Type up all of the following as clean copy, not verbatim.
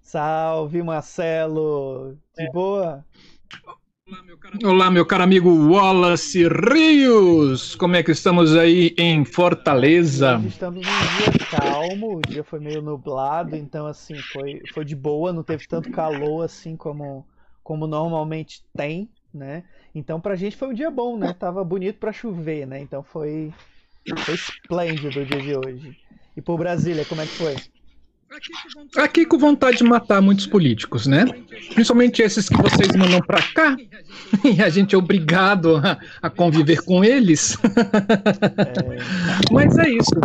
Salve, Marcelo! De boa? Olá, meu caro amigo Wallace Rios! Como é que estamos aí em Fortaleza? Hoje estamos num dia calmo, o dia foi meio nublado, então assim, foi de boa, não teve tanto calor assim como normalmente tem, né? Então pra gente foi um dia bom, né? Tava bonito pra chover, né? Então foi esplêndido o dia de hoje. E por Brasília, como é que foi? Aqui com vontade de matar muitos políticos, né? Principalmente esses que vocês mandam pra cá, e a gente é obrigado a conviver com eles. Mas é isso.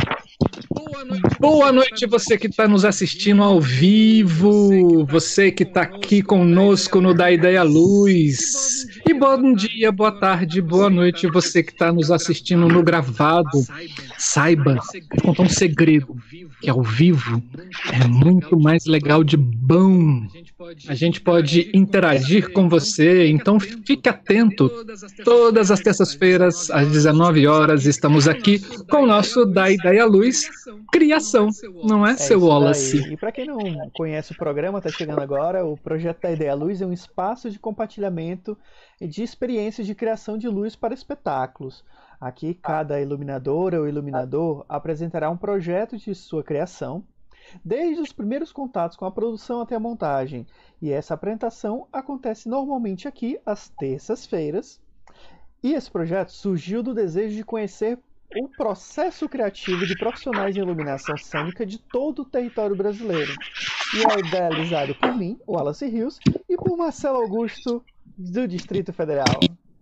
Boa noite, você que está nos assistindo ao vivo, você que está aqui conosco no Da Ideia Luz. E bom dia, boa tarde, boa noite, você que está nos assistindo no gravado. Saiba, vou contar um segredo, que ao vivo é muito mais legal de bom. A gente pode interagir com você, então fique atento. Todas as terças-feiras, às 19 horas, estamos aqui com o nosso Da Ideia Luz Criação, não é, seu Isso Wallace? daí. E para quem não conhece o programa, tá chegando agora, o projeto da Ideia Luz é um espaço de compartilhamento de experiências de criação de luz para espetáculos. Aqui, cada iluminadora ou iluminador apresentará um projeto de sua criação, desde os primeiros contatos com a produção até a montagem. E essa apresentação acontece normalmente aqui, às terças-feiras. E esse projeto surgiu do desejo de conhecer o processo criativo de profissionais em iluminação cênica de todo o território brasileiro. E é idealizado por mim, Wallace Rios, e por Marcelo Augusto, do Distrito Federal.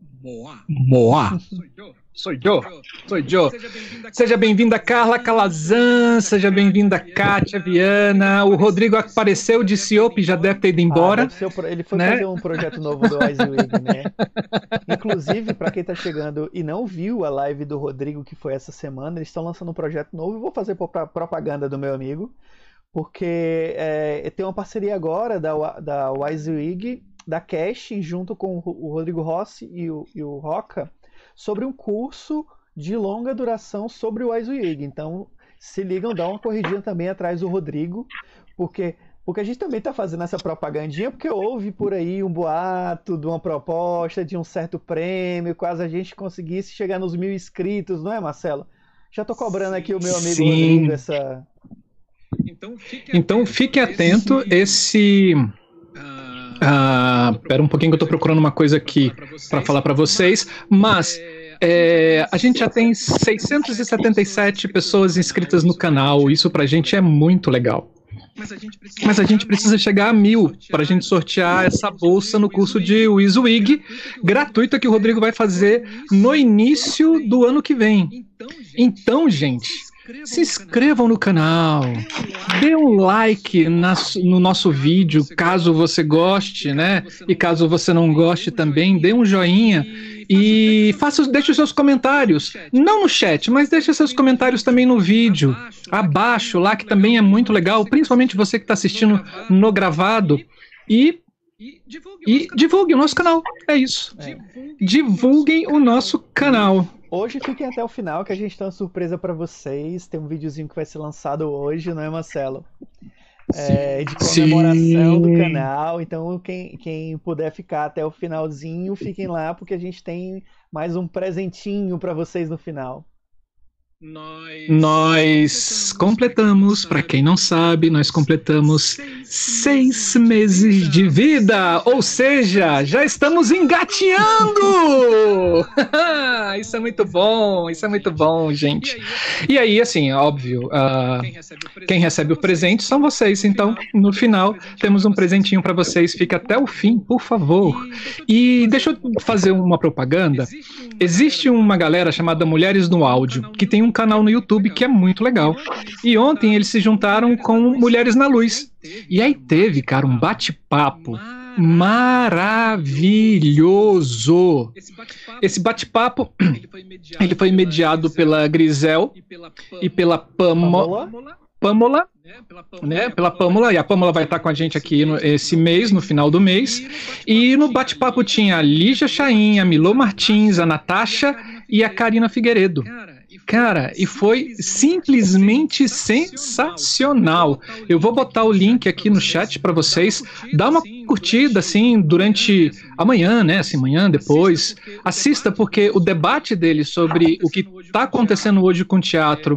Moá. Sou eu. Seja bem-vinda, Carla Calazan, seja bem-vinda, Kátia Viana. O Rodrigo apareceu de Ciope, já deve ter ido embora. Ele foi né? fazer um projeto novo do WiseWig, né? Inclusive, para quem tá chegando e não viu a live do Rodrigo, que foi essa semana, eles estão lançando um projeto novo. Eu vou fazer propaganda do meu amigo, porque tem uma parceria agora da WiseWig, da Cash, junto com o Rodrigo Rossi e o Roca, sobre um curso de longa duração sobre o WiseWig. Então, se ligam, dá uma corridinha também atrás do Rodrigo, porque a gente também está fazendo essa propagandinha, porque houve por aí um boato de uma proposta de um certo prêmio, quase a gente conseguisse chegar nos 1.000 inscritos, não é, Marcelo? Já estou cobrando aqui o meu amigo Sim. Rodrigo essa... Então fique atento, Pera um pouquinho que eu estou procurando uma coisa aqui para falar para vocês, mas a gente já tem 677 pessoas inscritas no canal, isso pra gente é muito legal. Mas a gente precisa chegar a 1.000 para a gente sortear essa bolsa no curso de WiseWig gratuito que o Rodrigo vai fazer no início do ano que vem. Então, gente, se inscrevam no canal, dê um like no nosso vídeo, caso você goste, né? E caso você não goste também, dê um joinha e deixe os seus comentários, não no chat, mas deixe seus comentários também no vídeo, abaixo lá, que também é muito legal, principalmente você que está assistindo no gravado, e divulgue o nosso canal, é isso. Divulguem o nosso canal. Hoje fiquem até o final que a gente tem uma surpresa para vocês. Tem um videozinho que vai ser lançado hoje, não é, Marcelo? De comemoração do canal. Então, quem puder ficar até o finalzinho, fiquem lá, porque a gente tem mais um presentinho para vocês no final. Nós completamos, para quem não sabe, nós completamos 6 meses de vida, ou seja, já estamos engateando! Isso é muito bom, gente. E aí, assim, óbvio, quem recebe o presente são vocês, então, no final, temos um presentinho para vocês, fica até o fim, por favor. E deixa eu fazer uma propaganda. Existe uma galera chamada Mulheres no Áudio, que tem um canal no YouTube que é muito legal. E ontem eles se juntaram com Mulheres na Luz. E aí teve, cara, um bate-papo maravilhoso. Esse bate-papo, ele foi mediado pela Grisel e pela Pâmola, né? Pela Pâmola, e a Pâmola vai estar com a gente aqui esse mês, no final do mês. E no bate-papo tinha a Lígia Chain, a Milô Martins, a Natasha e a Karina Figueiredo. Cara, e foi simplesmente sensacional. Eu vou botar o link aqui no chat para vocês. Dá uma curtida, assim, durante amanhã, né? Assim, amanhã, depois. Assista, porque o debate dele sobre o que está acontecendo hoje com o teatro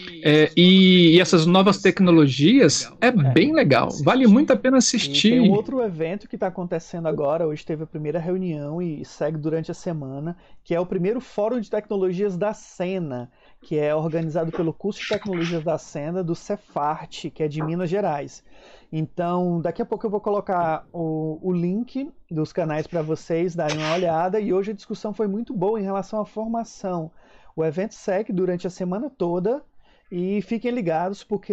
e essas novas tecnologias é bem legal. Vale muito a pena assistir. E tem um outro evento que está acontecendo agora. Hoje teve a primeira reunião e segue durante a semana, que é o primeiro Fórum de Tecnologias da Cena, que é organizado pelo curso de Tecnologias da Cena do Cefart, que é de Minas Gerais. Então, daqui a pouco eu vou colocar o link dos canais para vocês darem uma olhada. E hoje a discussão foi muito boa em relação à formação. O evento segue durante a semana toda. E fiquem ligados, porque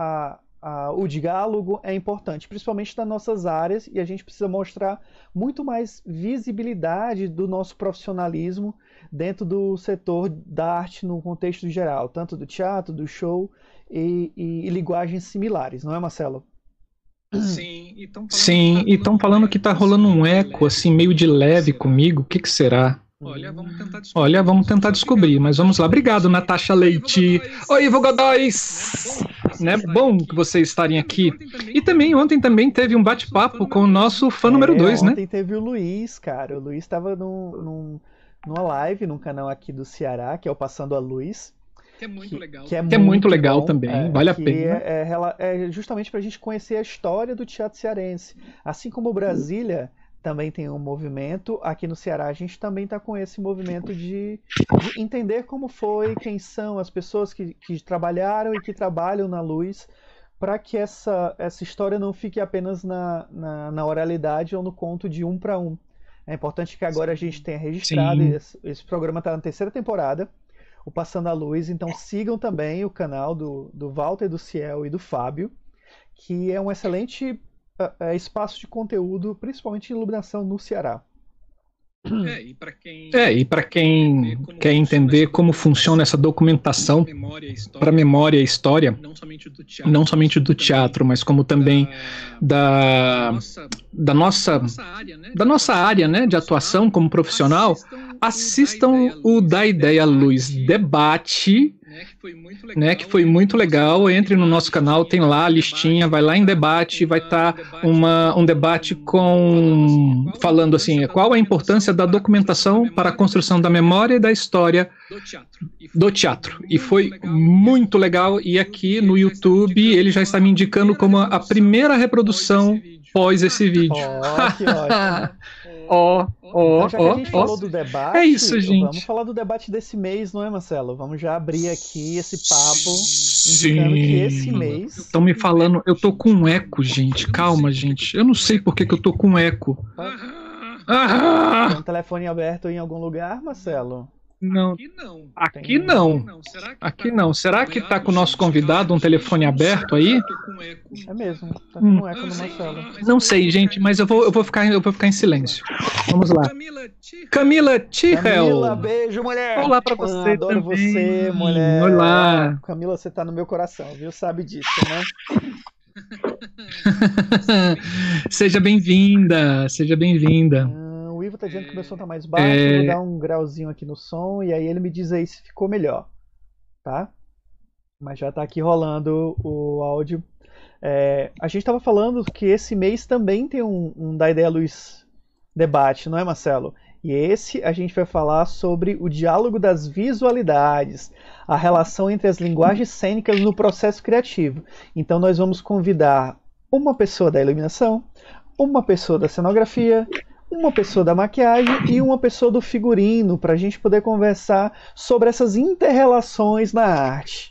o diálogo é importante, principalmente nas nossas áreas, e a gente precisa mostrar muito mais visibilidade do nosso profissionalismo dentro do setor da arte no contexto geral, tanto do teatro, do show e linguagens similares, não é, Marcelo? Sim, e estão falando que está rolando um eco assim meio de leve comigo. O que será? Olha, vamos tentar descobrir, mas vamos lá. Obrigado, Natasha Leite. Oi, Ivo Godoy! Né? Bom que vocês estarem aqui. E também, ontem também teve um bate-papo com o nosso fã número 2, né? Ontem teve o Luiz, cara. O Luiz estava numa live, num canal aqui do Ceará, que é o Passando a Luz. Que é muito legal. Que é muito legal bom, também, vale a pena. É justamente para a gente conhecer a história do teatro cearense. Assim como Brasília também tem um movimento, aqui no Ceará a gente também está com esse movimento de entender como foi, quem são as pessoas que trabalharam e que trabalham na luz, para que essa história não fique apenas na oralidade ou no conto de um para um. É importante que agora a gente tenha registrado, esse programa está na 3ª temporada, o Passando a Luz, então sigam também o canal do Walter, do Ciel e do Fábio, que é um excelente espaço de conteúdo, principalmente em iluminação no Ceará. E para quem quer entender como funciona essa documentação para memória e história, não somente do teatro, mas como também da nossa área, né, de atuação como profissional, assistam o Da Ideia Luz Debate, que foi muito legal. Entre no nosso canal, tem lá a listinha, vai lá em debate, vai estar um debate falando assim, qual a importância da documentação para a construção da memória e da história do teatro. E foi muito legal, e aqui no YouTube ele já está me indicando como a primeira reprodução pós esse vídeo. Que ótimo. Já que a gente falou do debate, é isso, gente. Vamos falar do debate desse mês, não é, Marcelo? Vamos já abrir aqui esse papo, indicando que esse mês... Estão me falando, eu tô com um eco, gente. Calma, gente. Eu não sei por que eu tô com um eco. Tem um telefone aberto em algum lugar, Marcelo? Não. Aqui não. Será que tá com o nosso convidado um telefone aberto aí? É mesmo. Tá com um eco no Marcelo. Não sei, gente, mas eu vou ficar em silêncio. Vamos lá. Camila Tirel. Camila, beijo, mulher. Olá pra você. Adoro também. Você, mulher. Olá. Camila, você tá no meu coração, viu? Sabe disso, né? Seja bem-vinda. O Ivo tá dizendo que o meu som tá mais baixo, eu vou dar um grauzinho aqui no som, e aí ele me diz aí se ficou melhor, tá? Mas já tá aqui rolando o áudio. A gente tava falando que esse mês também tem um Da Ideia Luz debate, não é, Marcelo? E esse a gente vai falar sobre o diálogo das visualidades, a relação entre as linguagens cênicas no processo criativo. Então nós vamos convidar uma pessoa da iluminação, uma pessoa da cenografia, uma pessoa da maquiagem e uma pessoa do figurino, para a gente poder conversar sobre essas inter-relações na arte.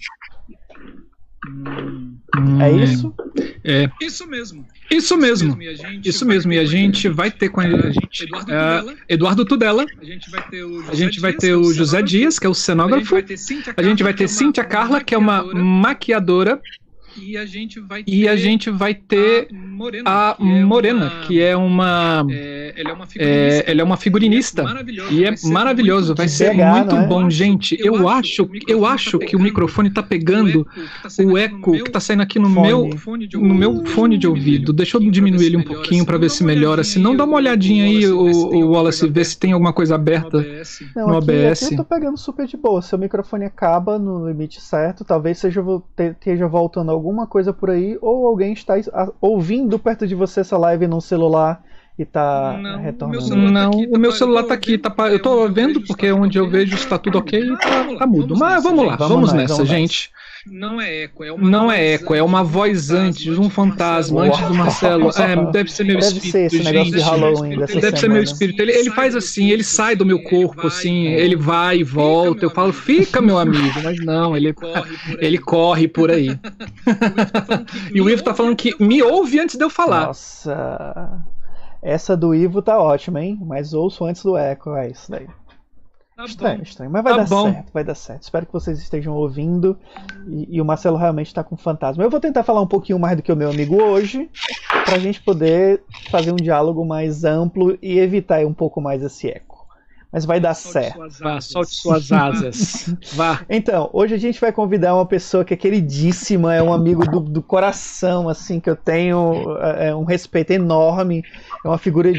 É isso? Isso mesmo. E a gente vai ter com a gente Eduardo Tudela. A gente vai ter o José Dias, que é o cenógrafo. A gente vai ter Cíntia Carla, que é uma maquiadora. E a gente vai ter a Morena, que é uma ela é uma figurinista e é maravilhoso, vai ser muito bom, gente. Eu acho que o microfone está pegando o eco que está saindo aqui no meu fone de ouvido. Deixa eu diminuir ele um pouquinho para ver se melhora. Se não, dá uma olhadinha aí, o Wallace, ver se tem alguma coisa aberta no OBS. Aqui eu tô pegando super de boa. Seu microfone acaba no limite certo, talvez esteja voltando alguma coisa por aí, ou alguém está ouvindo perto de você essa live num celular e tá retornando. Não, o meu celular tá aqui. Eu tô vendo porque onde eu vejo está tudo ok e tá mudo. Mas vamos lá, vamos nessa, gente. Não é eco, é uma voz antes, um fantasma antes do Marcelo. Deve ser meu espírito, ser esse gente. Negócio de Halloween dessa Deve ser meu espírito. Ele faz assim, ele sai do meu corpo, assim, ele vai e volta. Eu falo, fica, meu amigo. Mas não, ele corre por aí. E o Ivo tá falando que me ouve antes de eu falar. Nossa, essa do Ivo tá ótima, hein? Mas ouço antes do eco, é isso daí. Estranho, mas vai dar certo. Espero que vocês estejam ouvindo e o Marcelo realmente está com fantasma. Eu vou tentar falar um pouquinho mais do que o meu amigo hoje, para a gente poder fazer um diálogo mais amplo e evitar um pouco mais esse eco. Mas vai dar certo. Solte suas asas. Vá. Então, hoje a gente vai convidar uma pessoa que é queridíssima, é um amigo do coração, assim, que eu tenho um respeito enorme. É uma figura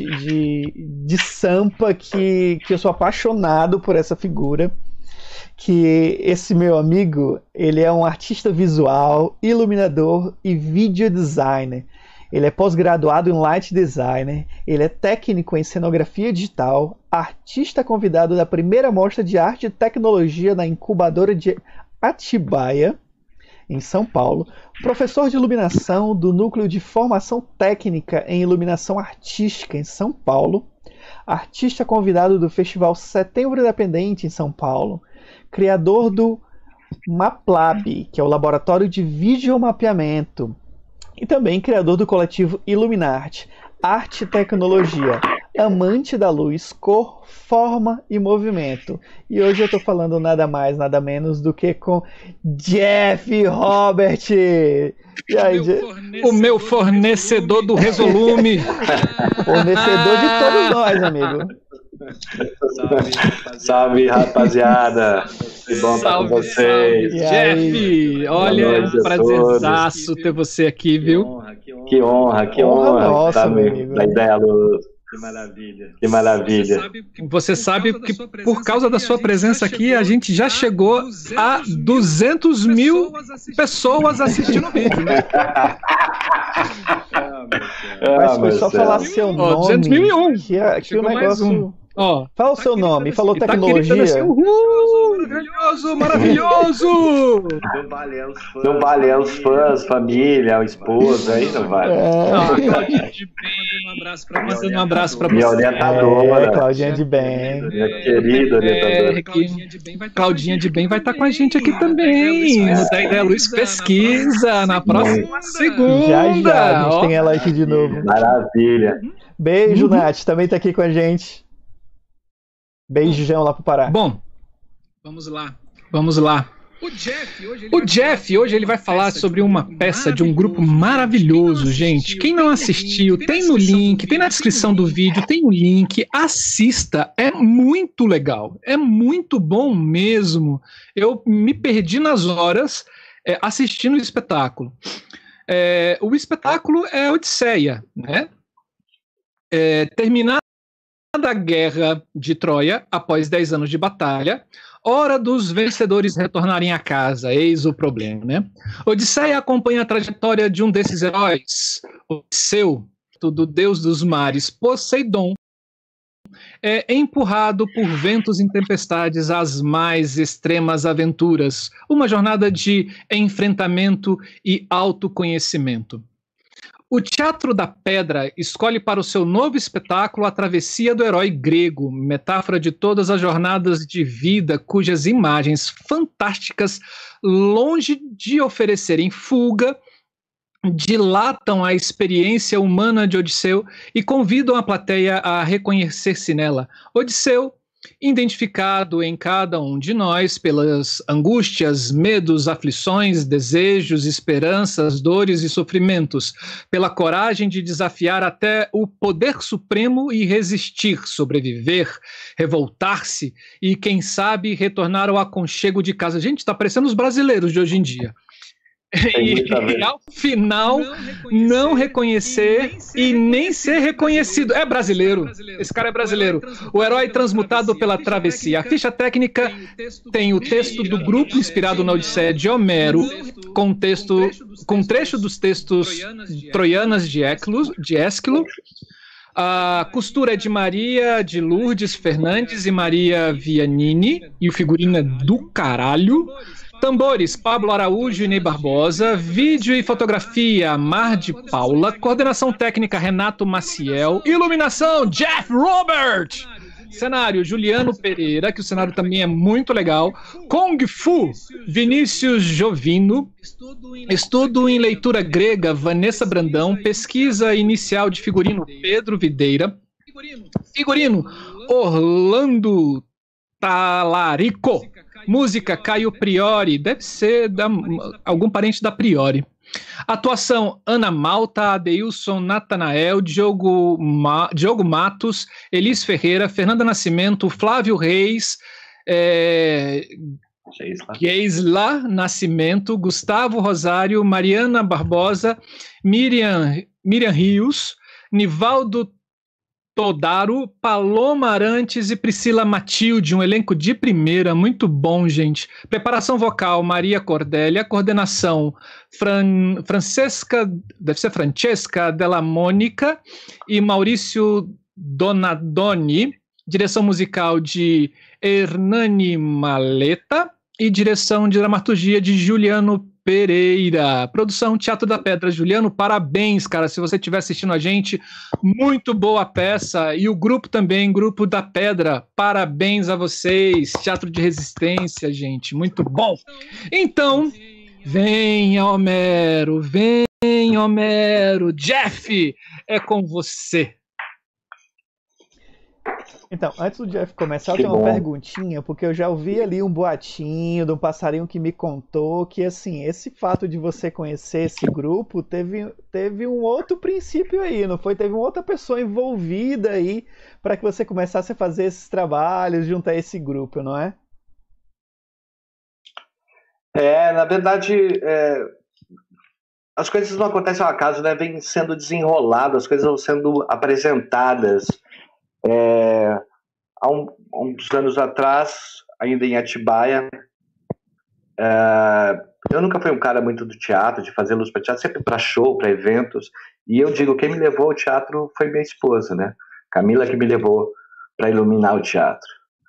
de Sampa que eu sou apaixonado por essa figura. Que esse meu amigo, ele é um artista visual, iluminador e video designer. Ele é pós-graduado em Light Designer, ele é técnico em cenografia digital, artista convidado da primeira mostra de arte e tecnologia na incubadora de Atibaia, em São Paulo, professor de iluminação do Núcleo de Formação Técnica em Iluminação Artística em São Paulo, artista convidado do Festival Setembro Independente em São Paulo, criador do MapLab, que é o Laboratório de Videomapeamento, e também criador do coletivo Iluminarte, arte e tecnologia, amante da luz, cor, forma e movimento. E hoje eu estou falando nada mais, nada menos do que com Jeff Robert. E aí, o meu fornecedor do Resolume. Fornecedor de todos nós, amigo. Salve, rapaziada. Que bom estar com vocês. Jeff, olha, prazerzaço ter você aqui, viu? Que honra. Nossa, meu amigo. Da Ideia Luz. Que maravilha. Você sabe que por causa da sua presença aqui, a gente já chegou a 200 mil pessoas assistindo o vídeo, né? Mas foi só falar seu nome. 200.001. Que o negócio... Fala o seu nome, falou tá tecnologia. Assim, maravilhoso! Não vale os fãs, família, a esposa, aí não vale. Mandando um abraço pra você. Minha orientadora. Claudinha de Bem. Minha querida orientadora. Claudinha de Bem vai estar com a gente aqui também. No Da Ideia Luz Pesquisa, na próxima segunda. Já, a gente tem ela aqui de novo. Maravilha. Beijo, Nath, também tá aqui com a gente. Beijão lá pro Pará. Bom, vamos lá. O Jeff hoje ele vai falar sobre uma peça de um grupo maravilhoso, gente. Quem não assistiu, tem no link, tem na descrição do vídeo, tem o link, assista, é muito legal, é muito bom mesmo. Eu me perdi nas horas assistindo o espetáculo. O espetáculo é Odisseia, né? Terminada a Guerra de Troia, após 10 anos de batalha, hora dos vencedores retornarem a casa, eis o problema, né? Odisseia acompanha a trajetória de um desses heróis, Odisseu, do deus dos mares, Poseidon, é empurrado por ventos e tempestades às mais extremas aventuras, uma jornada de enfrentamento e autoconhecimento. O Teatro da Pedra escolhe para o seu novo espetáculo a travessia do herói grego, metáfora de todas as jornadas de vida cujas imagens fantásticas, longe de oferecerem fuga, dilatam a experiência humana de Odisseu e convidam a plateia a reconhecer-se nela. Odisseu, identificado em cada um de nós pelas angústias, medos, aflições, desejos, esperanças, dores e sofrimentos, pela coragem de desafiar até o poder supremo e resistir, sobreviver, revoltar-se e, quem sabe, retornar ao aconchego de casa. Gente, está parecendo os brasileiros de hoje em dia. E ao final não reconhecer e nem ser reconhecido. É brasileiro, esse cara é brasileiro. O herói transmutado pela travessia. A ficha técnica tem o texto do grupo inspirado na Odisseia de Homero, com trecho dos textos Troianas de Ésquilo. A costura é de Maria de Lourdes Fernandes e Maria Vianini, e o figurino é do caralho. Tambores, Pablo Araújo e Ney Barbosa. Vídeo e fotografia, Mar de Paula. Coordenação técnica, Renato Maciel. Iluminação, Jeff Robert. Cenário, Juliano Pereira, que o cenário também é muito legal. Kung Fu, Vinícius Jovino. Estudo em leitura grega, Vanessa Brandão. Pesquisa inicial de figurino, Pedro Videira. Figurino, Orlando Talarico. Música, Caio Priori, deve ser algum parente da Priori. Atuação, Ana Malta, Adeilson Natanael, Diogo Matos, Elis Ferreira, Fernanda Nascimento, Flávio Reis, Geisla Nascimento, Gustavo Rosário, Mariana Barbosa, Miriam Rios, Nivaldo Todaro, Paloma Arantes e Priscila Matilde, um elenco de primeira, muito bom, gente. Preparação vocal, Maria Cordélia. Coordenação, Francesca Della Mônica e Maurício Donadoni. Direção musical de Hernani Maleta e direção de dramaturgia de Juliano Pereira. Produção Teatro da Pedra. Juliano, parabéns, cara, se você estiver assistindo a gente, muito boa peça, e o grupo também, Grupo da Pedra, parabéns a vocês, Teatro de Resistência, gente, muito bom. Então, venha Homero, Jeff, é com você. Então, antes do Jeff começar, eu tenho uma perguntinha, porque eu já ouvi ali um boatinho de um passarinho que me contou que, assim, esse fato de você conhecer esse grupo teve um outro princípio aí, não foi? Teve uma outra pessoa envolvida aí para que você começasse a fazer esses trabalhos junto a esse grupo, não é? Na verdade, as coisas não acontecem ao acaso, né? Vêm sendo desenroladas, as coisas vão sendo apresentadas. Há uns anos atrás, ainda em Atibaia, eu nunca fui um cara muito do teatro, de fazer luz para teatro, sempre para show, para eventos, e eu digo, quem me levou ao teatro foi minha esposa, né? Camila, que me levou para iluminar o teatro.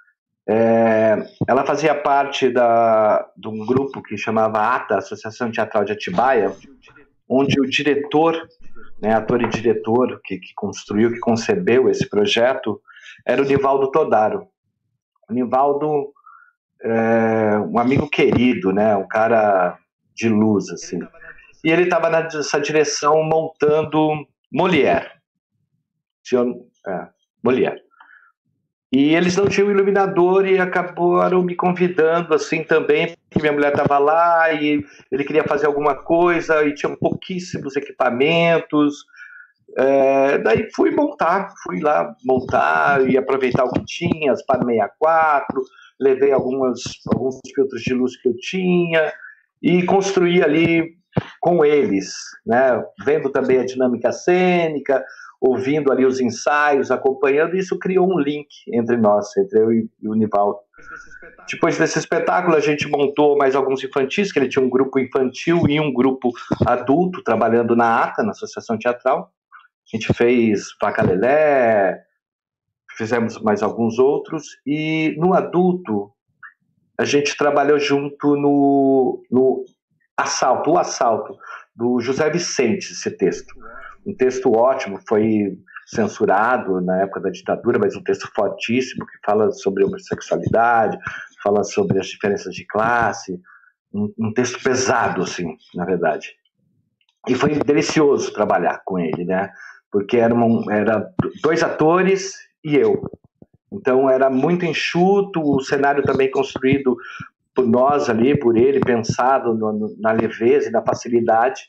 Ela fazia parte de um grupo que chamava ATA, Associação Teatral de Atibaia, onde o diretor, né, ator e diretor que construiu, que concebeu esse projeto, era o Nivaldo Todaro. O Nivaldo é um amigo querido, né, um cara de luz, assim. E ele estava nessa direção montando Molière. Molière. E eles não tinham iluminador e acabaram me convidando assim também, porque minha mulher estava lá e ele queria fazer alguma coisa e tinha pouquíssimos equipamentos. Daí fui lá montar e aproveitar o que tinha, as PAR 64, levei alguns filtros de luz que eu tinha e construí ali com eles, né? Vendo também a dinâmica cênica, ouvindo ali os ensaios, acompanhando, e isso criou um link entre nós, entre eu e o Nivaldo. Depois desse espetáculo, a gente montou mais alguns infantis, que ele tinha um grupo infantil e um grupo adulto, trabalhando na ATA, na Associação Teatral. A gente fez Vaca Lelé, fizemos mais alguns outros, e no adulto, a gente trabalhou junto no Assalto, o Assalto, do José Vicente, esse texto. Um texto ótimo, foi censurado na época da ditadura, mas um texto fortíssimo, que fala sobre homossexualidade, fala sobre as diferenças de classe, um texto pesado, assim, na verdade. E foi delicioso trabalhar com ele, né? Porque era 2 atores e eu. Então era muito enxuto, o cenário também construído por nós ali, por ele, pensado na leveza e na facilidade.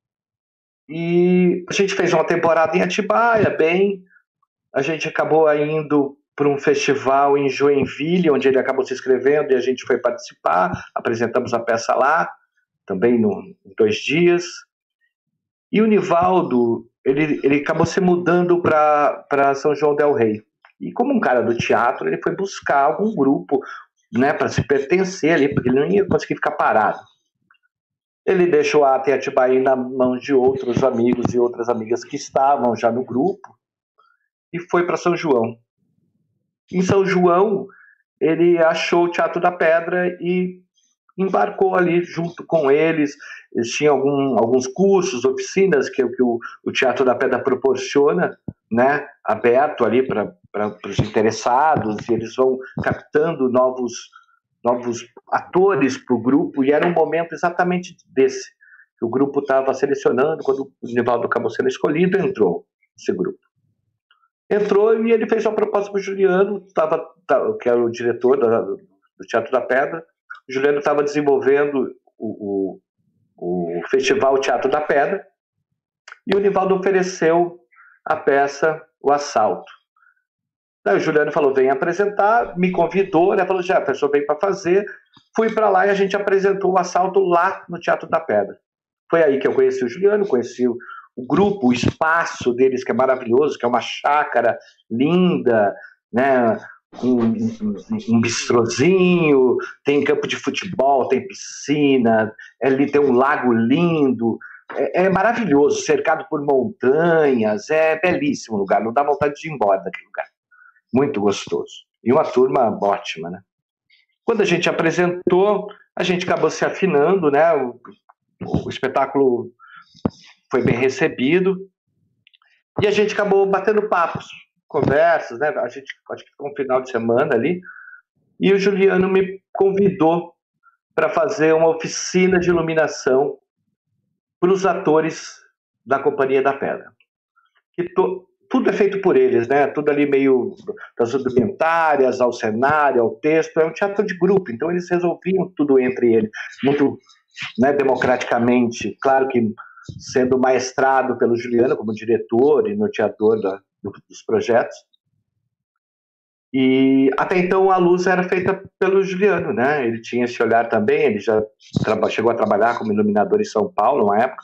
E a gente fez uma temporada em Atibaia, a gente acabou indo para um festival em Joinville, onde ele acabou se inscrevendo e a gente foi participar, apresentamos a peça lá, também em 2 dias. E o Nivaldo, ele acabou se mudando para São João del Rei. E como um cara do teatro, ele foi buscar algum grupo, né, para se pertencer ali, porque ele não ia conseguir ficar parado. Ele deixou a AT Atibaia na mão de outros amigos e outras amigas que estavam já no grupo e foi para São João. Em São João, ele achou o Teatro da Pedra e embarcou ali junto com eles. Eles tinham alguns cursos, oficinas que o Teatro da Pedra proporciona, né, aberto ali para os interessados, e eles vão captando novos atores para o grupo, e era um momento exatamente desse. O grupo estava selecionando, quando o Nivaldo acabou sendo escolhido, entrou esse grupo. Entrou e ele fez uma proposta para o Juliano, que era o diretor do Teatro da Pedra. O Juliano estava desenvolvendo o Festival Teatro da Pedra, e o Nivaldo ofereceu a peça O Assalto. Daí o Juliano falou, vem apresentar, me convidou, né? Falou, já, a pessoa veio para fazer. Fui para lá e a gente apresentou O Assalto lá no Teatro da Pedra. Foi aí que eu conheci o Juliano, conheci o grupo, o espaço deles, que é maravilhoso, que é uma chácara linda, né? Um bistrozinho, tem campo de futebol, tem piscina, ali tem um lago lindo, é maravilhoso, cercado por montanhas, é belíssimo o lugar, não dá vontade de ir embora daquele lugar, muito gostoso, e uma turma ótima, né? Quando a gente apresentou, a gente acabou se afinando, né? O espetáculo foi bem recebido, e a gente acabou batendo papos, conversas, né? A gente acho que ficou um final de semana ali, e o Juliano me convidou para fazer uma oficina de iluminação para os atores da Companhia da Pedra. Tudo é feito por eles, né? Tudo ali meio das indumentárias, ao cenário, ao texto, é um teatro de grupo, então eles resolviam tudo entre eles, muito, né, democraticamente, claro que sendo maestrado pelo Juliano como diretor e norteador dos projetos. E até então a luz era feita pelo Juliano, né? Ele tinha esse olhar também, ele já chegou a trabalhar como iluminador em São Paulo, uma época.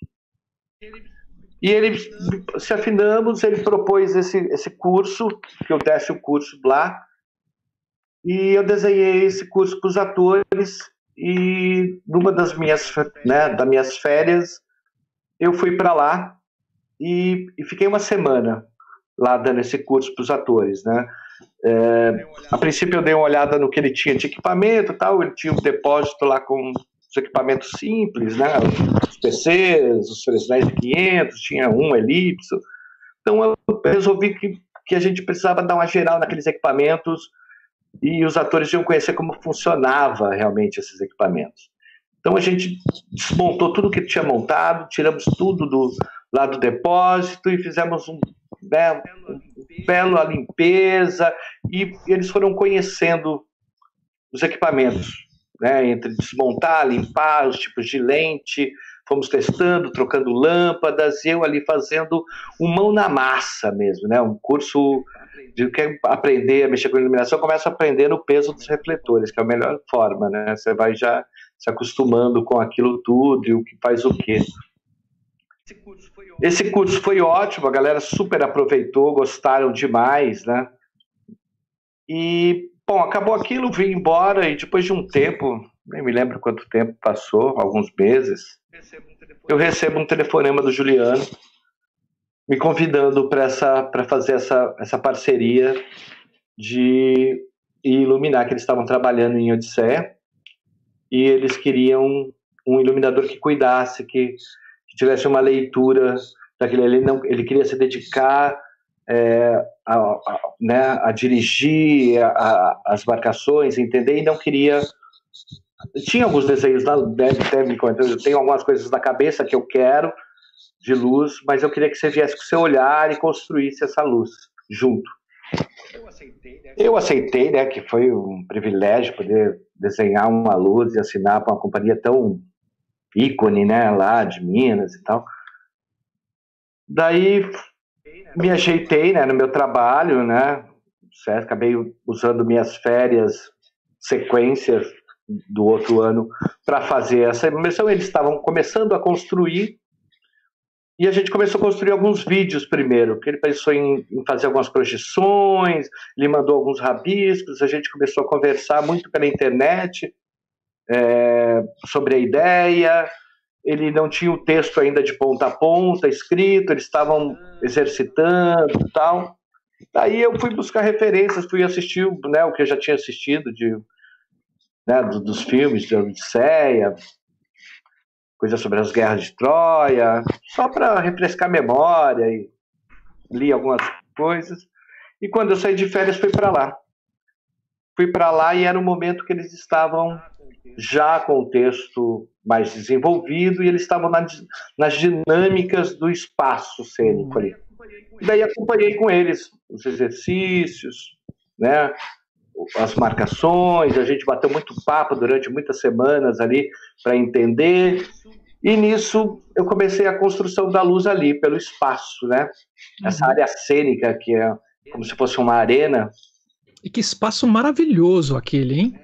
E ele, se afinamos, ele propôs esse curso, que eu desse o curso lá, e eu desenhei esse curso para os atores, e numa das minhas férias, eu fui para lá e fiquei uma semana lá dando esse curso para os atores, né? A princípio eu dei uma olhada no que ele tinha de equipamento e tal, ele tinha um depósito lá com os equipamentos simples, né? Os PCs, os Fresnel 500, tinha um Elipso. Então eu resolvi que a gente precisava dar uma geral naqueles equipamentos e os atores iam conhecer como funcionava realmente esses equipamentos. Então a gente desmontou tudo que tinha montado, tiramos tudo lá do depósito e fizemos uma bela limpeza, e eles foram conhecendo os equipamentos, né? Entre desmontar, limpar, os tipos de lente, fomos testando, trocando lâmpadas, e eu ali fazendo um mão na massa mesmo, né? Um curso de quem aprender a mexer com iluminação, começa a aprender no peso dos refletores, que é a melhor forma, né? Você vai já se acostumando com aquilo tudo e o que faz o quê. Esse curso foi ótimo, a galera super aproveitou, gostaram demais, né? E, bom, acabou aquilo, vim embora, e depois de um tempo, nem me lembro quanto tempo passou, alguns meses, eu recebo um telefonema do Juliano me convidando para fazer essa parceria de iluminar, que eles estavam trabalhando em Odisseia, e eles queriam um iluminador que cuidasse, que tivesse uma leitura daquele. Ele queria se dedicar a dirigir as embarcações, entender, e não queria. Tinha alguns desenhos lá, eu tenho algumas coisas na cabeça que eu quero de luz, mas eu queria que você viesse com o seu olhar e construísse essa luz junto. Eu aceitei, né, que foi um privilégio poder desenhar uma luz e assinar para uma companhia tão ícone, né, lá de Minas e tal. Daí me ajeitei, né, no meu trabalho, né, certo? Acabei usando minhas férias, sequências do outro ano para fazer essa imersão. Eles estavam começando a construir e a gente começou a construir alguns vídeos primeiro, porque ele pensou em fazer algumas projeções, ele mandou alguns rabiscos, a gente começou a conversar muito pela internet sobre a ideia. Ele não tinha o texto ainda de ponta a ponta escrito, eles estavam exercitando e tal. Daí eu fui buscar referências, fui assistir, né, o que eu já tinha assistido dos filmes de Odisseia, coisa sobre as guerras de Troia, só para refrescar a memória, e li algumas coisas. E quando eu saí de férias, fui para lá. Fui para lá e era um momento que eles estavam já com o texto mais desenvolvido e eles estavam nas dinâmicas do espaço cênico ali. E daí acompanhei com eles os exercícios, né, as marcações, a gente bateu muito papo durante muitas semanas ali para entender, e nisso eu comecei a construção da luz ali, pelo espaço, né? Essa área cênica, que é como se fosse uma arena. E que espaço maravilhoso aquele, hein?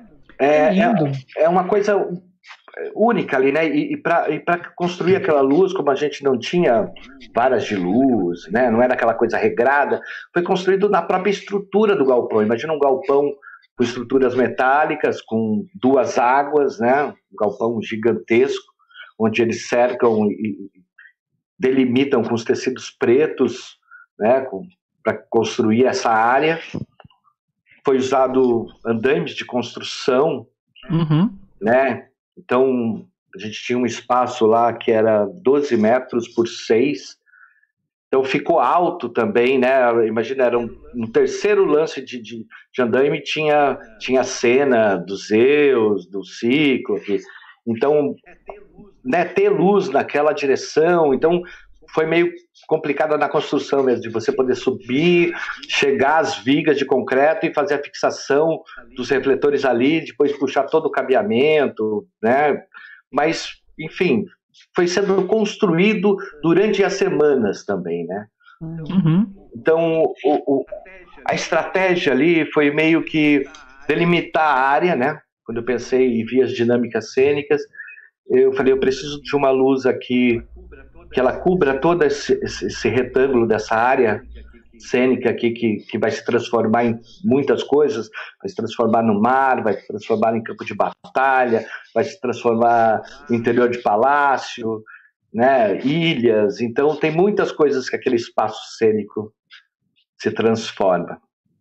É uma coisa única ali, né? E para construir aquela luz, como a gente não tinha varas de luz, né? Não era aquela coisa regrada, foi construído na própria estrutura do galpão. Imagina um galpão com estruturas metálicas, com duas águas, né? Um galpão gigantesco, onde eles cercam e delimitam com os tecidos pretos, né? Para construir essa área. Foi usado andaimes de construção, né? Então, a gente tinha um espaço lá que era 12 metros por 6, então ficou alto também, né? Imagina, era um terceiro lance de andaime, tinha a cena dos Zeus, do Cíclope, então, né, ter luz naquela direção, então foi meio complicado na construção mesmo, de você poder subir, chegar às vigas de concreto e fazer a fixação dos refletores ali, depois puxar todo o cabeamento, né? Mas, enfim, foi sendo construído durante as semanas também, né? Então, a estratégia ali foi meio que delimitar a área, né? Quando eu pensei em vias dinâmicas cênicas, eu falei, eu preciso de uma luz aqui que ela cubra todo esse retângulo dessa área cênica aqui que vai se transformar em muitas coisas, vai se transformar no mar, vai se transformar em campo de batalha, vai se transformar no interior de palácio, né, ilhas. Então tem muitas coisas que aquele espaço cênico se transforma.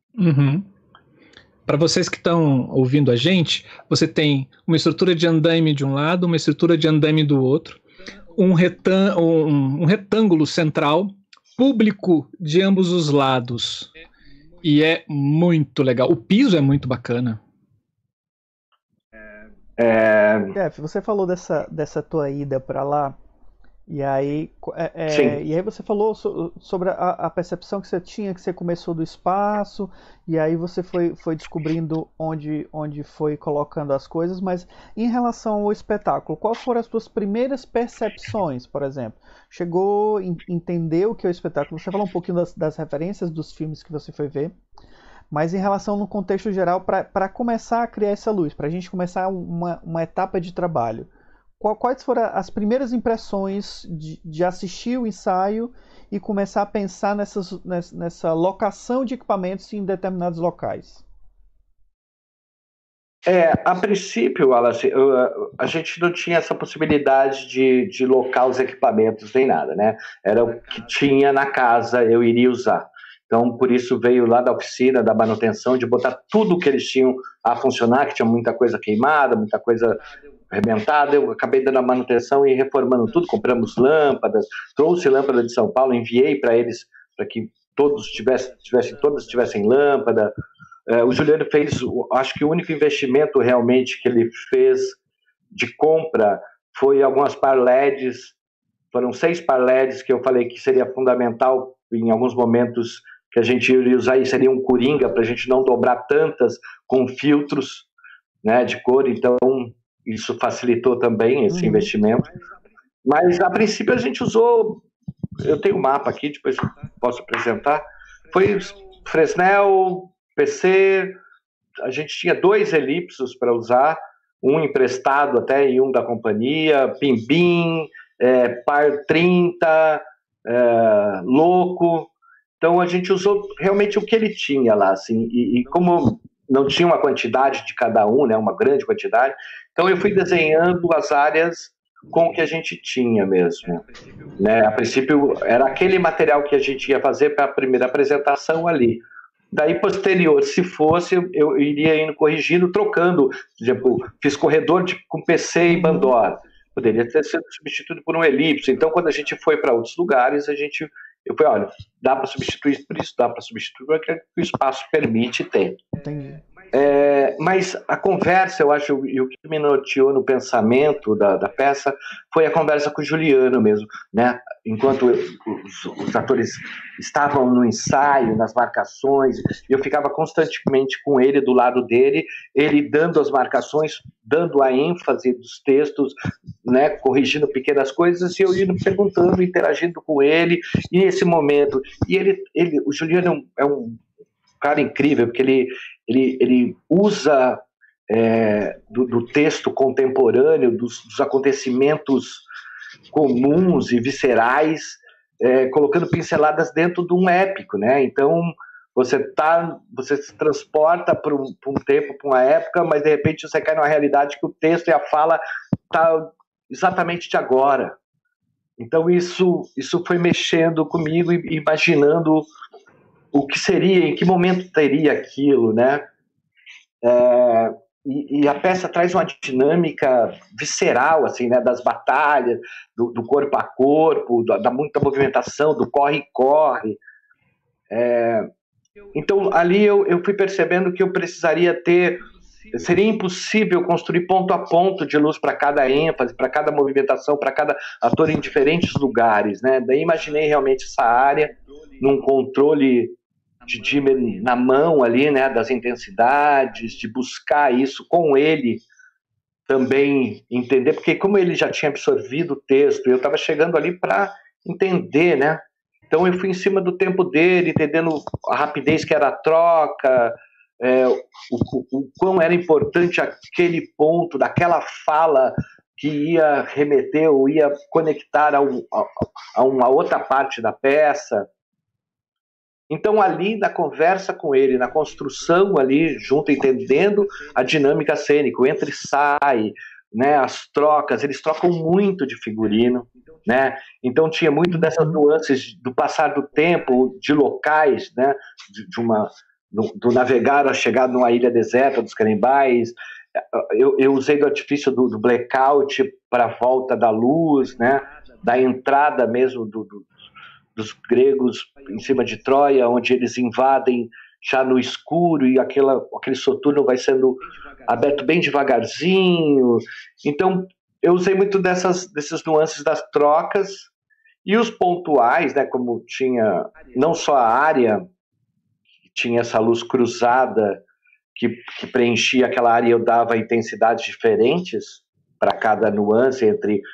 Para vocês que estão ouvindo a gente, você tem uma estrutura de andaime de um lado, uma estrutura de andaime do outro, um retângulo central, público de ambos os lados. E é muito legal. O piso é muito bacana. Jeff, você falou dessa tua ida para lá, e aí você falou sobre a percepção que você tinha, que você começou do espaço, e aí você foi descobrindo onde foi colocando as coisas, mas em relação ao espetáculo, quais foram as suas primeiras percepções, por exemplo? Chegou a entender o que é o espetáculo? Você falou um pouquinho das referências dos filmes que você foi ver, mas em relação no contexto geral, para começar a criar essa luz, para a gente começar uma etapa de trabalho, quais foram as primeiras impressões de assistir o ensaio e começar a pensar nessa locação de equipamentos em determinados locais? A princípio, Wallace, a gente não tinha essa possibilidade de locar os equipamentos nem nada, né? Era o que tinha na casa, eu iria usar. Então, por isso veio lá da oficina, da manutenção, de botar tudo que eles tinham a funcionar, que tinha muita coisa queimada, muita coisa arrebentada. Eu acabei dando a manutenção e reformando tudo, compramos lâmpadas, trouxe lâmpada de São Paulo, enviei para eles, para que todos tivessem lâmpada. O Juliano fez, acho que o único investimento realmente que ele fez de compra foi algumas par LEDs, foram 6 par LEDs que eu falei que seria fundamental em alguns momentos que a gente iria usar, e seria um coringa para a gente não dobrar tantas com filtros, né, de cor, então isso facilitou também esse investimento. Mas a princípio a gente usou, eu tenho um mapa aqui, depois posso apresentar, foi Fresnel, PC, a gente tinha 2 elipsos para usar, um emprestado até e um da companhia, Pimbim, Par 30, Louco. Então a gente usou realmente o que ele tinha lá, assim, e como não tinha uma quantidade de cada um, né, uma grande quantidade, então eu fui desenhando as áreas com o que a gente tinha mesmo, né? A princípio era aquele material que a gente ia fazer para a primeira apresentação ali. Daí, posterior, se fosse, eu iria indo corrigindo, trocando. Por exemplo, fiz corredor com PC e Bandor. Poderia ter sido substituído por um elipse. Então, quando a gente foi para outros lugares, eu falei, olha, dá para substituir por isso, dá para substituir por aquilo que o espaço permite ter. Entendi. Mas a conversa, eu acho, e o que me norteou no pensamento da peça foi a conversa com o Juliano mesmo, né? Enquanto os atores estavam no ensaio, nas marcações, eu ficava constantemente com ele, do lado dele, ele dando as marcações, dando a ênfase dos textos, né? Corrigindo pequenas coisas, e eu indo perguntando, interagindo com ele, e nesse momento, o Juliano é um cara incrível, porque ele usa do texto contemporâneo, dos acontecimentos comuns e viscerais, colocando pinceladas dentro de um épico, né? Então você se transporta para um tempo, para uma época, mas de repente você cai numa realidade que o texto e a fala tá exatamente de agora. Então isso foi mexendo comigo e imaginando o que seria, em que momento teria aquilo, né? E a peça traz uma dinâmica visceral, assim, né? Das batalhas, do corpo a corpo, da muita movimentação, do corre-corre. Então, ali eu fui percebendo que eu precisaria seria impossível construir ponto a ponto de luz para cada ênfase, para cada movimentação, para cada ator em diferentes lugares, né? Daí imaginei realmente essa área num controle de dimmer na mão ali, né, das intensidades, de buscar isso com ele também, entender, porque como ele já tinha absorvido o texto, eu estava chegando ali para entender, né? Então eu fui em cima do tempo dele, entendendo a rapidez que era a troca, o quão era importante aquele ponto, daquela fala que ia remeter ou ia conectar a uma outra parte da peça. Então, ali na conversa com ele, na construção ali, junto, entendendo a dinâmica cênica, o entra e sai, né, as trocas, eles trocam muito de figurino, né? Então tinha muito dessas nuances do passar do tempo, de locais, né, do navegar a chegar numa ilha deserta dos carimbais. Eu usei do artifício do blackout para a volta da luz, né, da entrada mesmo dos gregos em cima de Troia, onde eles invadem já no escuro e aquele soturno vai sendo aberto bem devagarzinho. Então, eu usei muito dessas nuances das trocas e os pontuais, né, como tinha não só a área, tinha essa luz cruzada que preenchia aquela área e eu dava intensidades diferentes para cada nuance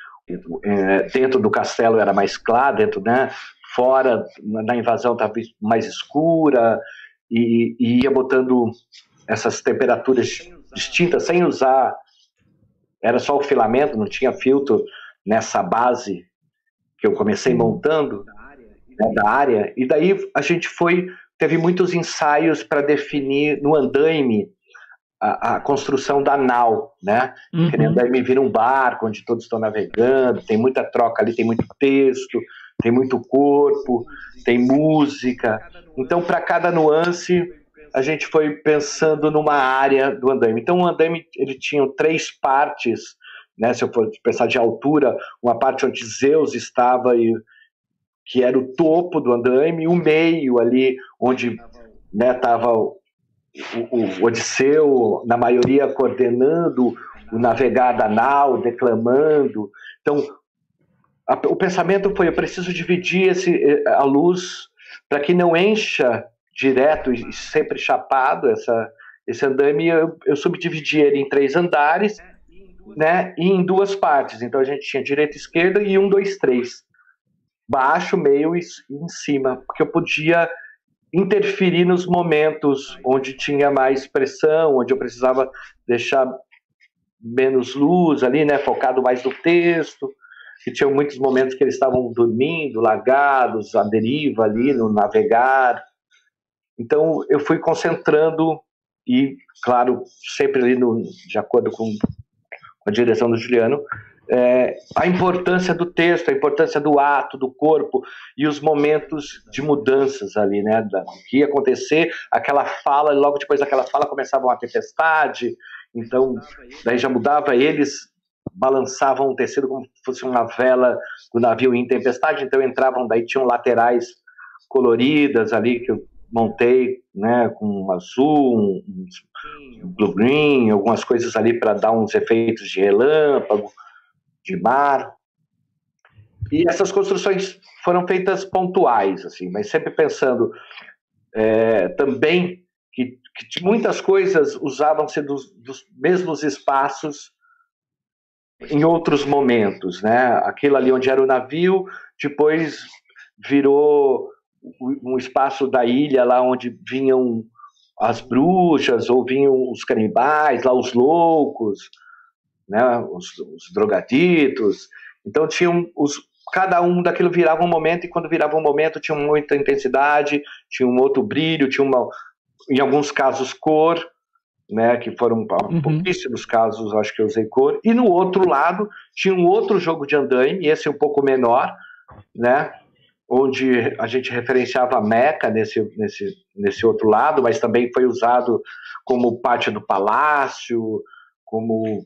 dentro do castelo era mais claro, né? Fora, na invasão estava mais escura, e ia botando essas temperaturas distintas, sem usar, era só o filamento, não tinha filtro nessa base que eu comecei montando, né, da área, e daí a gente teve muitos ensaios para definir no andaime a construção da nau, né? Porque o andaime vira um barco onde todos estão navegando, tem muita troca ali, tem muito texto, tem muito corpo, tem música. Então, para cada nuance, a gente foi pensando numa área do andaime. Então, o andaime ele tinha 3 partes, né? Se eu for pensar de altura, uma parte onde Zeus estava, que era o topo do andaime, e o meio ali, onde estava o Odisseu, na maioria, coordenando o navegar da nau, declamando. Então, o pensamento foi, eu preciso dividir a luz para que não encha direto e sempre chapado esse andaime, eu subdividi ele em 3 andares, né, e em 2 partes. Então a gente tinha direita e esquerda e 1, 2, 3. Baixo, meio e em cima, porque eu podia interferir nos momentos onde tinha mais pressão, onde eu precisava deixar menos luz ali, né, focado mais no texto, que tinham muitos momentos que eles estavam dormindo, largados, à deriva ali, no navegar. Então eu fui concentrando e, claro, sempre ali de acordo com a direção do Juliano, a importância do texto, a importância do ato, do corpo e os momentos de mudanças ali, né? Que ia acontecer, aquela fala, logo depois daquela fala começava uma tempestade, então daí já mudava, eles balançavam o tecido como se fosse uma vela do navio em tempestade, então entravam, daí tinham laterais coloridas ali que eu montei, né, com um azul, um blue green, algumas coisas ali para dar uns efeitos de relâmpago, de mar. E essas construções foram feitas pontuais, assim, mas sempre pensando também que muitas coisas usavam-se dos mesmos espaços em outros momentos, né? Aquilo ali onde era o navio, depois virou um espaço da ilha lá onde vinham as bruxas ou vinham os canibais, lá os loucos, né? Os drogaditos. Então tinham cada um daquilo virava um momento, e quando virava um momento tinha muita intensidade, tinha um outro brilho, tinha em alguns casos cor, né, que foram pouquíssimos casos, acho que eu usei cor, e no outro lado tinha um outro jogo de andaime, esse um pouco menor, né, onde a gente referenciava a Meca nesse outro lado, mas também foi usado como pátio do palácio, como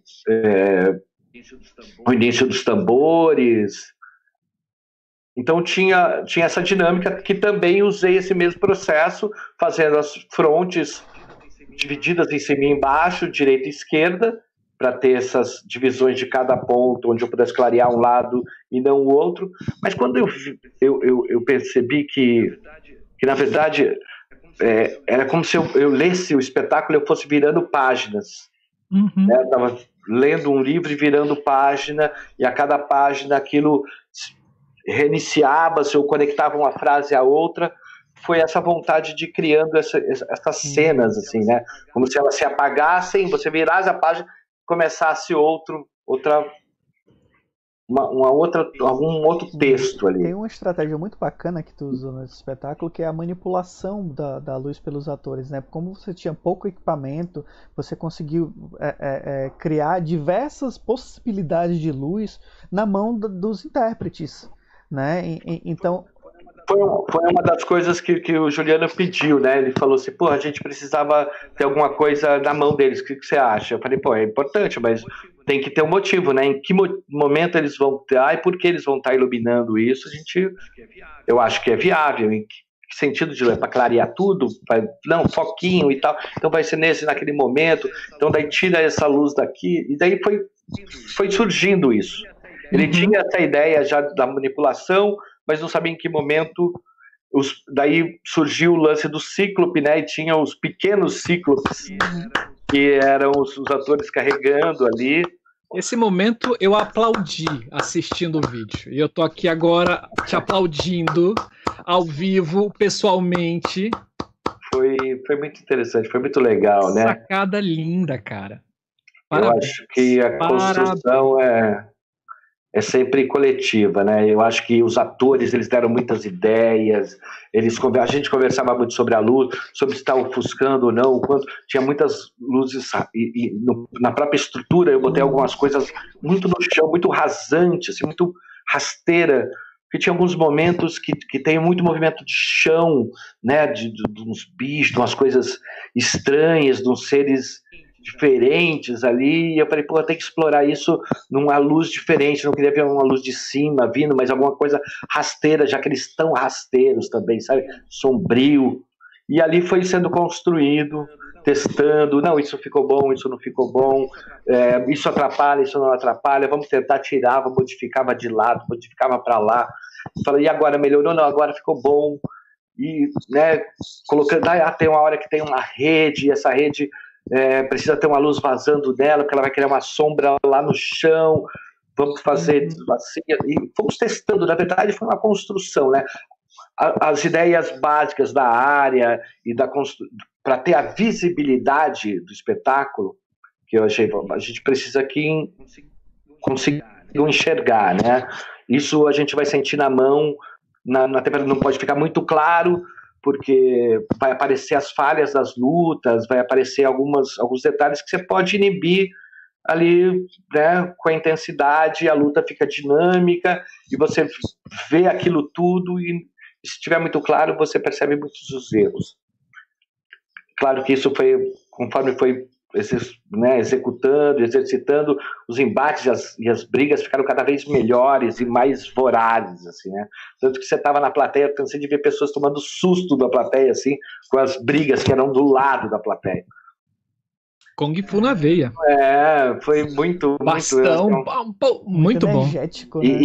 o início dos tambores. Então tinha essa dinâmica que também usei esse mesmo processo, fazendo as frontes divididas em cima e embaixo, direita e esquerda, para ter essas divisões de cada ponto, onde eu pudesse clarear um lado e não o outro. Mas quando eu percebi que na verdade, era como se eu lesse o espetáculo e eu fosse virando páginas. Uhum. Eu estava lendo um livro e virando página, e a cada página aquilo reiniciava-se ou conectava uma frase à outra. Foi essa vontade de ir criando essas cenas, assim, né? Como se elas se apagassem, você virasse a página, começasse algum outro texto ali. Tem uma estratégia muito bacana que tu usou nesse espetáculo, que é a manipulação da luz pelos atores, né? Como você tinha pouco equipamento, você conseguiu criar diversas possibilidades de luz na mão dos intérpretes, né? Então foi uma das coisas que o Juliano pediu, né? Ele falou assim, pô, a gente precisava ter alguma coisa na mão deles, o que você acha? Eu falei, pô, é importante, mas tem que ter um motivo, né? Em que momento eles vão estar e por que eles vão estar iluminando isso? Eu acho que é viável. Em que sentido de para clarear tudo? Não, foquinho e tal. Então vai ser naquele momento. Então daí tira essa luz daqui. E daí foi surgindo isso. Ele tinha essa ideia já da manipulação, mas não sabia em que momento. Daí surgiu o lance do Cíclope, né? E tinha os pequenos Cíclopes, que eram os atores carregando ali. Esse momento eu aplaudi assistindo o vídeo. E eu tô aqui agora te aplaudindo ao vivo, pessoalmente. Foi muito interessante, foi muito legal, né? Sacada linda, cara. Parabéns. Eu acho que a construção é sempre coletiva, né? Eu acho que os atores, eles deram muitas ideias, a gente conversava muito sobre a luz, sobre se está ofuscando ou não, tinha muitas luzes, na própria estrutura eu botei algumas coisas muito no chão, muito rasante, assim, muito rasteira, porque tinha alguns momentos que tem muito movimento de chão, né? De uns bichos, de umas coisas estranhas, de uns seres diferentes ali, e eu falei, pô, tem que explorar isso numa luz diferente, não queria ver uma luz de cima vindo, mas alguma coisa rasteira, já que eles estão rasteiros também, sabe, sombrio, e ali foi sendo construído, testando, não, isso ficou bom, isso não ficou bom, isso atrapalha, isso não atrapalha, vamos tentar tirar, modificava de lado, modificava para lá, falei, e agora melhorou? Não, agora ficou bom. e, né, colocando, tem uma hora que tem uma rede, e essa rede precisa ter uma luz vazando dela, porque ela vai criar uma sombra lá no chão, vamos fazer assim, e fomos testando, na verdade foi uma construção, né? As ideias básicas da área e para ter a visibilidade do espetáculo, que eu achei, a gente precisa aqui conseguir enxergar, né? Isso a gente vai sentir na mão, na temperatura não pode ficar muito claro, porque vai aparecer as falhas das lutas, vai aparecer alguns detalhes que você pode inibir ali, né, com a intensidade, a luta fica dinâmica e você vê aquilo tudo e se estiver muito claro, você percebe muitos dos erros. Claro que isso foi, conforme foi executando, exercitando, os embates e as brigas ficaram cada vez melhores e mais vorazes, assim, né? Tanto que você estava na plateia, eu cansei de ver pessoas tomando susto da plateia, assim, com as brigas que eram do lado da plateia. Kung Fu na veia. Foi muito... Bastão, muito bom. Energético, né?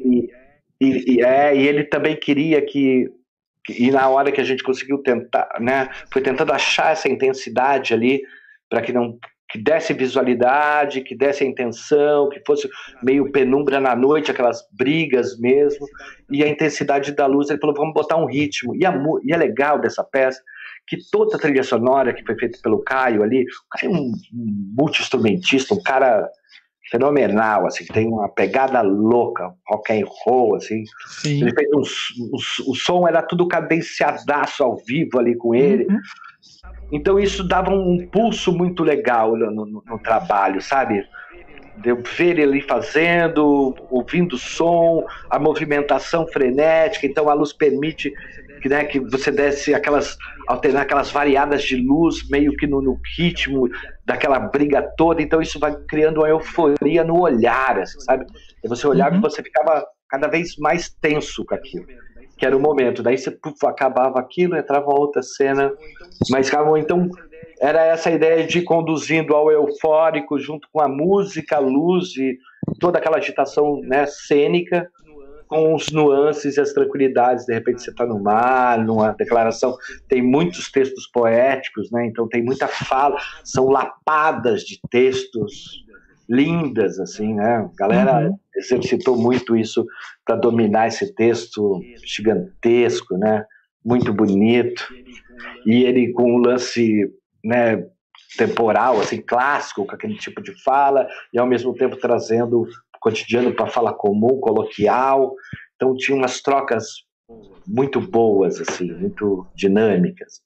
E ele também queria que... E na hora que a gente conseguiu tentar, né? Foi tentando achar essa intensidade ali, para que desse visualidade, que desse a intenção, que fosse meio penumbra na noite, aquelas brigas mesmo, e a intensidade da luz. Ele falou, vamos botar um ritmo. E é legal dessa peça que toda a trilha sonora que foi feita pelo Caio ali, o Caio é um multi-instrumentista, um cara fenomenal, assim, que tem uma pegada louca, rock and roll, assim. Sim. Ele fez o som era tudo cadenciadaço ao vivo ali com ele. Então isso dava um pulso muito legal no trabalho, sabe? De eu ver ele fazendo, ouvindo o som, a movimentação frenética, então a luz permite que, né, que você desse alternar aquelas variadas de luz meio que no ritmo daquela briga toda, então isso vai criando uma euforia no olhar, assim, sabe? E você olhava e você ficava cada vez mais tenso com aquilo, que era o momento, daí você acabava aquilo, entrava uma outra cena, mas então era essa ideia de ir conduzindo ao eufórico junto com a música, a luz e toda aquela agitação, né, cênica, com os nuances e as tranquilidades. De repente você está no mar, numa declaração, tem muitos textos poéticos, né? Então tem muita fala, são lapadas de textos lindas, assim, né? A galera exercitou muito isso para dominar esse texto gigantesco, né? Muito bonito. E ele com um lance, né, temporal, assim, clássico, com aquele tipo de fala, e ao mesmo tempo trazendo o cotidiano para fala comum, coloquial. Então tinha umas trocas muito boas, assim, muito dinâmicas.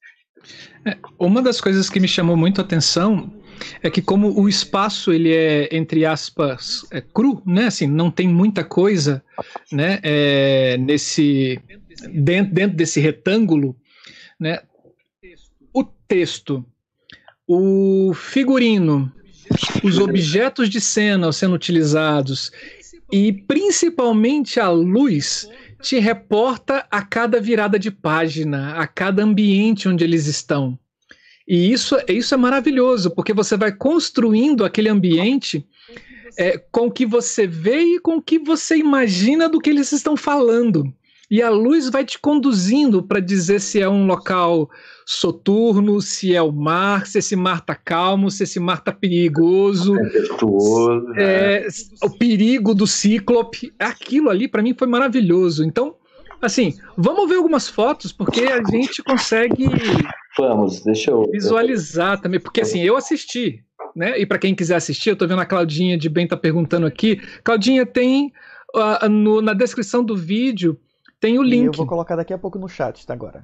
Uma das coisas que me chamou muito a atenção é que como o espaço ele é, entre aspas, cru, né? Assim, não tem muita coisa, né? Dentro desse retângulo, né? O texto, o figurino, os objetos de cena sendo utilizados e principalmente a luz te reporta a cada virada de página, a cada ambiente onde eles estão. E isso é maravilhoso, porque você vai construindo aquele ambiente com o que você vê e com o que você imagina do que eles estão falando. E a luz vai te conduzindo para dizer se é um local soturno, se é o mar, se esse mar está calmo, se esse mar está perigoso. O perigo do cíclope. Aquilo ali, para mim, foi maravilhoso. Então, assim, vamos ver algumas fotos, porque a gente consegue visualizar também. Porque, assim, eu assisti, né? E para quem quiser assistir, eu estou vendo a Claudinha de Bem tá perguntando aqui. Claudinha, tem na descrição do vídeo tem o link. Eu vou colocar daqui a pouco no chat, tá agora.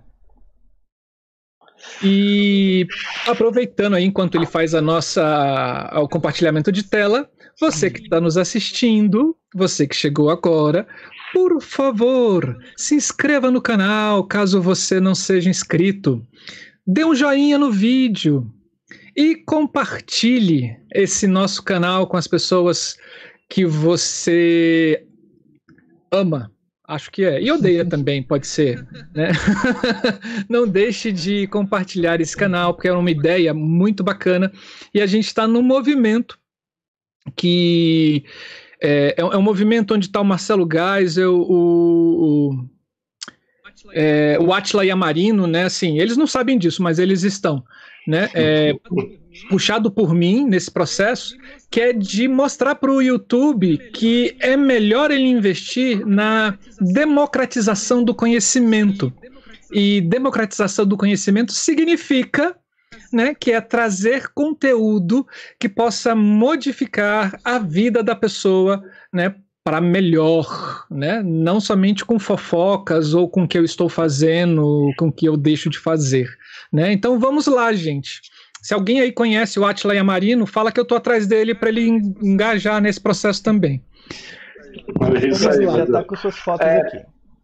E aproveitando aí, enquanto ele faz o compartilhamento de tela, você que está nos assistindo, você que chegou agora, por favor, se inscreva no canal, caso você não seja inscrito. Dê um joinha no vídeo e compartilhe esse nosso canal com as pessoas que você ama. Acho que é. E odeia também, pode ser, né? Não deixe de compartilhar esse canal, porque é uma ideia muito bacana. E a gente está num movimento que é um movimento onde está o Marcelo Geisel, o o Átila Yamarino, né, assim, eles não sabem disso, mas eles estão, né, puxado por mim nesse processo, que é de mostrar para o YouTube que é melhor ele investir na democratização do conhecimento. E democratização do conhecimento significa, né, que é trazer conteúdo que possa modificar a vida da pessoa, né, para melhor, né? Não somente com fofocas ou com o que eu estou fazendo, com o que eu deixo de fazer, né? Então vamos lá, gente. Se alguém aí conhece o Átila Yamarino, fala que eu estou atrás dele para ele engajar nesse processo também. Isso aí, já está com suas fotos aqui.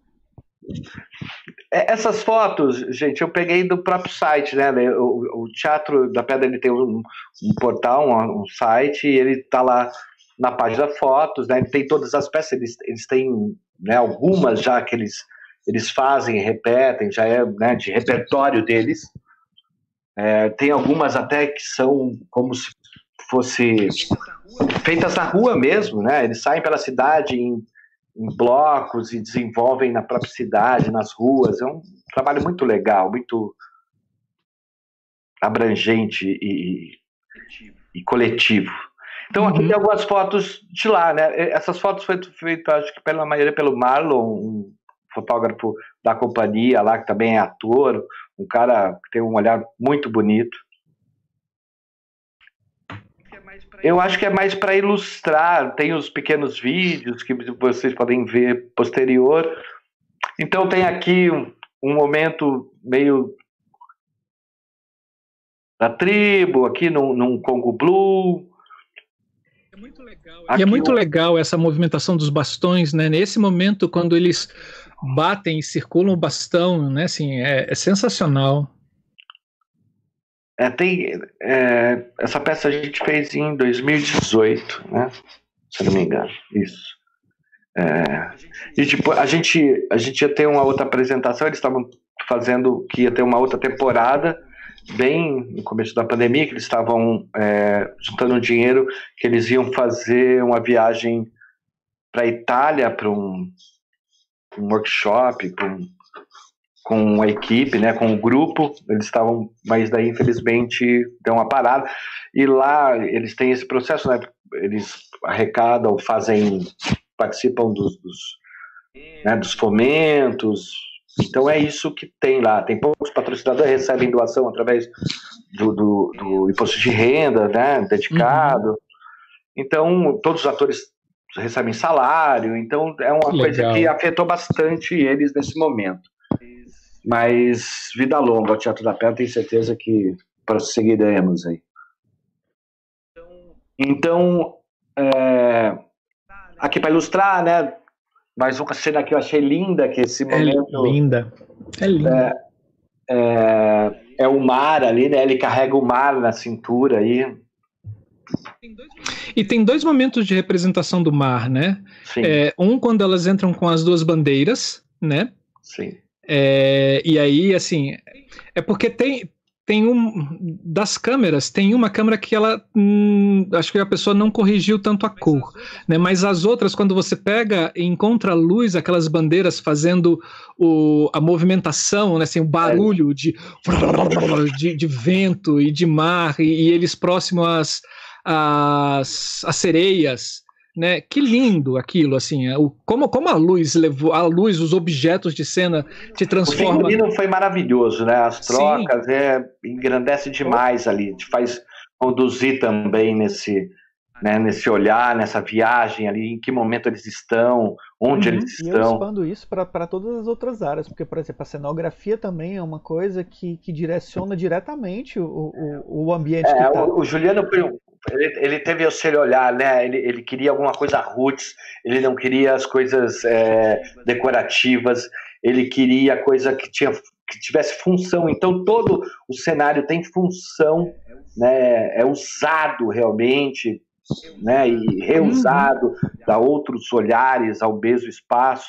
Essas fotos, gente, eu peguei do próprio site, né? O Teatro da Pedra, ele tem um portal, um site, e ele está lá na página fotos, né? Ele tem todas as peças, eles têm, né, algumas já que eles fazem e repetem, já é, né, de repertório deles. Tem algumas até que são como se fosse feitas na rua mesmo, né? Eles saem pela cidade em blocos e desenvolvem na própria cidade, nas ruas. É um trabalho muito legal, muito abrangente e coletivo. Então aqui tem algumas fotos de lá, né? Essas fotos foram feitas, acho que pela maioria pelo Marlon, um fotógrafo da companhia lá, que também é ator, um cara que tem um olhar muito bonito. Eu acho que é mais para ilustrar, tem os pequenos vídeos que vocês podem ver posterior. Então tem aqui um momento meio da tribo, aqui num Congo Blue. E é muito legal essa movimentação dos bastões, né? Nesse momento, quando eles batem e circulam o bastão, né? Assim, é sensacional. Essa peça a gente fez em 2018, né? Se não me engano, isso. E tipo, a gente ia ter uma outra apresentação, eles estavam fazendo que ia ter uma outra temporada, bem no começo da pandemia, que eles estavam juntando dinheiro, que eles iam fazer uma viagem para a Itália, para um workshop, com a equipe, né, com o grupo. Eles estavam, mas daí infelizmente deu uma parada, e lá eles têm esse processo, né, eles arrecadam, participam dos fomentos. Então é isso que tem lá. Tem poucos patrocinadores, recebem doação através do imposto de renda, né, dedicado. Então todos os atores recebem salário. Então é uma coisa que afetou bastante eles nesse momento. Mas vida longa ao Teatro da Pedra, tenho certeza que prosseguiremos aí. Então, aqui para ilustrar, né? Mais uma cena que eu achei linda, que esse momento... É linda. É o mar ali, né? Ele carrega o mar na cintura aí. E tem dois momentos de representação do mar, né? Sim. Um quando elas entram com as duas bandeiras, né? Sim. E aí, assim, é porque tem das câmeras, tem uma câmera que ela, acho que a pessoa não corrigiu tanto a cor, né? Mas as outras, quando você pega e encontra a luz, aquelas bandeiras fazendo a movimentação, né? Assim, o barulho de vento e de mar, e eles próximos às sereias, né? Que lindo aquilo, assim, como a luz levou, os objetos de cena te transforma. O figurino foi maravilhoso, né? As trocas, engrandece demais ali, te faz conduzir também nesse olhar, nessa viagem ali, em que momento eles estão, onde eles estão. E eu expando isso para todas as outras áreas, porque, por exemplo, a cenografia também é uma coisa que direciona diretamente o ambiente que está. O Juliano, ele teve esse olhar, né? Ele queria alguma coisa roots, ele não queria as coisas decorativas, ele queria coisa que tivesse função. Então todo o cenário tem função, né? É usado realmente, né? E reusado, dá outros olhares ao mesmo espaço.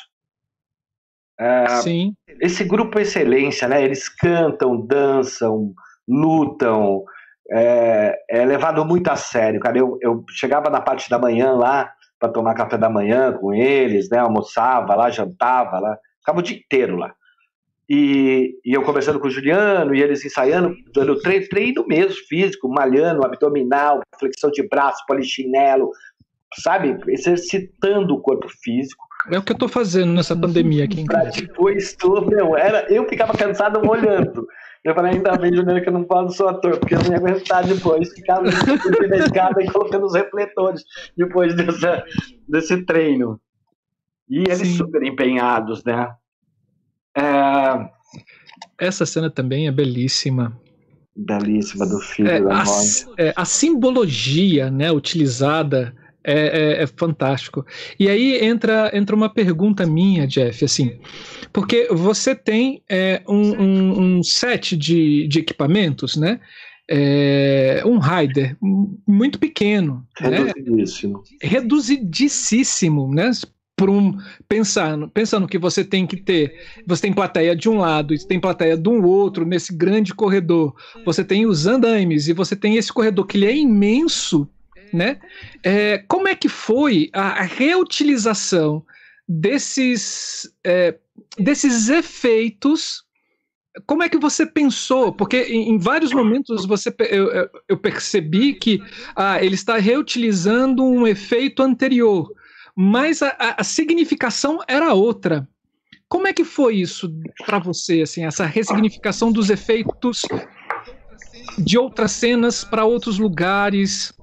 Sim. Esse grupo Excelência, né? Eles cantam, dançam, lutam. É levado muito a sério, cara. Eu chegava na parte da manhã lá para tomar café da manhã com eles, né? Almoçava lá, jantava lá, ficava o dia inteiro lá. E eu conversando com o Juliano, e eles ensaiando, dando treino mesmo, físico, malhando, abdominal, flexão de braço, polichinelo, sabe? Exercitando o corpo físico. É o que eu tô fazendo nessa pandemia aqui em casa. Depois, eu ficava cansado olhando. Eu falei, ainda bem, Juliano, que eu não posso ser ator, porque eu não ia aguentar depois, ficar na escada e colocando os refletores depois desse treino. E eles super empenhados, né? Essa cena também é belíssima. Belíssima, do filho da mãe. A simbologia, né, utilizada é fantástico. E aí entra uma pergunta minha, Jeff, assim, porque você tem um set de equipamentos, né? Um rider muito pequeno, reduzidíssimo, né? Reduzidíssimo, né? Pensando que você tem que ter, você tem plateia de um lado e tem plateia do outro nesse grande corredor, você tem os andaimes e você tem esse corredor que ele é imenso, né? Como é que foi a reutilização desses efeitos? Como é que você pensou? Porque em vários momentos eu percebi que ele está reutilizando um efeito anterior, mas a significação era outra. Como é que foi isso para você, assim, essa ressignificação dos efeitos de outras cenas para outros lugares?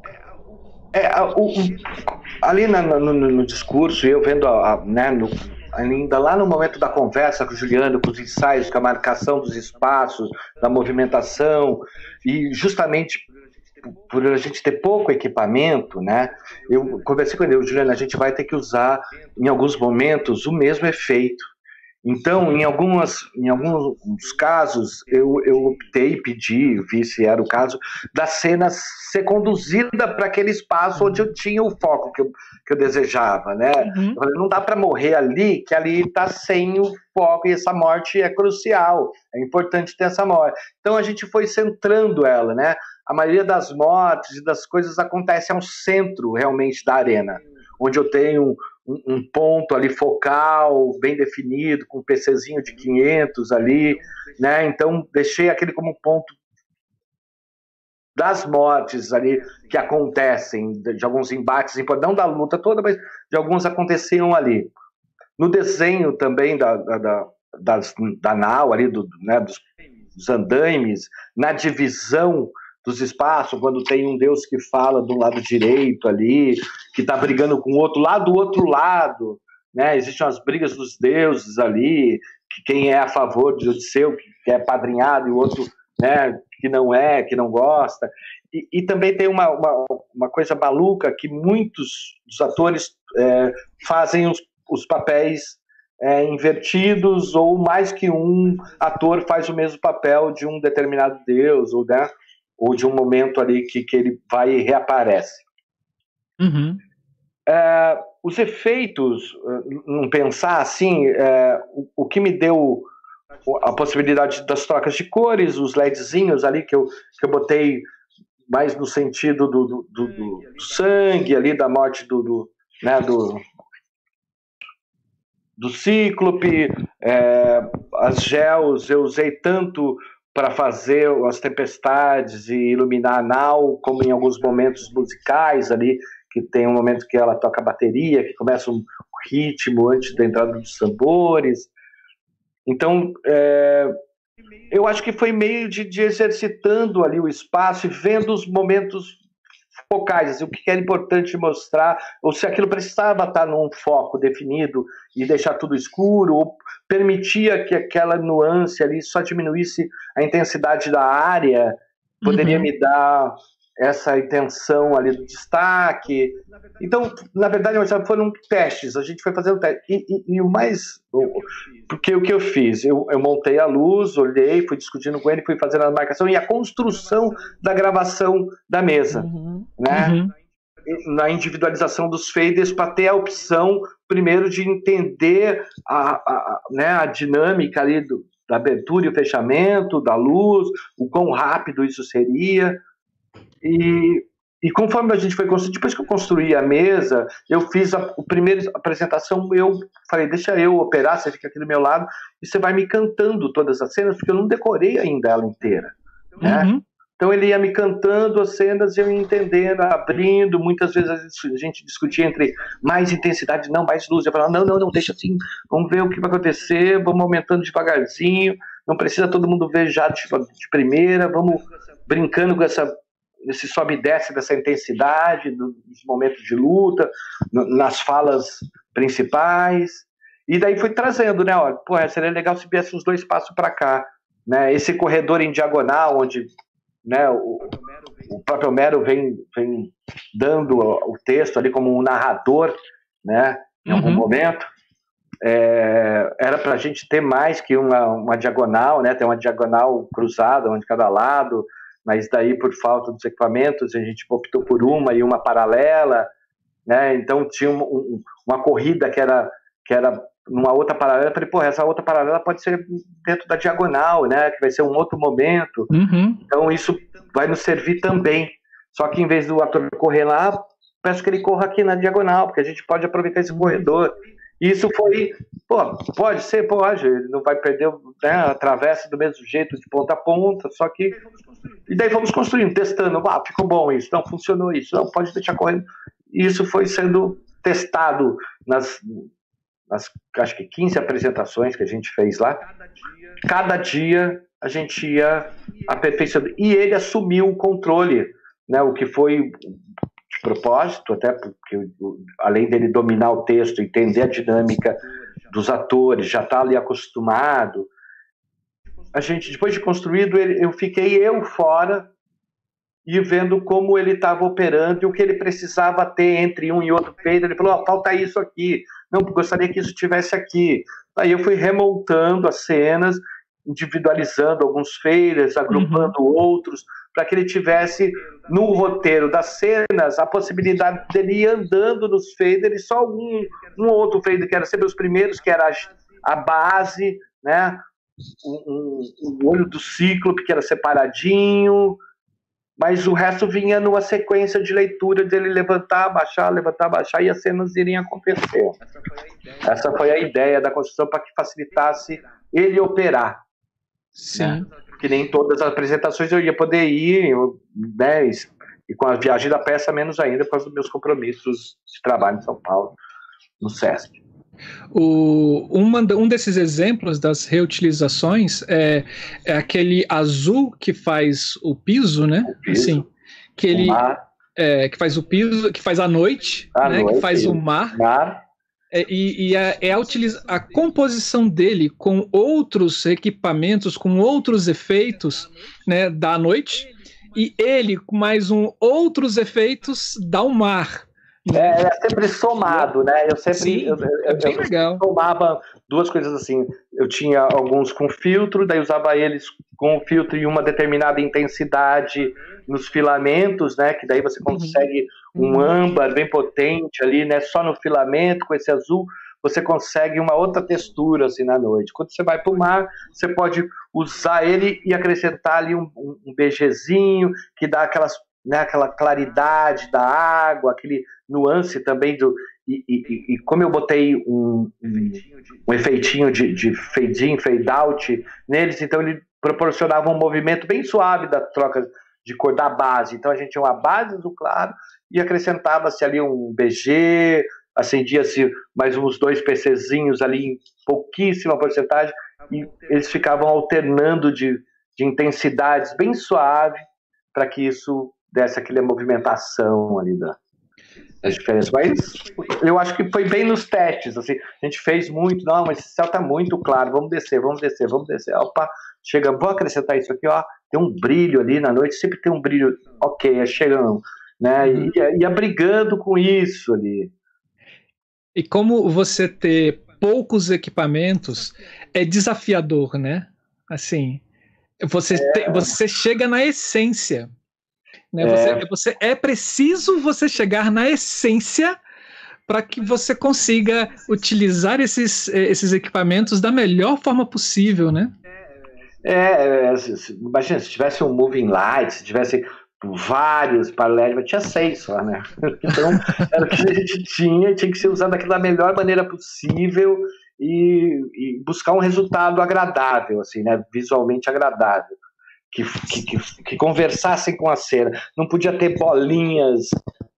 Ali no discurso, eu vendo, né, ainda lá no momento da conversa com o Juliano, com os ensaios, com a marcação dos espaços, da movimentação, e justamente por a gente ter pouco equipamento, né? Eu conversei com ele, Juliano, a gente vai ter que usar em alguns momentos o mesmo efeito. Então, em alguns casos, eu optei, vi se era o caso, da cena ser conduzida para aquele espaço onde eu tinha o foco que eu desejava, né? Uhum. Eu falei, não dá para morrer ali, que ali está sem o foco, e essa morte é crucial, é importante ter essa morte. Então, a gente foi centrando ela, né? A maioria das mortes e das coisas acontece ao centro, realmente, da arena, onde eu tenho um ponto ali focal, bem definido, com um PCzinho de 500 ali, né? Então, deixei aquele como ponto das mortes ali que acontecem, de alguns embates, não da luta toda, mas de alguns aconteciam ali. No desenho também da nau ali, né, dos andaimes, na divisão dos espaços, quando tem um deus que fala do lado direito ali, que está brigando com o outro lá do outro lado, né? Existem as brigas dos deuses ali, que quem é a favor de Odisseu, que é padrinhado, e o outro, né, que não gosta. E também tem uma coisa maluca, que muitos dos atores fazem os papéis invertidos, ou mais que um ator faz o mesmo papel de um determinado deus, ou de um momento ali que ele vai e reaparece. Uhum. Os efeitos, não pensar assim, o que me deu a possibilidade das trocas de cores, os LEDzinhos ali que eu botei mais no sentido do sangue ali, da morte do Cíclope, as gels eu usei tanto para fazer as tempestades e iluminar a nau, como em alguns momentos musicais ali, que tem um momento que ela toca a bateria, que começa um ritmo antes da entrada dos tambores. Então, eu acho que foi meio de exercitando ali o espaço e vendo os momentos focais, assim, o que era importante mostrar, ou se aquilo precisava estar num foco definido e deixar tudo escuro, ou permitia que aquela nuance ali só diminuísse a intensidade da área, poderia me dar essa intenção ali do destaque. Então, na verdade, foram testes, a gente foi fazendo testes. E o mais... Porque o que eu fiz? Eu montei a luz, olhei, fui discutindo com ele, fui fazendo a marcação e a construção da gravação da mesa, né? Uhum. Na individualização dos faders, para ter a opção, primeiro, de entender a dinâmica ali da abertura e o fechamento, da luz, o quão rápido isso seria. E E conforme a gente foi construindo, depois que eu construí a mesa, eu fiz a primeira apresentação, eu falei, deixa eu operar, você fica aqui do meu lado, e você vai me cantando todas as cenas, porque eu não decorei ainda ela inteira, né? Então ele ia me cantando as cenas e eu ia entendendo, abrindo, muitas vezes a gente discutia entre mais intensidade, não, mais luz, eu falava, não, deixa assim, vamos ver o que vai acontecer, vamos aumentando devagarzinho, não precisa todo mundo ver já de primeira, vamos brincando com esse sobe e desce dessa intensidade, nos momentos de luta, nas falas principais, e daí foi trazendo, né, olha, pô, seria legal se viesse uns 2 passos para cá, né, esse corredor em diagonal, onde, né, o próprio Homero vem dando o texto ali como um narrador, né, em algum momento, era para a gente ter mais que uma diagonal, né, ter uma diagonal cruzada, uma de cada lado, mas daí por falta dos equipamentos a gente optou por uma e uma paralela, né, então tinha uma corrida que era numa outra paralela, eu falei, pô, essa outra paralela pode ser dentro da diagonal, né, que vai ser um outro momento, então isso vai nos servir também, só que em vez do ator correr lá, peço que ele corra aqui na diagonal, porque a gente pode aproveitar esse corredor. E isso foi, pô, pode ser, pode, ele não vai perder, né, a travessa do mesmo jeito de ponta a ponta, só que, e daí vamos construindo, testando, ficou bom isso, não, funcionou isso, não, pode deixar correndo, e isso foi sendo testado nas acho que 15 apresentações que a gente fez lá, cada dia a gente ia aperfeiçoando, e ele assumiu o controle, né, o que foi de propósito, até porque além dele dominar o texto, entender a dinâmica dos atores, já está ali acostumado, a gente, depois de construído, eu fiquei fora e vendo como ele estava operando e o que ele precisava ter entre um e outro feito. Ele falou, falta isso aqui, não, gostaria que isso estivesse aqui. Aí eu fui remontando as cenas, individualizando alguns faders, agrupando outros, para que ele tivesse no roteiro das cenas a possibilidade dele ir andando nos faders, só um outro fader que era sempre os primeiros, que era a base, né? O olho do Cíclope, que era separadinho, mas o resto vinha numa sequência de leitura dele levantar, baixar, e as cenas iriam acontecer. Essa foi a ideia da construção, para que facilitasse ele operar. Sim. Né? Porque nem todas as apresentações eu ia poder ir, né? E com a viagem da peça menos ainda, por causa dos meus compromissos de trabalho em São Paulo, no SESC. Um desses exemplos das reutilizações é aquele azul que faz o piso, né? O piso, assim, que ele que faz o piso, que faz a noite, né? Que faz o mar. A composição dele com outros equipamentos, com outros efeitos, né, da noite, e ele com mais outros efeitos dá o mar. É sempre somado, né? Eu sempre legal. somava duas coisas assim. Eu tinha alguns com filtro, daí usava eles com o filtro e uma determinada intensidade nos filamentos, né? Que daí você consegue um âmbar bem potente ali, né? Só no filamento, com esse azul, você consegue uma outra textura assim na noite. Quando você vai para o mar, você pode usar ele e acrescentar ali um BGzinho que dá aquela claridade da água, aquele nuance também e como eu botei um efeitinho de fade in, fade out neles, então ele proporcionava um movimento bem suave da troca de cor da base. Então a gente tinha uma base azul claro e acrescentava-se ali um BG, acendia-se mais uns 2 PCzinhos ali em pouquíssima porcentagem e eles ficavam alternando de intensidades bem suave para que isso desse aquela movimentação ali das diferenças. Mas eu acho que foi bem nos testes, assim, a gente fez muito, não, mas esse céu está muito claro, vamos descer, opa, chega, vou acrescentar isso aqui, ó, tem um brilho ali na noite, sempre tem um brilho, ok, chegando, né, e ia brigando com isso ali. E como você ter poucos equipamentos é desafiador, né, assim, você chega na essência, né? É preciso você chegar na essência para que você consiga utilizar esses equipamentos da melhor forma possível, né? Imagina, se tivesse um moving light, se tivesse vários para LED, mas tinha 6 só, né? Então, era o que a gente tinha que ser usado daquilo da melhor maneira possível e buscar um resultado agradável, assim, né? Visualmente agradável. Que conversassem com a cena. Não podia ter bolinhas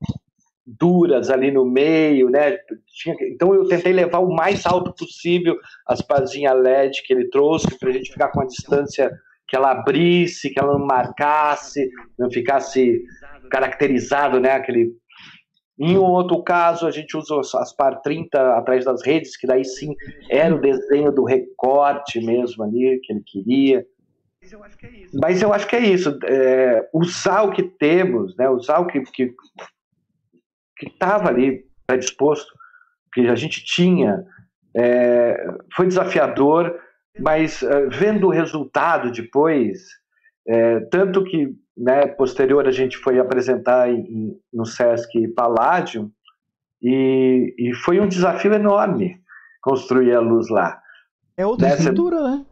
duras ali no meio, né? Então eu tentei levar o mais alto possível as pazinhas LED que ele trouxe, para a gente ficar com a distância que ela abrisse, que ela não marcasse, não ficasse caracterizado, né? Em outro caso, a gente usa as par 30 atrás das redes, que daí sim era o desenho do recorte mesmo ali, que ele queria. Mas eu acho que é isso. Usar o que temos, né? Usar o que estava ali predisposto, que a gente tinha, foi desafiador, mas vendo o resultado depois, tanto que, né, posterior a gente foi apresentar no Sesc Palladium, e foi um desafio enorme construir a luz lá. É outra estrutura, né?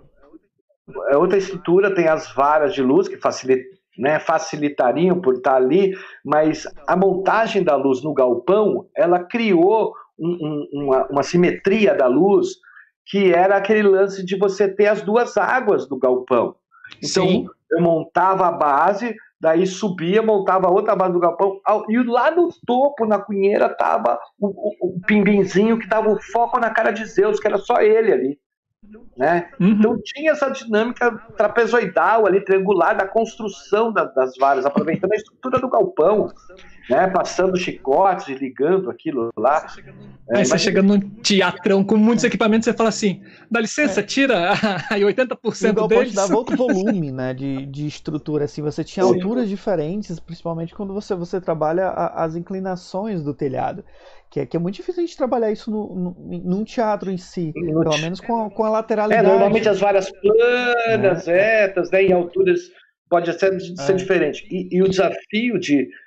É outra estrutura, tem as varas de luz que facilitariam por estar ali, mas a montagem da luz no galpão, ela criou uma simetria da luz, que era aquele lance de você ter as duas águas do galpão. Então, sim, eu montava a base, daí subia, montava a outra base do galpão, e lá no topo, na cunheira, estava o pimbinzinho que dava o foco na cara de Zeus, que era só ele ali. Né? Então tinha essa dinâmica trapezoidal ali, triangular, da construção das varas, aproveitando a estrutura do galpão, né? Passando chicotes e ligando aquilo lá. Aí você chega num teatrão com muitos equipamentos, você fala assim, dá licença, tira aí 80% deles. Dava outro volume, né, de estrutura, assim, você tinha alturas diferentes, principalmente quando você trabalha as inclinações do telhado. Que é muito difícil a gente trabalhar isso num teatro em si, pelo menos com a lateralidade. Normalmente as varas planas, retas, né, em alturas pode ser diferente. E o desafio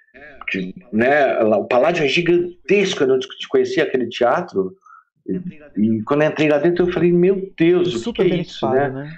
né, o Palladium é gigantesco, eu não conhecia aquele teatro, e quando eu entrei lá dentro eu falei, meu Deus, o que é isso, né?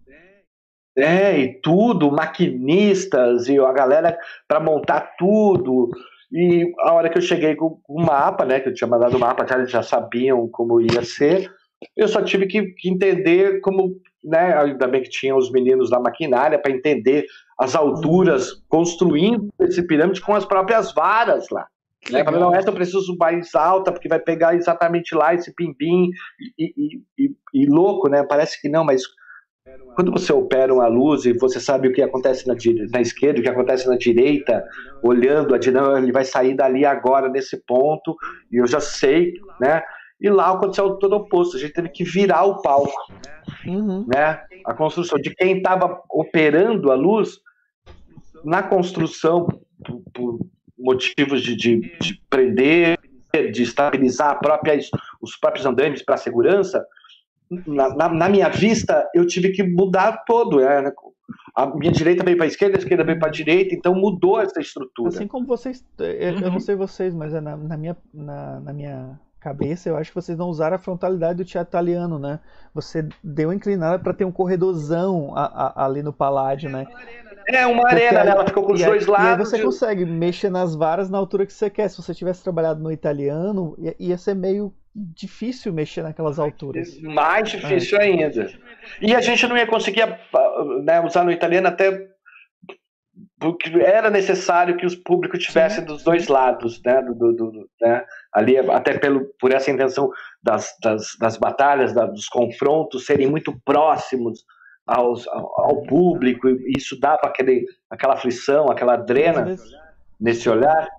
E tudo, maquinistas, e a galera para montar tudo. E a hora que eu cheguei com o mapa, né, que eu tinha mandado o mapa, eles já sabiam como ia ser, eu só tive que entender como, né, ainda bem que tinha os meninos da maquinária para entender as alturas, construindo esse pirâmide com as próprias varas lá. Né? Falei, não, essa eu preciso mais alta, porque vai pegar exatamente lá esse pimbim, e louco, né, parece que não, mas quando você opera uma luz e você sabe o que acontece na esquerda, o que acontece na direita, olhando a dinâmica, ele vai sair dali agora, nesse ponto, e eu já sei, né? E lá aconteceu todo o oposto, a gente teve que virar o palco, né? A construção de quem estava operando a luz na construção, por motivos de prender, de estabilizar os próprios andames para a segurança. Na minha vista, eu tive que mudar todo. Né? A minha direita veio para a esquerda veio para a direita, então mudou essa estrutura. Assim como vocês, eu não sei vocês, mas na minha cabeça, eu acho que vocês não usaram a frontalidade do teatro italiano, né? Você deu uma inclinada para ter um corredorzão ali no Palladium, né? Uma arena, né? Ela ficou com os dois lados. E aí você consegue mexer nas varas na altura que você quer. Se você tivesse trabalhado no italiano, ia ser meio difícil mexer naquelas alturas. Mais difícil ainda. E a gente não ia conseguir, né, usar no italiano até porque era necessário que os públicos tivessem dos dois lados, né, né, ali até por essa intenção das batalhas, dos confrontos serem muito próximos ao público, e isso dava aquela aflição, aquela adrena nesse olhar.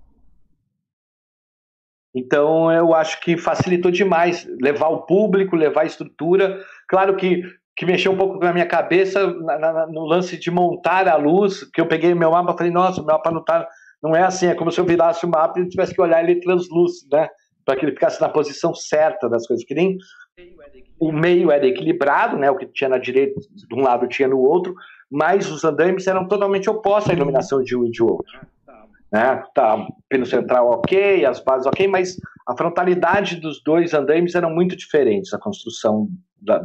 Então, eu acho que facilitou demais levar o público, levar a estrutura. Claro que mexeu um pouco na minha cabeça no lance de montar a luz, que eu peguei meu mapa e falei, nossa, o meu mapa não é assim, é como se eu virasse o mapa e tivesse que olhar ele translúcido, né? Para que ele ficasse na posição certa das coisas, que nem o meio era equilibrado, né? O que tinha na direita de um lado tinha no outro, mas os andames eram totalmente opostos à iluminação de um e de outro. Né? Tá, pelo central ok, as bases ok, mas a frontalidade dos dois andames eram muito diferentes, a construção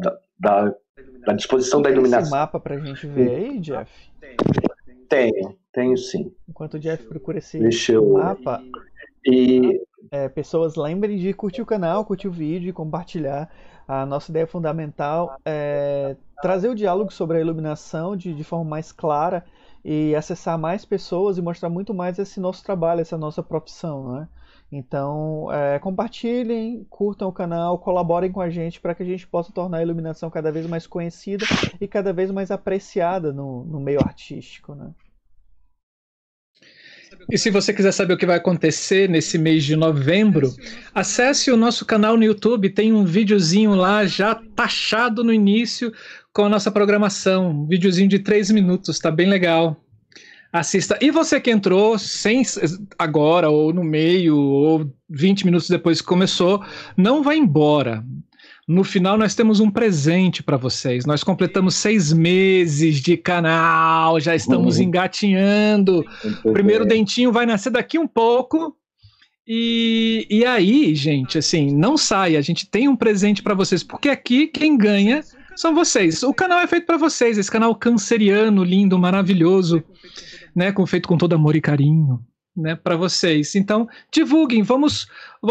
da disposição da iluminação. Tem esse mapa pra gente ver aí, Jeff? Tenho. Tenho sim. Enquanto o Jeff procura esse Deixa eu... mapa, pessoas lembrem de curtir o canal, curtir o vídeo e compartilhar. A nossa ideia fundamental é trazer o diálogo sobre a iluminação de forma mais clara e acessar mais pessoas e mostrar muito mais esse nosso trabalho, essa nossa profissão, né? Então, compartilhem, curtam o canal, colaborem com a gente para que a gente possa tornar a iluminação cada vez mais conhecida e cada vez mais apreciada no meio artístico, né? E se você quiser saber o que vai acontecer nesse mês de novembro, acesse o nosso canal no YouTube, tem um videozinho lá já taxado no início com a nossa programação, um videozinho de 3 minutos, tá bem legal. Assista. E você que entrou agora, ou no meio, ou 20 minutos depois que começou, não vai embora. No final nós temos um presente para vocês. Nós completamos 6 meses de canal, já estamos engatinhando. O primeiro dentinho vai nascer daqui um pouco. E aí, gente, assim, não saia. A gente tem um presente para vocês, porque aqui quem ganha são vocês. O canal é feito para vocês. Esse canal canceriano, lindo, maravilhoso, né, feito com todo amor e carinho, né, para vocês. Então, divulguem, vamos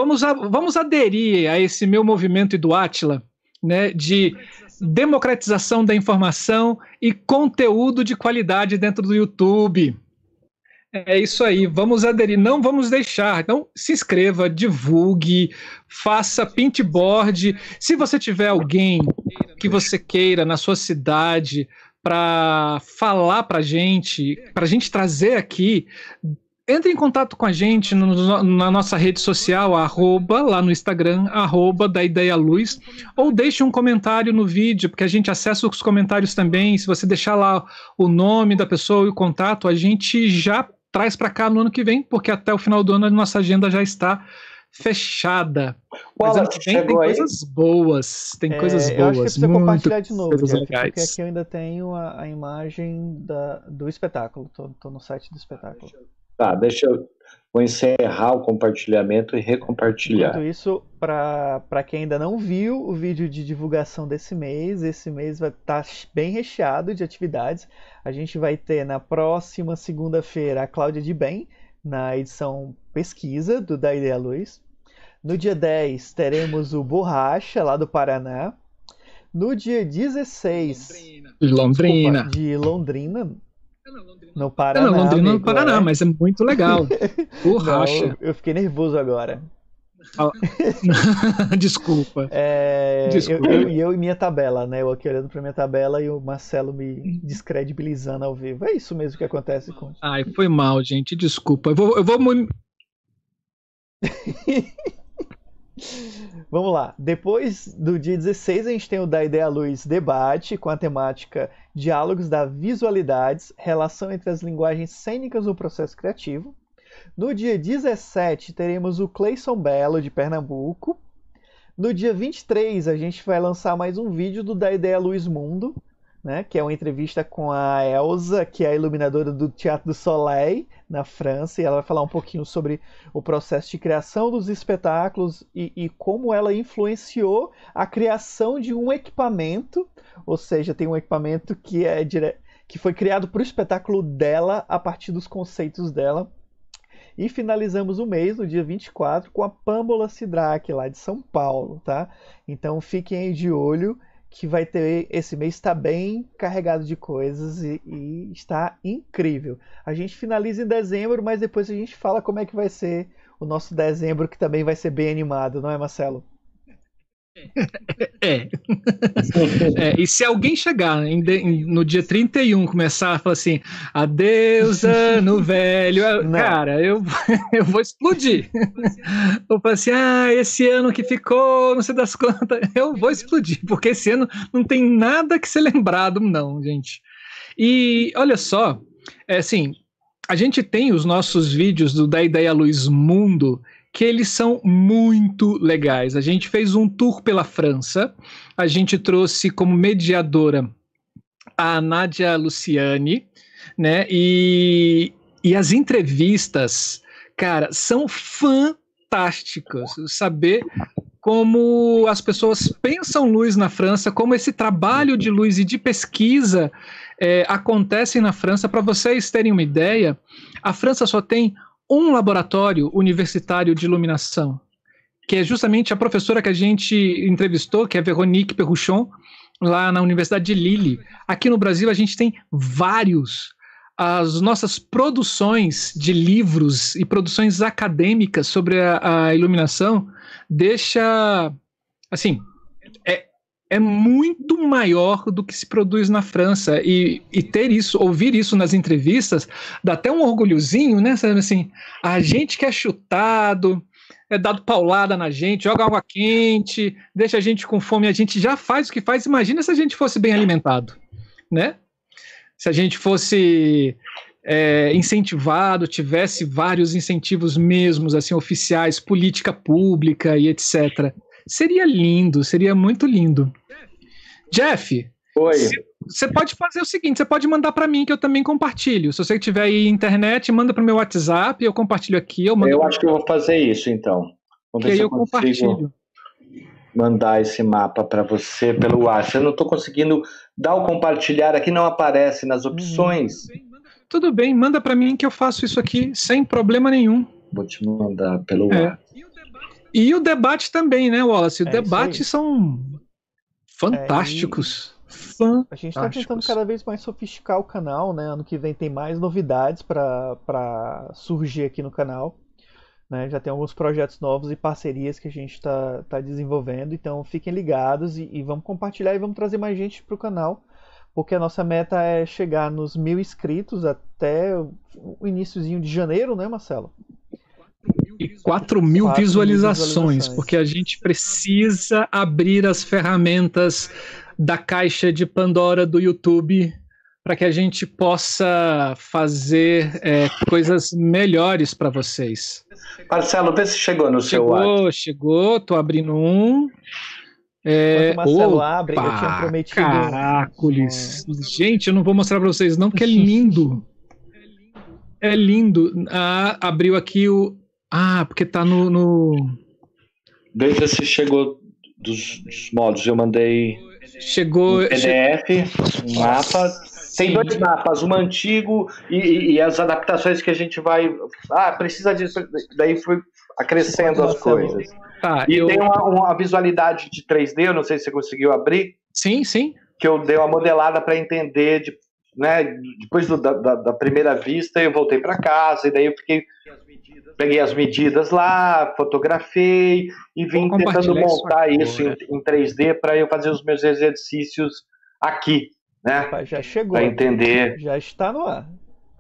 aderir a esse meu movimento e do Átila, né, de democratização da informação e conteúdo de qualidade dentro do YouTube. É isso aí, vamos aderir, não vamos deixar. Então, se inscreva, divulgue, faça pintboard. Se você tiver alguém que você queira na sua cidade para falar para a gente trazer aqui, entre em contato com a gente na nossa rede social, lá no Instagram, @daideialuz, ou deixe um comentário no vídeo, porque a gente acessa os comentários também. Se você deixar lá o nome da pessoa e o contato, a gente já traz para cá no ano que vem, porque até o final do ano a nossa agenda já está fechada. Mas ano que vem tem coisas boas, tem coisas boas. Eu acho que precisa compartilhar de novo, coisas Jeff, legais. porque aqui eu ainda tenho a imagem do espetáculo, tô no site do espetáculo. Tá, vou encerrar o compartilhamento e recompartilhar. Enquanto isso, para quem ainda não viu o vídeo de divulgação desse mês, esse mês vai estar bem recheado de atividades. A gente vai ter na próxima segunda-feira a Cláudia de Bem, na edição pesquisa do Da Ideia Luz. No dia 10 teremos o Borracha, lá do Paraná. No dia 16 Londrina. De Londrina, no Paraná. Não, Londrina no Paraná, mas é muito legal. Borracha. Não, eu fiquei nervoso agora. Desculpa. Desculpa. Eu e minha tabela, né? Eu aqui olhando pra minha tabela e o Marcelo me descredibilizando ao vivo. É isso mesmo que acontece com... Ai, foi mal, gente. Desculpa. Eu vou... Vamos lá. Depois do dia 16, a gente tem o Da Ideia Luz debate com a temática Diálogos da Visualidades, relação entre as linguagens cênicas no processo criativo. No dia 17, teremos o Cleison Belo, de Pernambuco. No dia 23, a gente vai lançar mais um vídeo do Da Ideia Luz Mundo, né, que é uma entrevista com a Elsa, que é a iluminadora do Teatro do Soleil, na França, e ela vai falar um pouquinho sobre o processo de criação dos espetáculos e como ela influenciou a criação de um equipamento, ou seja, tem um equipamento que foi criado para o espetáculo dela, a partir dos conceitos dela. E finalizamos o mês, no dia 24, com a Pâmbola Sidraque, lá de São Paulo, tá? Então fiquem aí de olho, que vai ter, esse mês está bem carregado de coisas e está incrível. A gente finaliza em dezembro, mas depois a gente fala como é que vai ser o nosso dezembro, que também vai ser bem animado, não é, Marcelo? E se alguém chegar no dia 31 começar a falar assim, adeus ano velho, não. Cara, eu vou explodir. Vou falar assim, esse ano que ficou, não sei das quantas, eu vou explodir, porque esse ano não tem nada que ser lembrado, não, gente. E olha só, assim, a gente tem os nossos vídeos do Da Ideia Luz Mundo, que eles são muito legais. A gente fez um tour pela França, a gente trouxe como mediadora a Nádia Luciani, né? E as entrevistas, cara, são fantásticas. Saber como as pessoas pensam luz na França, como esse trabalho de luz e de pesquisa acontecem na França. Para vocês terem uma ideia, a França só tem um laboratório universitário de iluminação, que é justamente a professora que a gente entrevistou, que é Véronique Perruchon, lá na Universidade de Lille. Aqui no Brasil a gente tem vários. As nossas produções de livros e produções acadêmicas sobre a iluminação deixa, assim, é muito maior do que se produz na França, e ter isso, ouvir isso nas entrevistas, dá até um orgulhozinho, né, sabe assim, a gente que é chutado, é dado paulada na gente, joga água quente, deixa a gente com fome, a gente já faz o que faz, imagina se a gente fosse bem alimentado, né? Se a gente fosse incentivado, tivesse vários incentivos mesmos, assim, oficiais, política pública e etc. Seria lindo, seria muito lindo. Jeff, Oi. Você pode fazer o seguinte, você pode mandar para mim que eu também compartilho. Se você tiver aí internet, manda para o meu WhatsApp, eu compartilho aqui. Eu acho que eu vou fazer isso, então. Vamos ver se eu consigo mandar esse mapa para você pelo WhatsApp. Eu não estou conseguindo dar o compartilhar aqui, não aparece nas opções. Tudo bem, manda para mim que eu faço isso aqui sem problema nenhum. Vou te mandar pelo WhatsApp. E o debate também, né, Wallace? O debate são fantásticos. A gente está tentando cada vez mais sofisticar o canal, né? Ano que vem tem mais novidades para surgir aqui no canal. Né? Já tem alguns projetos novos e parcerias que a gente está desenvolvendo, então fiquem ligados e vamos compartilhar e vamos trazer mais gente para o canal, porque a nossa meta é chegar nos 1000 inscritos até o iniciozinho de janeiro, né, Marcelo? E 4.000 visualizações, porque a gente precisa abrir as ferramentas da caixa de Pandora do YouTube para que a gente possa fazer coisas melhores para vocês. Marcelo, vê se chegou no seu WhatsApp. Chegou, tô abrindo um. Enquanto o Marcelo abre, eu tinha prometido... Caracoles! Gente, eu não vou mostrar para vocês não, porque é lindo. É lindo. Abriu aqui o... porque tá no... Veja se chegou dos modos. Eu mandei... Chegou... PDF, um mapa... Tem 2 mapas, um antigo e as adaptações que a gente vai... precisa disso. Daí foi acrescendo as coisas. Tem uma visualidade de 3D, eu não sei se você conseguiu abrir. Sim, sim. Que eu dei uma modelada para entender, né? Depois da primeira vista, eu voltei para casa e daí eu peguei as medidas lá, fotografei e vim tentando montar isso em 3D para eu fazer os meus exercícios aqui. Né? Já chegou. Para entender. Já está no ar.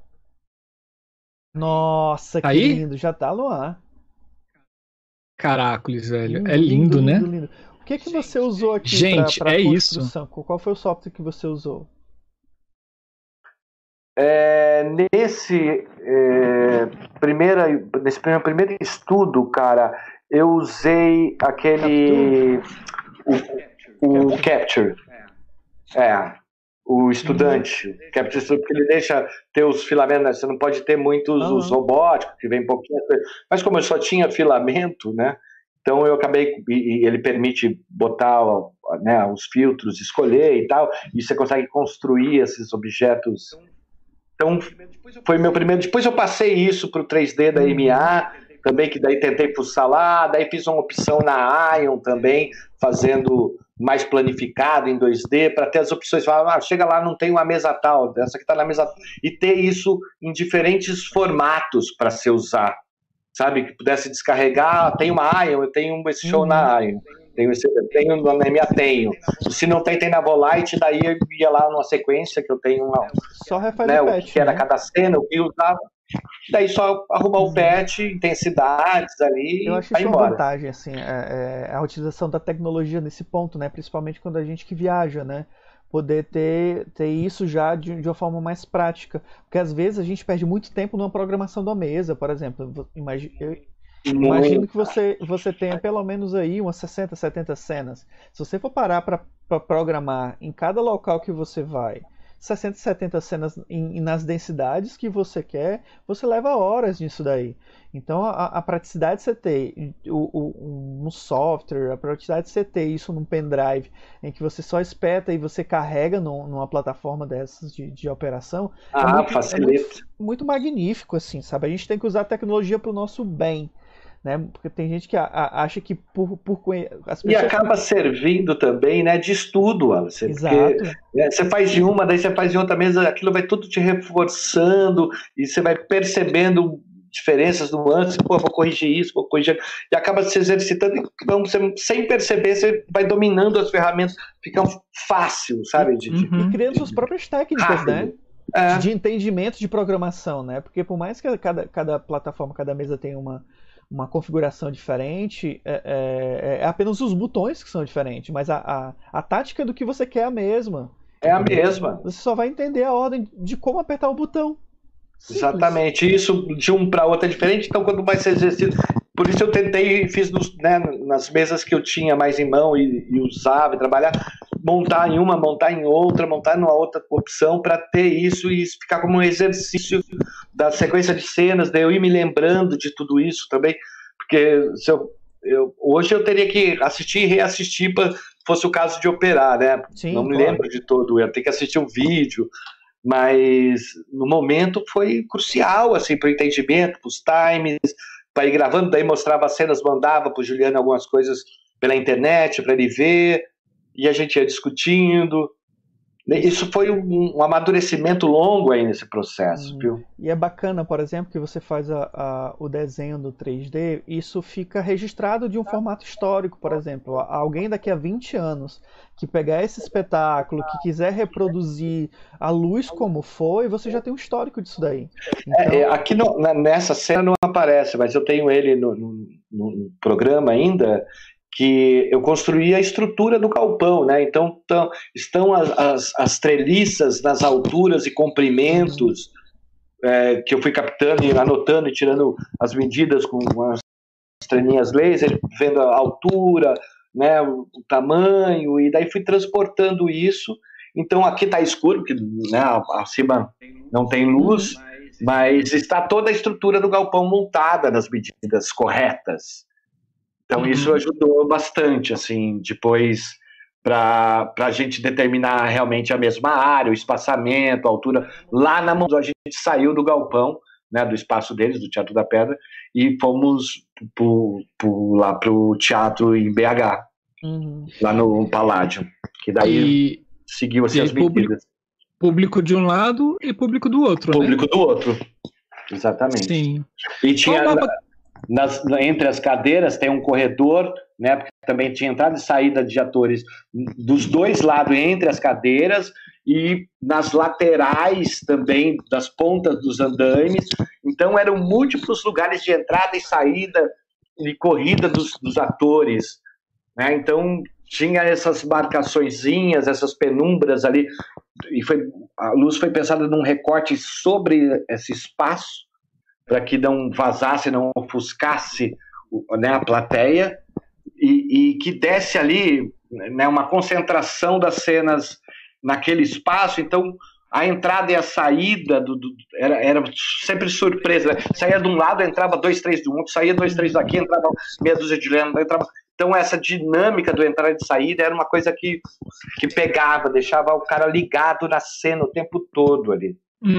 Nossa, que lindo, já está no ar. Caracoles, velho. É lindo, né? Lindo. O que você usou aqui para construção? Isso. Qual foi o software que você usou? Nesse primeiro estudo, cara, eu usei aquele o Capture. O estudante, Capture, porque ele deixa ter os filamentos, né? Você não pode ter muitos os robóticos, que vem pouquinho, mas como eu só tinha filamento, né? Então eu acabei, e ele permite botar, né, os filtros, escolher e tal, e você consegue construir esses objetos. Então foi meu primeiro. Depois eu passei isso para o 3D da MA, também, que daí tentei fuçar lá, daí fiz uma opção na Ion também, fazendo mais planificado em 2D, para ter as opções, falar, chega lá, não tem uma mesa tal, essa que está na mesa, e ter isso em diferentes formatos para se usar, sabe, que pudesse descarregar, tem uma Ion, eu tenho esse show na Ion, tenho na MA, tenho, se não tem na Volite, daí eu ia lá numa sequência que eu tenho só refazer o patch, que era cada cena, o que eu usava. Daí só arrumar o patch, intensidades ali, eu acho isso uma vantagem, assim, a utilização da tecnologia nesse ponto, né? Principalmente quando a gente que viaja, né? Poder ter isso já de uma forma mais prática. Porque às vezes a gente perde muito tempo numa programação da mesa, por exemplo. Imagino que você tenha pelo menos aí umas 60, 70 cenas. Se você for parar para programar em cada local que você vai, 60, 70 cenas nas densidades que você quer, você leva horas nisso daí. Então a praticidade de você ter um software, a praticidade de você ter isso num pendrive, em que você só espeta e você carrega numa plataforma dessas de operação, facilita. Muito magnífico, assim, sabe? A gente tem que usar a tecnologia para o nosso bem. Né? Porque tem gente que acha que as pessoas... E acaba servindo também, né, de estudo, Alice. Exato. Porque você faz de uma, daí você faz de outra mesa, aquilo vai tudo te reforçando e você vai percebendo diferenças, nuances, vou corrigir isso, vou corrigir, e acaba se exercitando, então sem perceber, você vai dominando as ferramentas, fica fácil, sabe? E criando suas próprias técnicas, né? De entendimento de programação, né? Porque por mais que cada plataforma, cada mesa tenha uma configuração diferente, é apenas os botões que são diferentes, mas a tática do que você quer é a mesma. É a mesma. Você só vai entender a ordem de como apertar o botão. Simples. Exatamente. Isso de um para outro é diferente, então quando mais você exercita... Por isso eu tentei, fiz nas mesas que eu tinha mais em mão e usava, e trabalhar, montar em uma, montar em outra, montar numa outra opção para ter isso e ficar como um exercício da sequência de cenas, daí eu ir me lembrando de tudo isso também, porque hoje eu teria que assistir e reassistir para fosse o caso de operar, né? Sim, não me lembro de todo, eu tenho que assistir um vídeo, mas no momento foi crucial assim, para o entendimento, para os times, para ir gravando, daí mostrava as cenas, mandava para o Juliano algumas coisas pela internet para ele ver, e a gente ia discutindo. Isso foi um amadurecimento longo aí nesse processo, viu? E é bacana, por exemplo, que você faz o desenho do 3D, isso fica registrado de um formato histórico, por exemplo. Alguém daqui a 20 anos que pegar esse espetáculo, que quiser reproduzir a luz como foi, você já tem um histórico disso daí. Então... Aqui nessa cena não aparece, mas eu tenho ele no programa ainda, que eu construí a estrutura do galpão, né? Então estão as treliças nas alturas e comprimentos que eu fui captando e anotando e tirando as medidas com as trelinhas laser, vendo a altura, né, o tamanho, e daí fui transportando isso. Então aqui está escuro, porque né, acima não tem luz, mas está toda a estrutura do galpão montada nas medidas corretas. Então isso ajudou bastante, assim, depois para a gente determinar realmente a mesma área, o espaçamento, a altura. Lá na mão a gente saiu do galpão, né, do espaço deles, do Teatro da Pedra, e fomos lá para o teatro em BH, lá no Paládio, que daí seguiu assim, as medidas. Público de um lado e público do outro, Público do outro, exatamente. Sim. E tinha... entre as cadeiras tem um corredor, né, porque também tinha entrada e saída de atores dos dois lados entre as cadeiras e nas laterais também das pontas dos andames. Então eram múltiplos lugares de entrada e saída e corrida dos atores, né? Então tinha essas marcaçõezinhas, essas penumbras ali, e a luz foi pensada num recorte sobre esse espaço, para que não vazasse, não ofuscasse, né, a plateia, e que desse ali, né, uma concentração das cenas naquele espaço. Então a entrada e a saída era sempre surpresa, né? Saía de um lado, entrava 2, 3 do outro, saía 2, 3 daqui, entrava meia dúzia de lendo, entrava... Então essa dinâmica do entrada e saída era uma coisa que pegava, deixava o cara ligado na cena o tempo todo ali.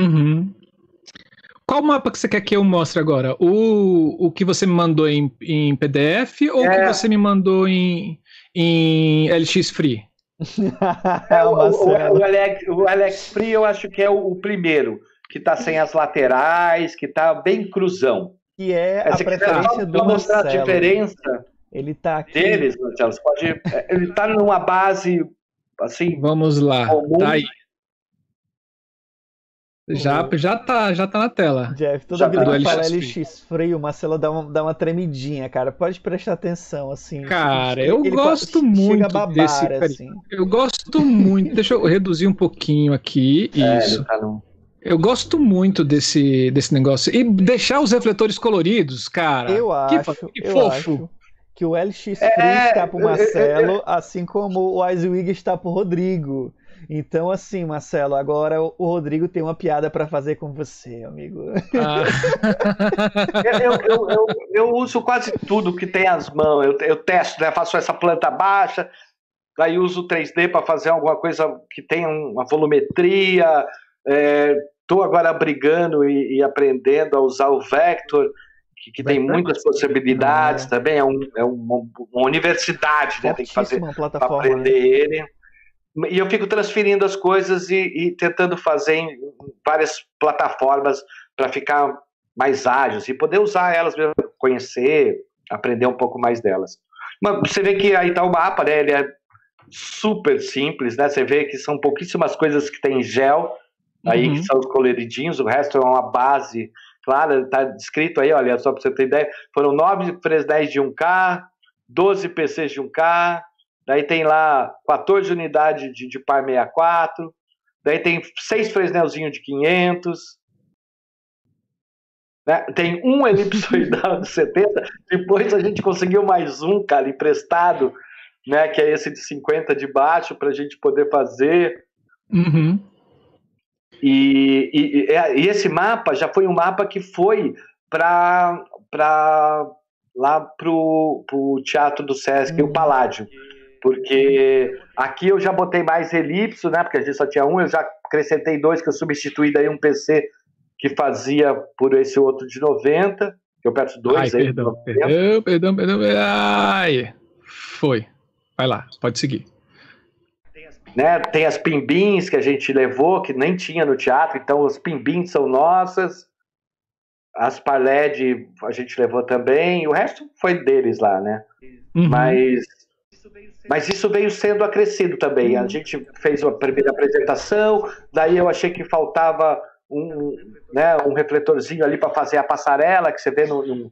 Qual mapa que você quer que eu mostre agora? O que você me mandou em PDF ou o que você me mandou em LX Free? O Alex Free eu acho que é o primeiro, que está sem as laterais, que está bem cruzão. Que é a preferência do Marcelo. Mostrar a diferença ele tá aqui. Deles, Marcelo. Ele está numa base assim. Vamos lá, comum. Tá aí. Já tá na tela. Jeff, toda vida que fala LX Free, o Marcelo dá uma tremidinha, cara. Pode prestar atenção, assim. Cara, eu gosto muito desse. Assim. Eu gosto muito. Deixa eu reduzir um pouquinho aqui. Isso. Eu gosto muito desse negócio. E deixar os refletores coloridos, cara. Eu acho que o LX Free está pro Marcelo, assim como o Icewig está pro Rodrigo. Então, assim, Marcelo, agora o Rodrigo tem uma piada para fazer com você, amigo. Ah. Eu uso quase tudo que tem às mãos. Eu testo, né? Faço essa planta baixa, daí uso o 3D para fazer alguma coisa que tenha uma volumetria. Estou agora brigando e aprendendo a usar o Vector, que tem muitas possibilidades também. É uma universidade, né? Tem que fazer para aprender ele. E eu fico transferindo as coisas e tentando fazer em várias plataformas para ficar mais ágeis e poder usar elas mesmo, conhecer, aprender um pouco mais delas. Mas você vê que aí está o mapa, né? Ele é super simples, né? Você vê que são pouquíssimas coisas que tem gel aí, que são os coloridinhos, o resto é uma base clara, está descrito aí, olha, só para você ter ideia, foram 9 Fresnéis de 1K, 12 PCs de 1K, daí tem lá 14 unidades de par 64, daí tem 6 Fresnelzinhos de 500, né? Tem um elipsoidal de 70, depois a gente conseguiu mais um, cara, emprestado, né, que é esse de 50 de baixo, para a gente poder fazer. E esse mapa já foi um mapa que foi para lá pro Teatro do Sesc, o Paládio, porque aqui eu já botei mais elipso, né, porque a gente só tinha um, eu já acrescentei 2, que eu substituí daí um PC que fazia por esse outro de 90, que eu peço 2 aí. Perdão. Ai, foi. Vai lá, pode seguir. Né? Tem as pimbins que a gente levou, que nem tinha no teatro, então as pimbins são nossas. As par LED a gente levou também, o resto foi deles lá, né? Mas isso veio sendo acrescido também. A gente fez a primeira apresentação, daí eu achei que faltava um refletorzinho ali para fazer a passarela, que você vê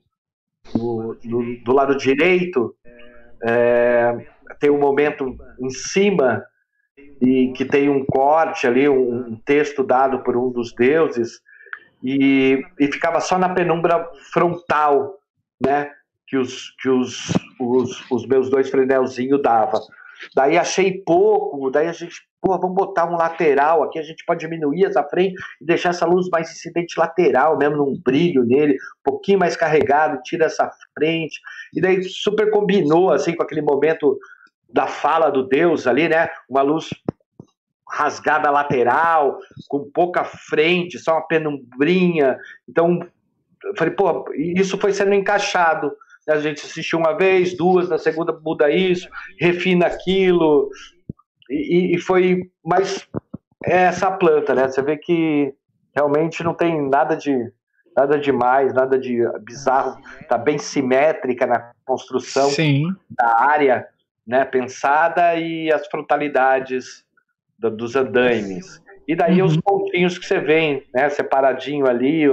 do lado direito. Tem um momento em cima e que tem um corte ali, um texto dado por um dos deuses, e ficava só na penumbra frontal, né, que os meus 2 frenelzinhos dava. Daí achei pouco, daí a gente, vamos botar um lateral aqui, a gente pode diminuir essa frente e deixar essa luz mais incidente lateral, mesmo num brilho nele, um pouquinho mais carregado, tira essa frente, e daí super combinou, assim, com aquele momento da fala do Deus ali, né, uma luz rasgada lateral, com pouca frente, só uma penumbrinha. Então, eu falei, isso foi sendo encaixado. A gente assistiu uma vez, 2, na segunda muda isso, refina aquilo, e foi mais essa planta, né? Você vê que realmente não tem nada demais, nada de bizarro, tá bem simétrica na construção da área, né, pensada, e as frontalidades dos andaimes. E daí os pontinhos que você vê, né, separadinho ali,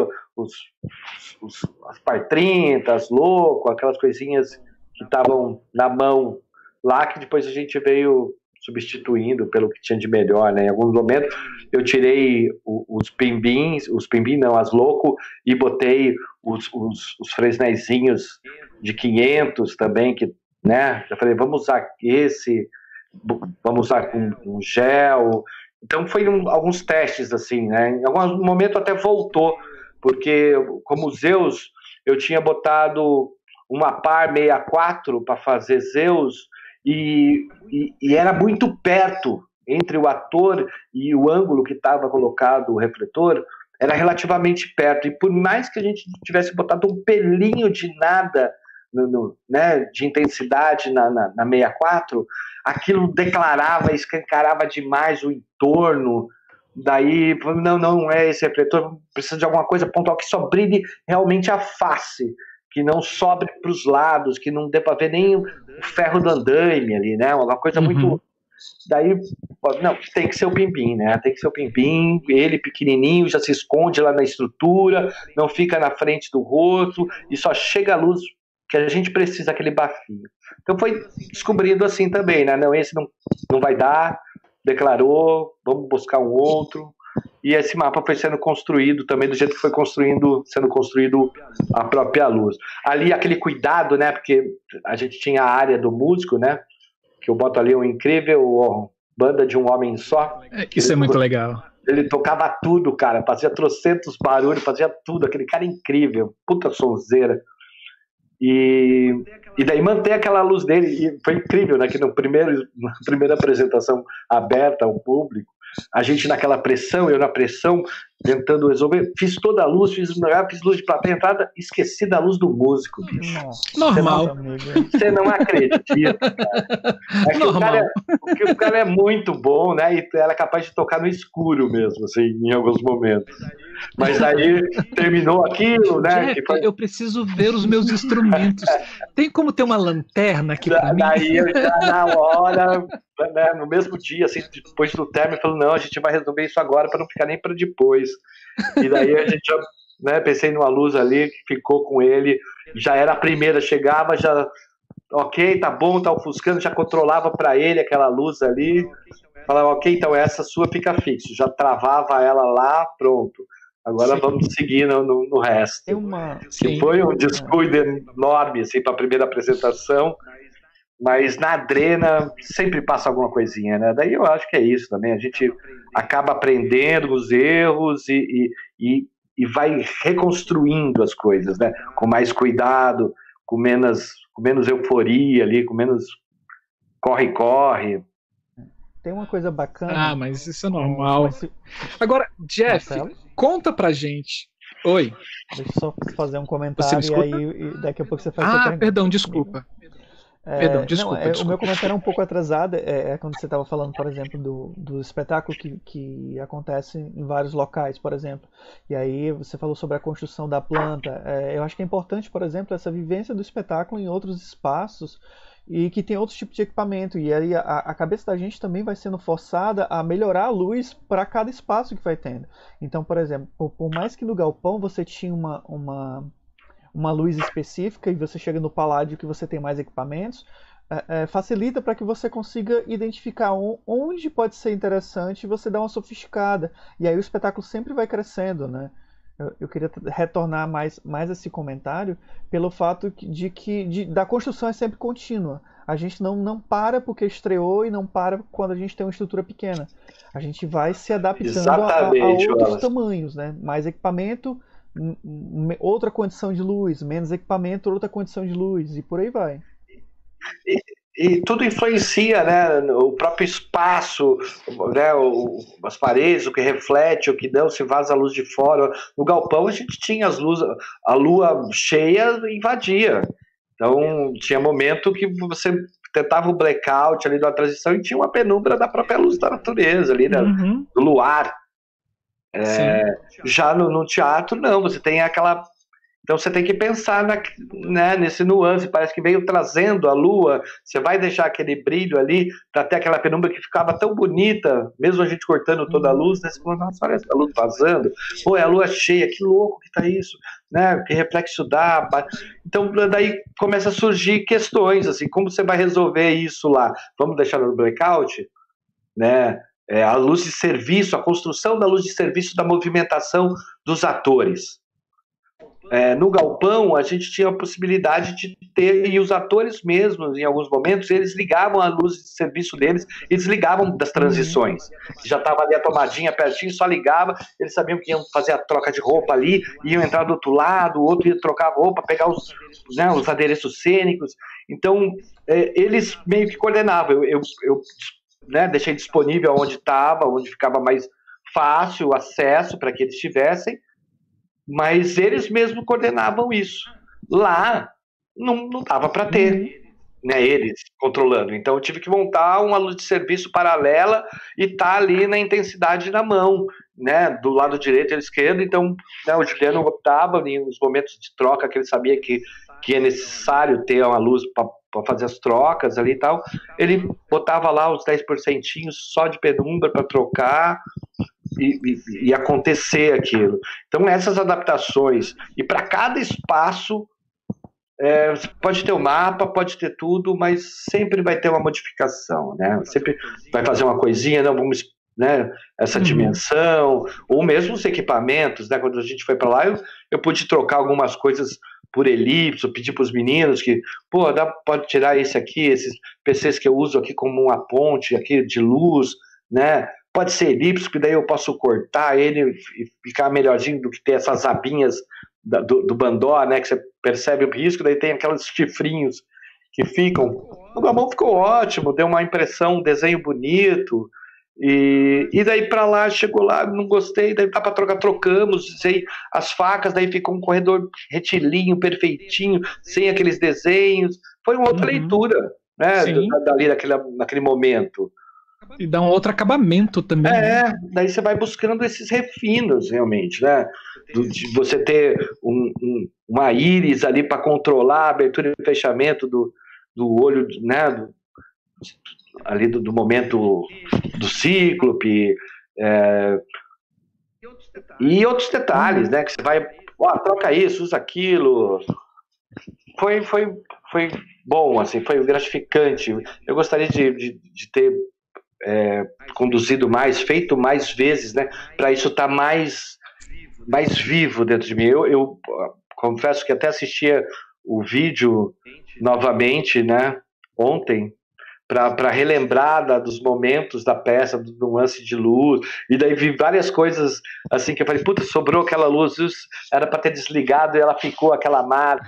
as par 30, as louco, aquelas coisinhas que estavam na mão lá, que depois a gente veio substituindo pelo que tinha de melhor, né? Em alguns momentos eu tirei os pimbins, as louco, e botei os fresnezinhos de 500 também, que, né? Eu falei, vamos usar vamos usar com gel. Então foi alguns testes assim, né? Em algum momento até voltou, porque como Zeus eu tinha botado uma par 64 para fazer Zeus, e era muito perto entre o ator e o ângulo que estava colocado o refletor, era relativamente perto, e por mais que a gente tivesse botado um pelinho de nada né, de intensidade na 64, aquilo declarava, escancarava demais o entorno. Daí, não é esse refletor, precisa de alguma coisa pontual que só brilhe realmente a face, que não sobre para os lados, que não dê para ver nem o ferro do andaime ali, né? Uma coisa muito... Daí, não, tem que ser o pimbim, né? Tem que ser o pimbim, ele pequenininho, já se esconde lá na estrutura, não fica na frente do rosto, e só chega a luz que a gente precisa, aquele bafinho. Então foi descobrindo assim também, né? Não, esse não vai dar, declarou, vamos buscar um outro. E esse mapa foi sendo construído também do jeito que foi sendo construído a própria luz. Ali aquele cuidado, né? Porque a gente tinha a área do músico, né? Que eu boto ali um incrível banda de um homem só. Isso é muito legal. Ele tocava tudo, cara, fazia trocentos barulhos, fazia tudo, aquele cara incrível, puta sonzeira. E daí manter aquela luz dele, e foi incrível, né, que na primeira apresentação aberta ao público, a gente naquela pressão, eu na pressão, tentando resolver, fiz toda a luz, fiz luz de plateia, entrada, esqueci da luz do músico, bicho. Normal. Você não acredita, cara. Normal. O cara é muito bom, né, e era capaz de tocar no escuro mesmo, assim, em alguns momentos. Mas aí terminou aquilo, né? Jeff, eu preciso ver os meus instrumentos. Tem como ter uma lanterna aqui pra mim? Daí eu já na hora, né, no mesmo dia, assim, depois do término, falou, não, a gente vai resolver isso agora para não ficar nem para depois. E daí a gente já, né, pensei numa luz ali, que ficou com ele, já era a primeira, chegava, já, ok, tá bom, tá ofuscando, já controlava para ele aquela luz ali, falava, ok, então essa sua fica fixo, já travava ela lá, pronto. Agora vamos seguir no resto. Que foi um descuido enorme assim, para a primeira apresentação, mas na Adrena sempre passa alguma coisinha, né? Daí eu acho que é isso também. A gente acaba aprendendo os erros e vai reconstruindo as coisas, né? Com mais cuidado, com menos euforia ali, com menos corre-corre. Tem uma coisa bacana. Mas isso é normal. Agora, Jeff, conta pra gente. Oi. Deixa eu só fazer um comentário e aí daqui a pouco você faz sua pergunta. Perdão, desculpa. Desculpa. O meu comentário é um pouco atrasado. Quando você estava falando, por exemplo, do espetáculo que acontece em vários locais, por exemplo. E aí você falou sobre a construção da planta. Eu acho que é importante, por exemplo, essa vivência do espetáculo em outros espaços e que tem outros tipos de equipamento. E aí a cabeça da gente também vai sendo forçada a melhorar a luz para cada espaço que vai tendo. Então, por exemplo, por mais que no galpão você tinha uma luz específica e você chega no Paládio que você tem mais equipamentos, facilita para que você consiga identificar onde pode ser interessante e você dar uma sofisticada. E aí o espetáculo sempre vai crescendo, né? Eu queria retornar mais esse comentário pelo fato da construção é sempre contínua. A gente não para porque estreou e não para quando a gente tem uma estrutura pequena. A gente vai se adaptando a outros tamanhos, né? Mais equipamento, outra condição de luz, menos equipamento, outra condição de luz, e por aí vai. E tudo influencia, né? O próprio espaço, né? As paredes, o que reflete, o que não, se vaza a luz de fora. No galpão a gente tinha a lua cheia invadia. Então tinha momento que você tentava o blackout ali da transição e tinha uma penumbra da própria luz da natureza ali, né? Do luar. Já no teatro, não, você tem aquela. Então você tem que pensar né, nesse nuance, parece que veio trazendo a lua, você vai deixar aquele brilho ali para ter aquela penumbra que ficava tão bonita, mesmo a gente cortando toda a luz, né, você falou, nossa, olha a luz vazando, pô, é a lua cheia, que louco que tá isso, né, que reflexo dá. Então daí começa a surgir questões, assim, como você vai resolver isso lá? Vamos deixar no blackout? Né? A luz de serviço, a construção da luz de serviço da movimentação dos atores. No galpão a gente tinha a possibilidade de ter, e os atores mesmos, em alguns momentos, eles ligavam a luz de serviço deles e desligavam das transições. Já estava ali a tomadinha pertinho, só ligava, eles sabiam que iam fazer a troca de roupa ali, iam entrar do outro lado, o outro ia trocar a roupa, pegar os adereços cênicos. Então, eles meio que coordenavam. Eu né, deixei disponível onde estava, onde ficava mais fácil o acesso para que eles tivessem, mas eles mesmos coordenavam isso. Lá não dava para ter, né, eles controlando. Então eu tive que montar uma luz de serviço paralela e tá ali na intensidade na mão, né, do lado direito e esquerdo. Então, né, o Juliano optava nos momentos de troca que ele sabia que é necessário ter uma luz para fazer as trocas ali e tal. Ele botava lá os 10% só de penumbra para trocar. E acontecer aquilo. Então essas adaptações, e para cada espaço pode ter o mapa, pode ter tudo, mas sempre vai ter uma modificação, né? Sempre vai fazer uma coisinha, não vamos, né, essa dimensão, ou mesmo os equipamentos, né? Quando a gente foi para lá, eu pude trocar algumas coisas por elipse, eu pedi para os meninos que, pô, pode tirar esse aqui, esses PCs que eu uso aqui como uma ponte aqui de luz, né? Pode ser elipse, porque daí eu posso cortar ele e ficar melhorzinho do que ter essas abinhas do bandó, né? Que você percebe o risco, daí tem aqueles chifrinhos que ficam. O Gabão ficou ótimo, deu uma impressão, um desenho bonito. E daí para lá, chegou lá, não gostei, daí tá para trocar, trocamos, sei, as facas, daí ficou um corredor retilíneo, perfeitinho, sem aqueles desenhos. Foi uma outra leitura, né? Dali naquele momento. E dá um outro acabamento também. Daí você vai buscando esses refinos, realmente, né? De você ter uma íris ali para controlar a abertura e fechamento do olho, né? Ali do momento do Cíclope, e outros detalhes, né? Que você vai, troca isso, usa aquilo. Foi bom, assim, foi gratificante. Eu gostaria de ter conduzido mais, feito mais vezes, né? Para isso estar mais vivo dentro de mim. Eu confesso que até assistia o vídeo novamente, né? Ontem, para relembrar dos momentos da peça, do nuance de luz, e daí vi várias coisas assim que eu falei, puta, sobrou aquela luz, era para ter desligado e ela ficou aquela marca,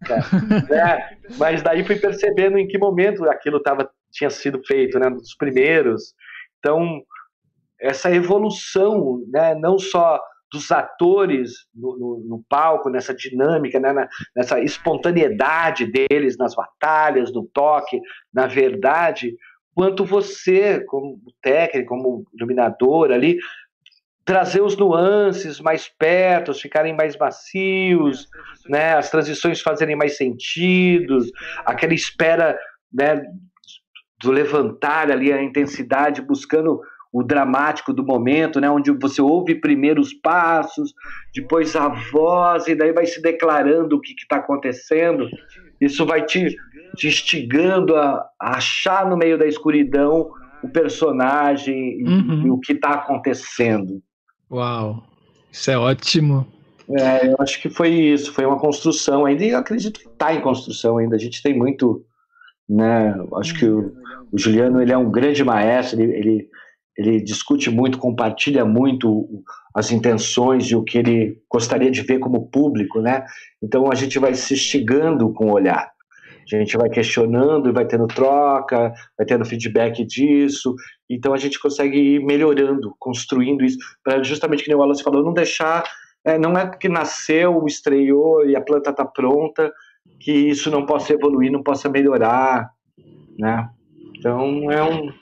né? Mas daí fui percebendo em que momento aquilo tinha sido feito, né? Dos primeiros. Então, essa evolução, né? Não só dos atores no palco, nessa dinâmica, né, nessa espontaneidade deles nas batalhas, no toque, na verdade, quanto você, como técnico, como iluminador ali, trazer os nuances mais perto, ficarem mais macios, né, as transições fazerem mais sentido, aquela espera, né, do levantar ali a intensidade, buscando o dramático do momento, né, onde você ouve primeiro os passos, depois a voz, e daí vai se declarando o que está acontecendo. Isso vai te instigando a achar no meio da escuridão o personagem e o que está acontecendo. Uau, isso é ótimo. Eu acho que foi isso, foi uma construção ainda, e eu acredito que está em construção ainda. A gente tem muito, né, acho que o Juliano, ele é um grande maestro, ele discute muito, compartilha muito as intenções e o que ele gostaria de ver como público, né? Então a gente vai se instigando com o olhar. A gente vai questionando e vai tendo troca, vai tendo feedback disso. Então a gente consegue ir melhorando, construindo isso, para justamente, que nem o Wallace falou, não deixar... não é que nasceu, estreou e a planta está pronta, que isso não possa evoluir, não possa melhorar, né? Então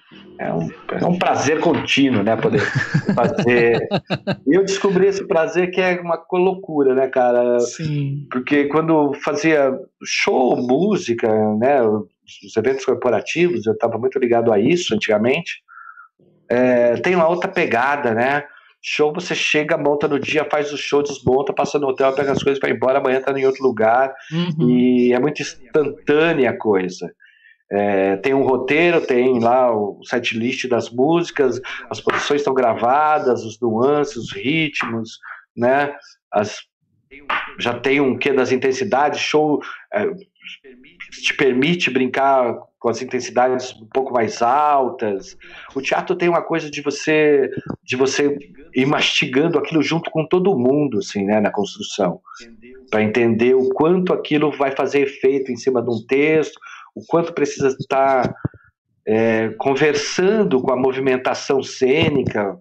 é um prazer contínuo, né, poder fazer. E eu descobri esse prazer que é uma loucura, né, cara? Sim. Porque quando fazia show, música, né, os eventos corporativos, eu estava muito ligado a isso antigamente, tem uma outra pegada, né? Show, você chega, monta no dia, faz o show, desmonta, passa no hotel, pega as coisas, vai embora, amanhã tá em outro lugar, e é muito instantânea a coisa. Tem um roteiro, tem lá o setlist das músicas, as posições estão gravadas, os nuances, os ritmos, né? Já tem um quê das intensidades, show te permite brincar com as intensidades um pouco mais altas. O teatro tem uma coisa de você ir mastigando aquilo junto com todo mundo, assim, né, na construção, para entender o quanto aquilo vai fazer efeito em cima de um texto, o quanto precisa estar conversando com a movimentação cênica.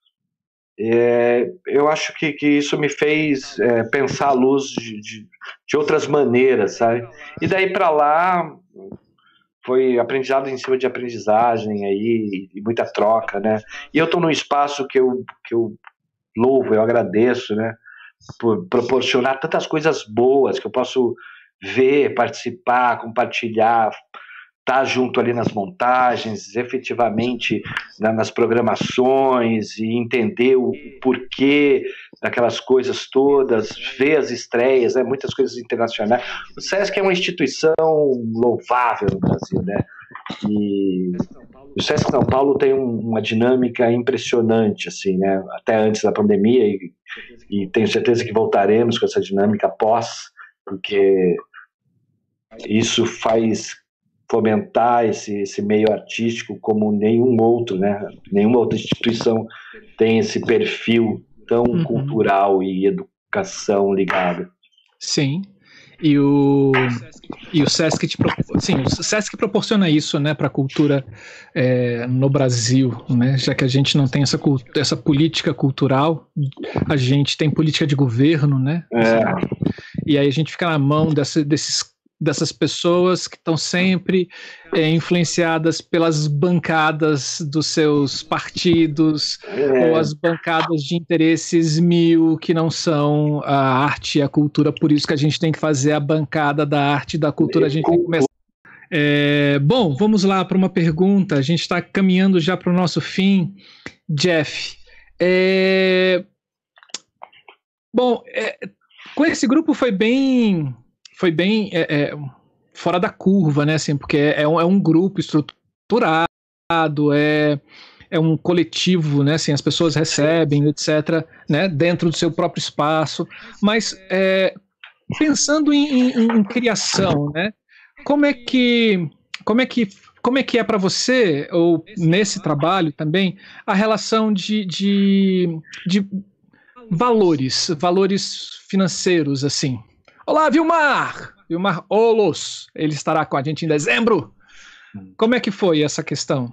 Eu acho que isso me fez pensar a luz de outras maneiras, sabe? E daí para lá foi aprendizado em cima de aprendizagem aí, e muita troca, né? E eu estou num espaço que eu louvo, eu agradeço, né? Por proporcionar tantas coisas boas que eu posso ver, participar, compartilhar, estar junto ali nas montagens, efetivamente nas programações, e entender o porquê daquelas coisas todas, ver as estreias, né, muitas coisas internacionais. O SESC é uma instituição louvável no Brasil, né? E o SESC São Paulo tem uma dinâmica impressionante, assim, né? Até antes da pandemia, e tenho certeza que voltaremos com essa dinâmica pós porque isso faz fomentar esse meio artístico como nenhum outro, né? Nenhuma outra instituição tem esse perfil tão cultural e educação ligado. Sim. E o Sesc o Sesc proporciona isso, né, para a cultura no Brasil, né? Já que a gente não tem essa política cultural, a gente tem política de governo, né? E aí a gente fica na mão dessas pessoas que estão sempre influenciadas pelas bancadas dos seus partidos, ou as bancadas de interesses mil que não são a arte e a cultura. Por isso que a gente tem que fazer a bancada da arte e da cultura. A gente tem que começar. Bom, vamos lá para uma pergunta. A gente está caminhando já para o nosso fim. Jeff, com esse grupo foi bem fora da curva, né? Assim, porque é um grupo estruturado, é um coletivo, né? Assim, as pessoas recebem, etc., né? Dentro do seu próprio espaço. Mas pensando em criação, né? Como é que é para você, ou nesse trabalho também, a relação de valores financeiros, assim? Olá, Vilmar Olos, ele estará com a gente em dezembro. Como é que foi essa questão?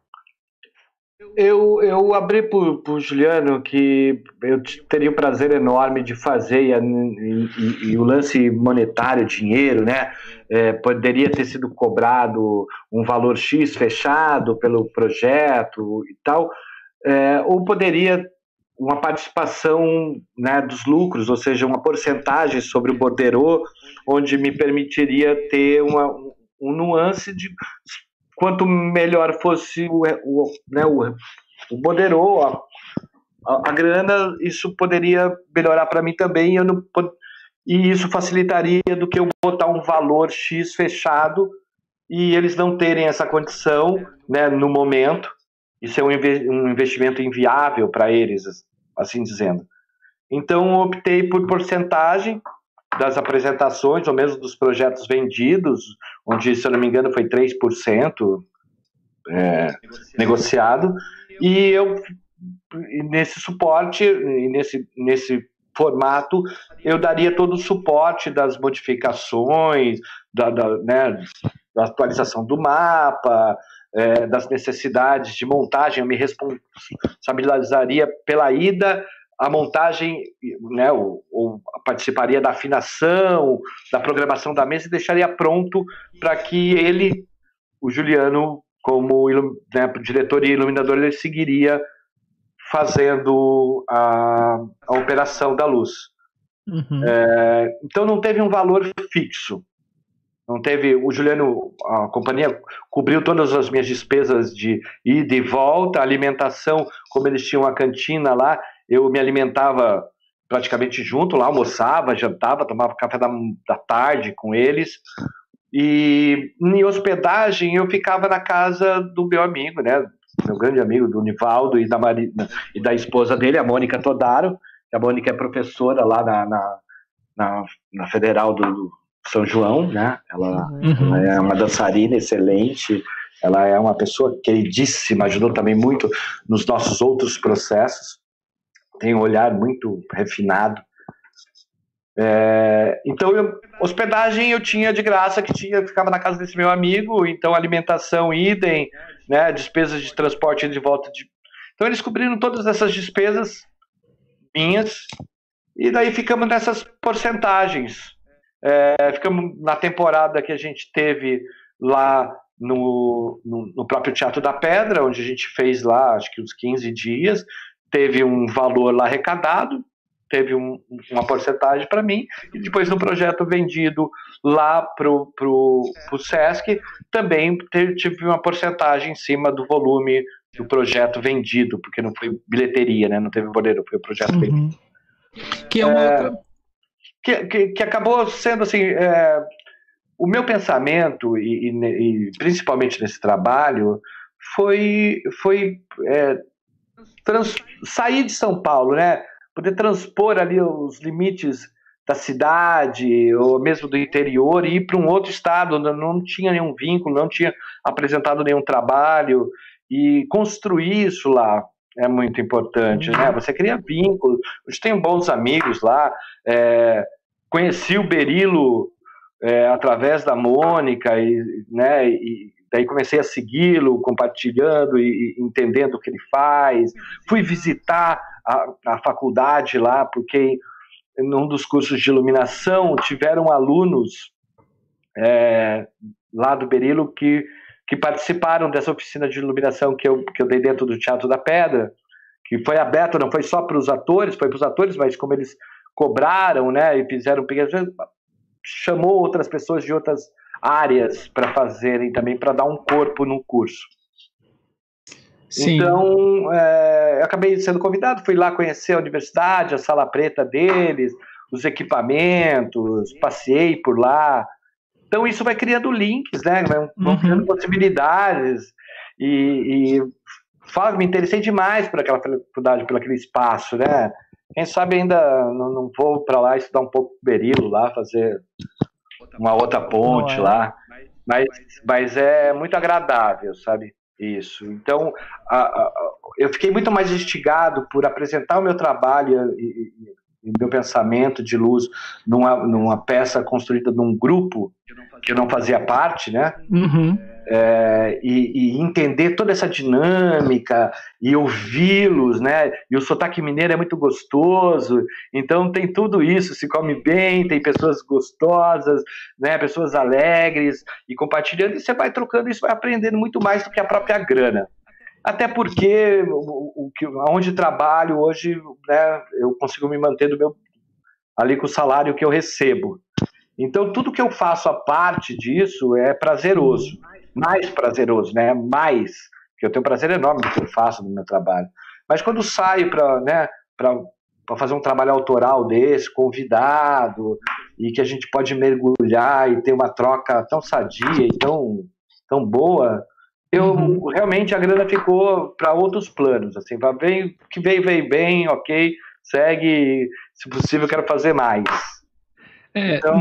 Eu abri para o Juliano que eu teria um prazer enorme de fazer, e o lance monetário, dinheiro, né? Poderia ter sido cobrado um valor X fechado pelo projeto e tal, ou poderia uma participação, né, dos lucros, ou seja, uma porcentagem sobre o borderô, onde me permitiria ter um nuance de quanto melhor fosse o borderô, a grana, isso poderia melhorar para mim também, e isso facilitaria do que eu botar um valor X fechado e eles não terem essa condição, né, no momento. Isso é um investimento inviável para eles, assim dizendo. Então, eu optei por porcentagem das apresentações, ou mesmo dos projetos vendidos, onde, se eu não me engano, foi 3% negociado. E nesse suporte, nesse formato, eu daria todo o suporte das modificações, né, da atualização do mapa, das necessidades de montagem. Eu me responsabilizaria pela ida, a montagem, né, ou participaria da afinação, da programação da mesa, e deixaria pronto para que ele, o Juliano, como, né, diretor e iluminador, ele seguiria fazendo a operação da luz. Então não teve um valor fixo. Não teve, o Juliano, a companhia cobriu todas as minhas despesas de ida e volta, alimentação, como eles tinham uma cantina lá, eu me alimentava praticamente junto lá, almoçava, jantava, tomava café da tarde com eles. E em hospedagem eu ficava na casa do meu amigo, né, meu grande amigo, do Nivaldo, e da esposa dele, a Mônica Todaro. A Mônica é professora lá na Federal do São João, né? Ela é uma dançarina excelente, ela é uma pessoa queridíssima, ajudou também muito nos nossos outros processos, tem um olhar muito refinado. Então, hospedagem eu tinha de graça, ficava na casa desse meu amigo, então alimentação, idem, né, despesas de transporte de volta. Então eles cobriram todas essas despesas minhas, e daí ficamos nessas porcentagens. Ficamos na temporada que a gente teve lá no próprio Teatro da Pedra, onde a gente fez lá, acho que uns 15 dias, teve um valor lá arrecadado, teve uma porcentagem para mim, e depois no projeto vendido lá pro Sesc, também tive uma porcentagem em cima do volume do projeto vendido, porque não foi bilheteria, né? Não teve boleiro, foi o projeto vendido. Que é uma outra... que acabou sendo assim, o meu pensamento, e principalmente nesse trabalho, foi sair de São Paulo, né? Poder transpor ali os limites da cidade, ou mesmo do interior, e ir para um outro estado, não tinha nenhum vínculo, não tinha apresentado nenhum trabalho, e construir isso lá é muito importante, né? Você cria vínculos, eu tenho bons amigos lá, conheci o Berilo através da Mônica, né, e daí comecei a segui-lo, compartilhando e entendendo o que ele faz. Fui visitar a faculdade lá, porque num dos cursos de iluminação tiveram alunos lá do Berilo que participaram dessa oficina de iluminação que eu dei dentro do Teatro da Pedra, que foi aberto, não foi só para os atores, foi para os atores, mas como eles cobraram, né, e fizeram pequenos, chamou outras pessoas de outras áreas para fazerem também, para dar um corpo no curso. Sim. Então, eu acabei sendo convidado, fui lá conhecer a universidade, a sala preta deles, os equipamentos, passei por lá. Então, isso vai criando links, né? Vão criando possibilidades. E me interessei demais por aquela faculdade, por aquele espaço, né? Quem sabe ainda não vou para lá estudar um pouco Berilo lá, fazer uma outra ponte lá. Mas é muito agradável, sabe? Isso. Então, eu fiquei muito mais instigado por apresentar o meu trabalho e meu pensamento de luz numa peça construída num grupo que eu não fazia parte, né? E entender toda essa dinâmica e ouvi-los, né? E o sotaque mineiro é muito gostoso, então tem tudo isso, se come bem, tem pessoas gostosas, né? Pessoas alegres, e compartilhando, e você vai trocando isso, vai aprendendo muito mais do que a própria grana. Até porque onde trabalho hoje, né, eu consigo me manter ali com o salário que eu recebo. Então, tudo que eu faço a parte disso é prazeroso, mais prazeroso, né? Mais, porque eu tenho um prazer enorme no que eu faço no meu trabalho. Mas quando saio para fazer um trabalho autoral desse, convidado, e que a gente pode mergulhar e ter uma troca tão sadia e tão boa, realmente a grana ficou para outros planos. Assim, veio bem, ok, segue, se possível, quero fazer mais. Então,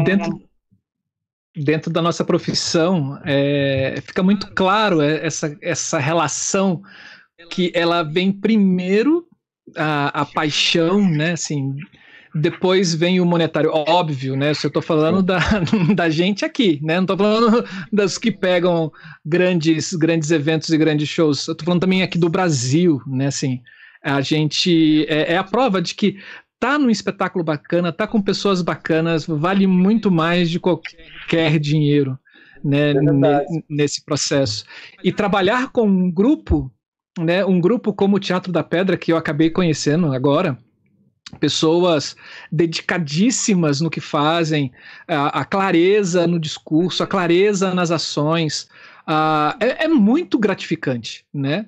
dentro da nossa profissão, fica muito claro essa relação que ela vem primeiro a paixão, né? Assim, depois vem o monetário, óbvio, né? Se eu estou falando da gente aqui, né? Não estou falando das que pegam grandes eventos e grandes shows. Eu estou falando também aqui do Brasil, né? Assim, a gente é a prova de que tá num espetáculo bacana, tá com pessoas bacanas, vale muito mais de qualquer dinheiro, né, nesse processo. E trabalhar com um grupo, né, um grupo como o Teatro da Pedra, que eu acabei conhecendo agora, pessoas dedicadíssimas no que fazem, a clareza no discurso, a clareza nas ações, é muito gratificante, né?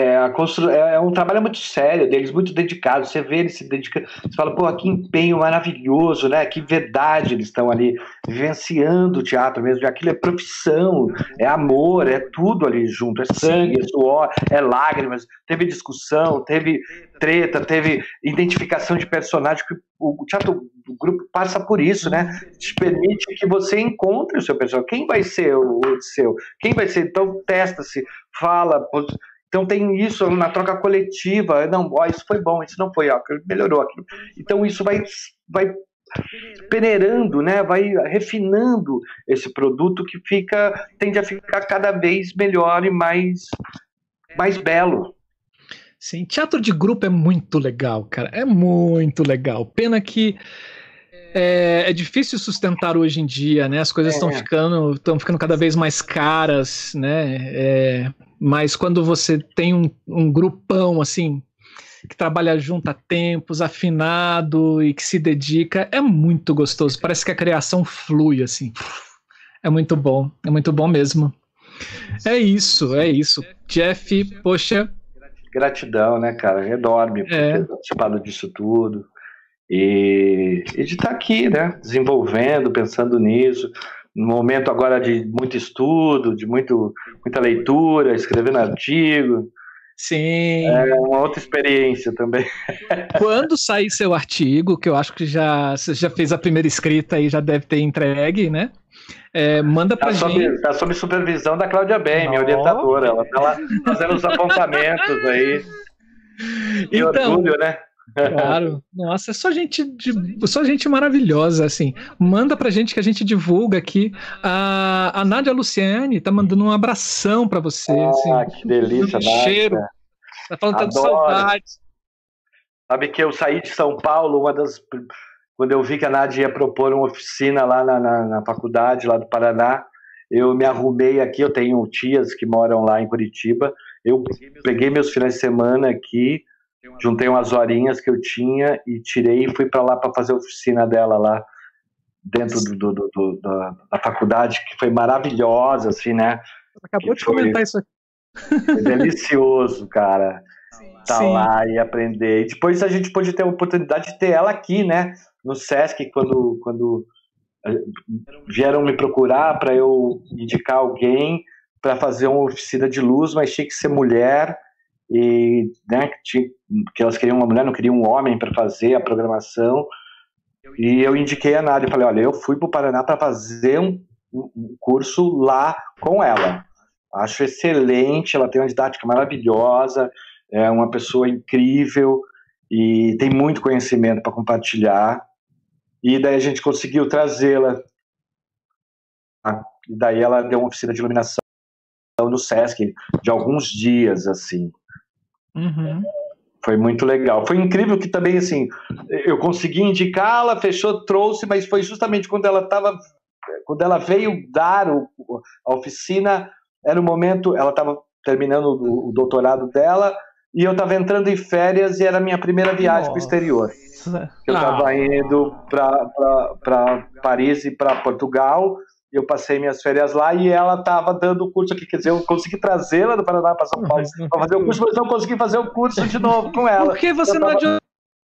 É um trabalho muito sério deles, muito dedicado. Você vê eles se dedicando, você fala, pô, que empenho maravilhoso, né? Que verdade, eles estão ali vivenciando o teatro mesmo. Aquilo é profissão, é amor, é tudo ali junto, é sangue, é suor, é lágrimas. Teve discussão, teve treta, teve identificação de personagem. O teatro, o grupo passa por isso, né? Te permite que você encontre o seu personagem. Quem vai ser o seu? Quem vai ser? Então testa-se, fala. Então tem isso na troca coletiva, não, isso foi bom, isso não foi, melhorou aquilo. Então isso vai peneirando, né? Vai refinando esse produto que tende a ficar cada vez melhor e mais belo. Sim, teatro de grupo é muito legal, cara, é muito legal. Pena que é difícil sustentar hoje em dia, né? As coisas estão ficando cada vez mais caras, né? Mas quando você tem um grupão assim que trabalha junto há tempos, afinado e que se dedica, é muito gostoso. Parece que a criação flui assim. É muito bom mesmo. É isso. Jeff, poxa. Gratidão, né, cara? Enorme por ter participado disso tudo. E de estar aqui, né, desenvolvendo, pensando nisso, no momento agora de muito estudo, de muita leitura, escrevendo artigo, Sim. É uma outra experiência também. Quando sair seu artigo, que eu acho que você já fez a primeira escrita e já deve ter entregue, né? Manda pra gente. Tá sob supervisão da Cláudia Ben, minha orientadora. Ela tá lá fazendo os apontamentos aí. Que então, orgulho, né? Claro, nossa, é só gente maravilhosa, assim. Manda pra gente que a gente divulga aqui. A Nádia Luciane tá mandando um abração pra você. Assim, que delícia, um cheiro. Tá falando tanto de saudade. Sabe que eu saí de São Paulo, quando eu vi que a Nádia ia propor uma oficina lá na faculdade, lá do Paraná, eu me arrumei aqui, eu tenho tias que moram lá em Curitiba, eu peguei meus finais de semana aqui, juntei umas horinhas que eu tinha e tirei e fui para lá para fazer a oficina dela lá dentro da faculdade, que foi maravilhosa, assim, né? Acabou de comentar isso aqui. Foi delicioso, cara. Tá lá e aprender. E depois a gente pôde ter a oportunidade de ter ela aqui, né? No Sesc, quando vieram me procurar para eu indicar alguém para fazer uma oficina de luz, mas tinha que ser mulher. E, né, que elas queriam uma mulher, não queriam um homem para fazer a programação, e eu indiquei a Nádia, falei, olha, eu fui para o Paraná para fazer um curso lá com ela, acho excelente, ela tem uma didática maravilhosa, é uma pessoa incrível e tem muito conhecimento para compartilhar, e daí a gente conseguiu trazê-la, e daí ela deu uma oficina de iluminação no Sesc de alguns dias, assim. Uhum. Foi muito legal. Foi incrível que também, assim, eu consegui indicá-la, fechou, trouxe, mas foi justamente quando ela veio dar a oficina, era o momento, ela estava terminando o doutorado dela, e eu estava entrando em férias e era a minha primeira viagem para o exterior. Eu estava indo para Paris e para Portugal, eu passei minhas férias lá e ela estava dando o curso aqui, quer dizer, eu consegui trazê-la do Paraná para São Paulo para fazer o curso, mas não consegui fazer o curso de novo com ela. Por que você não adiantou?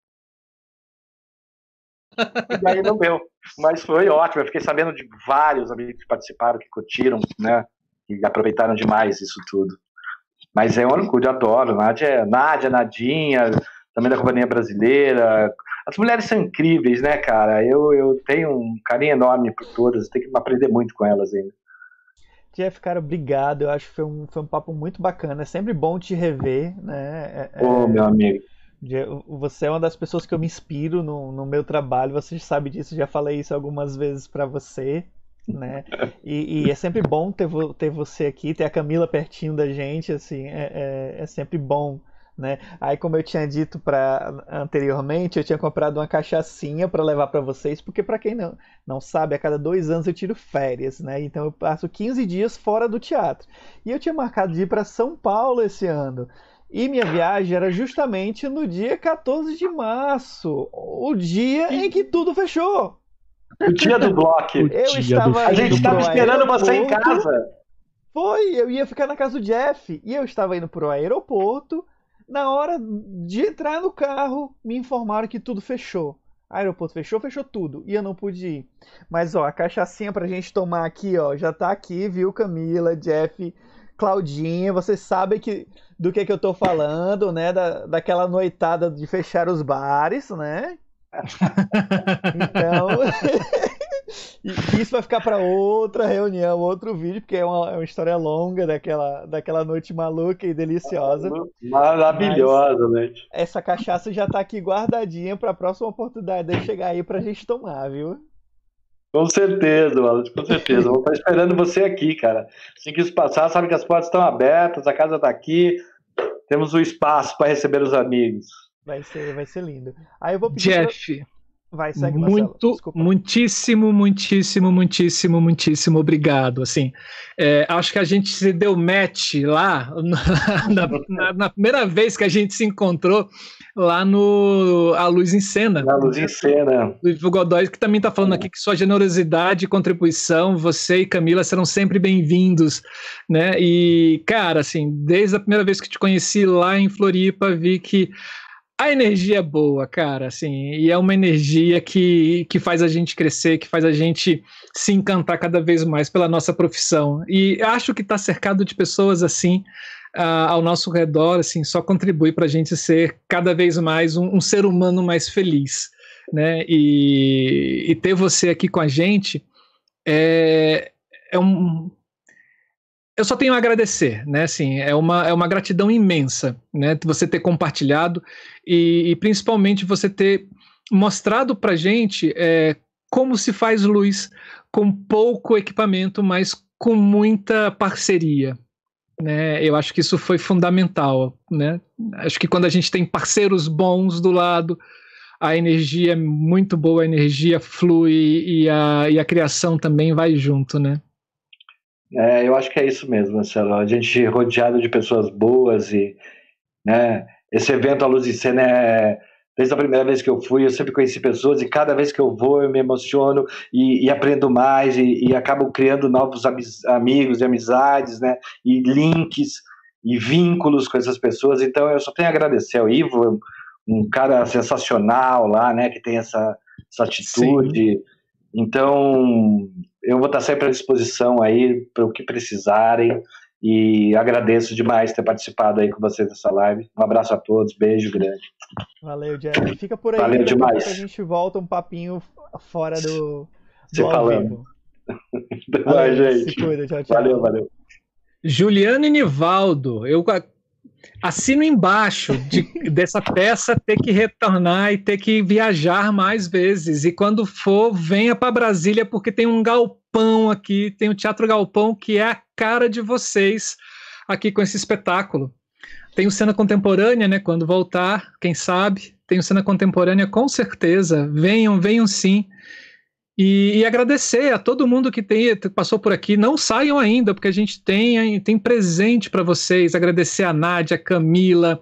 E aí não deu, mas foi ótimo, eu fiquei sabendo de vários amigos que participaram, que curtiram, né, e aproveitaram demais isso tudo. Mas é um orgulho, adoro, Nádia, Nadinha, também da Companhia Brasileira. As mulheres são incríveis, né, cara? Eu tenho um carinho enorme por todas, tenho que aprender muito com elas ainda. Jeff, cara, obrigado. Eu acho que foi um papo muito bacana. É sempre bom te rever, né? Meu amigo. Você é uma das pessoas que eu me inspiro no meu trabalho. Você sabe disso, já falei isso algumas vezes para você, né? E é sempre bom ter você aqui, ter a Camila pertinho da gente, assim, é sempre bom. Né? Aí, como eu tinha dito anteriormente, eu tinha comprado uma cachaçinha para levar para vocês, porque para quem não sabe, a cada 2 anos eu tiro férias, né? Então eu passo 15 dias fora do teatro. E eu tinha marcado de ir para São Paulo esse ano. E minha viagem era justamente no dia 14 de março, o dia em que tudo fechou. O dia do bloco. A gente estava esperando você em casa. Eu ia ficar na casa do Jeff e eu estava indo pro aeroporto. Na hora de entrar no carro, me informaram que tudo fechou. Aeroporto fechou tudo. E eu não pude ir. Mas, ó, a cachaçinha pra gente tomar aqui, ó, já tá aqui, viu, Camila, Jeff, Claudinha. Vocês sabem do que eu tô falando, né? Daquela noitada de fechar os bares, né? Então... isso vai ficar para outra reunião, outro vídeo, porque é uma história longa daquela noite maluca e deliciosa. Maravilhosa, né? Essa cachaça já tá aqui guardadinha para a próxima oportunidade de chegar aí pra gente tomar, viu? Com certeza, Wallace, com certeza. Vou estar esperando você aqui, cara. Assim que isso passar, sabe que as portas estão abertas, a casa tá aqui, temos o espaço para receber os amigos. Vai ser lindo. Aí eu vou pedir Jeff. Vai, segue, Marcelo. Desculpa. Muitíssimo obrigado. Assim, acho que a gente se deu match lá na primeira vez que a gente se encontrou lá no A Luz em Cena. Na Luz em Cena. Do Ivo Godoy, que também está falando aqui que sua generosidade e contribuição, você e Camila serão sempre bem-vindos, né? E, cara, assim, desde a primeira vez que te conheci lá em Floripa, vi que a energia é boa, cara, assim, e é uma energia que faz a gente crescer, que faz a gente se encantar cada vez mais pela nossa profissão. E acho que estar cercado de pessoas assim ao nosso redor, assim, só contribui para a gente ser cada vez mais um ser humano mais feliz, né? E ter você aqui com a gente eu só tenho a agradecer, né? Assim, é uma gratidão imensa, né? Você ter compartilhado e principalmente você ter mostrado para a gente como se faz luz com pouco equipamento, mas com muita parceria, né? Eu acho que isso foi fundamental, né? Acho que quando a gente tem parceiros bons do lado, a energia é muito boa, a energia flui e a criação também vai junto, né? Eu acho que é isso mesmo, Marcelo. A gente rodeado de pessoas boas e, né, esse evento A Luz em Cena desde a primeira vez que eu fui, eu sempre conheci pessoas e cada vez que eu vou eu me emociono e aprendo mais e acabo criando novos amigos e amizades, né, e links e vínculos com essas pessoas. Então eu só tenho a agradecer ao Ivo, um cara sensacional lá, né, que tem essa atitude. Sim. Então eu vou estar sempre à disposição aí para o que precisarem e agradeço demais ter participado aí com vocês dessa live. Um abraço a todos, beijo grande. Valeu, Jeff. Fica por aí. Valeu demais. A gente volta um papinho fora do ao vivo. Valeu, gente. Se cuida, tchau, tchau. Valeu. Juliano e Nivaldo, eu assino embaixo dessa peça ter que retornar e ter que viajar mais vezes. E quando for, venha para Brasília, porque tem um galpão aqui, tem o Teatro Galpão, que é a cara de vocês aqui com esse espetáculo. Tem o Cena Contemporânea, né? Quando voltar, quem sabe, tem o Cena Contemporânea com certeza. Venham sim. E agradecer a todo mundo que passou por aqui. Não saiam ainda, porque a gente tem presente para vocês. Agradecer a Nádia, a Camila,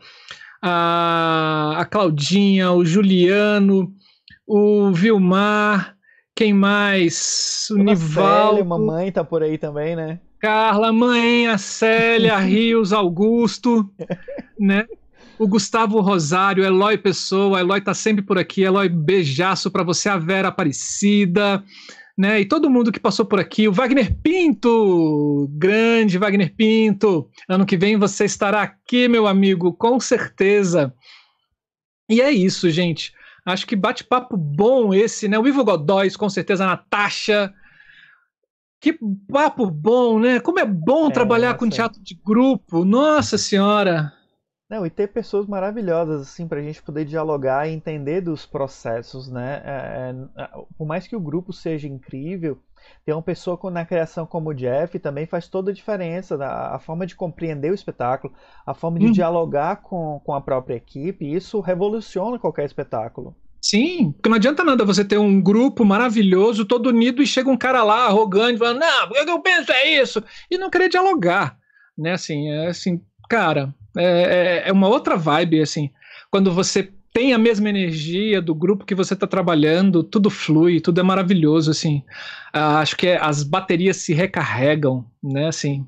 a Claudinha, o Juliano, o Vilmar, quem mais? O Nivaldo. Célia, mamãe tá por aí também, né? Carla, mãe, a Célia, a Rios, Augusto, né? O Gustavo Rosário, Eloy Pessoa, Eloy tá sempre por aqui, Eloy, beijaço pra você, a Vera Aparecida, né, e todo mundo que passou por aqui, o Wagner Pinto, grande Wagner Pinto, ano que vem você estará aqui, meu amigo, com certeza. E é isso, gente, acho que bate-papo bom esse, né, o Ivo Godóis, com certeza, a Natasha, que papo bom, né, como é bom trabalhar com teatro de grupo, nossa senhora. Não, e ter pessoas maravilhosas, assim, pra gente poder dialogar e entender dos processos, né? Por mais que o grupo seja incrível, ter uma pessoa na criação como o Jeff também faz toda a diferença. A forma de compreender o espetáculo, a forma de dialogar com a própria equipe, isso revoluciona qualquer espetáculo. Sim, porque não adianta nada você ter um grupo maravilhoso, todo unido, e chega um cara lá, arrogante, falando, não, o que eu penso é isso, e não querer dialogar, né, assim, cara... É uma outra vibe, assim, quando você tem a mesma energia do grupo que você está trabalhando, tudo flui, tudo é maravilhoso, assim, acho que as baterias se recarregam, né, assim,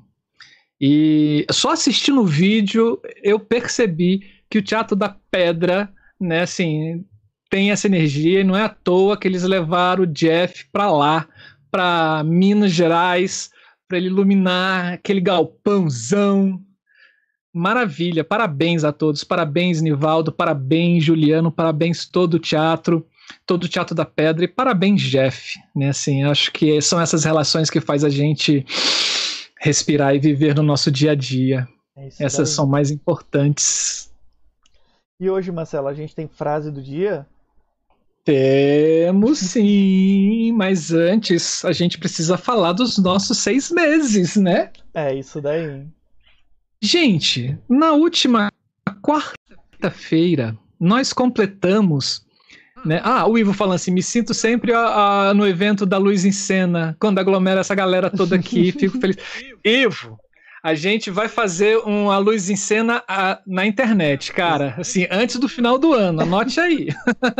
e só assistindo o vídeo eu percebi que o Teatro da Pedra, né, assim, tem essa energia e não é à toa que eles levaram o Jeff para lá, para Minas Gerais, para ele iluminar aquele galpãozão. Maravilha, parabéns a todos, parabéns Nivaldo, parabéns Juliano, parabéns todo o Teatro da Pedra e parabéns Jeff, né, assim, acho que são essas relações que faz a gente respirar e viver no nosso dia a dia, essas são mais importantes. E hoje, Marcelo, a gente tem frase do dia? Temos sim, mas antes a gente precisa falar dos nossos 6 meses, né? Isso daí. Gente, na última quarta-feira, nós completamos, né? O Ivo falando assim, me sinto sempre no evento da Luz em Cena, quando aglomera essa galera toda aqui, fico feliz. Ivo, a gente vai fazer uma Luz em Cena na internet, cara, assim, antes do final do ano, anote aí.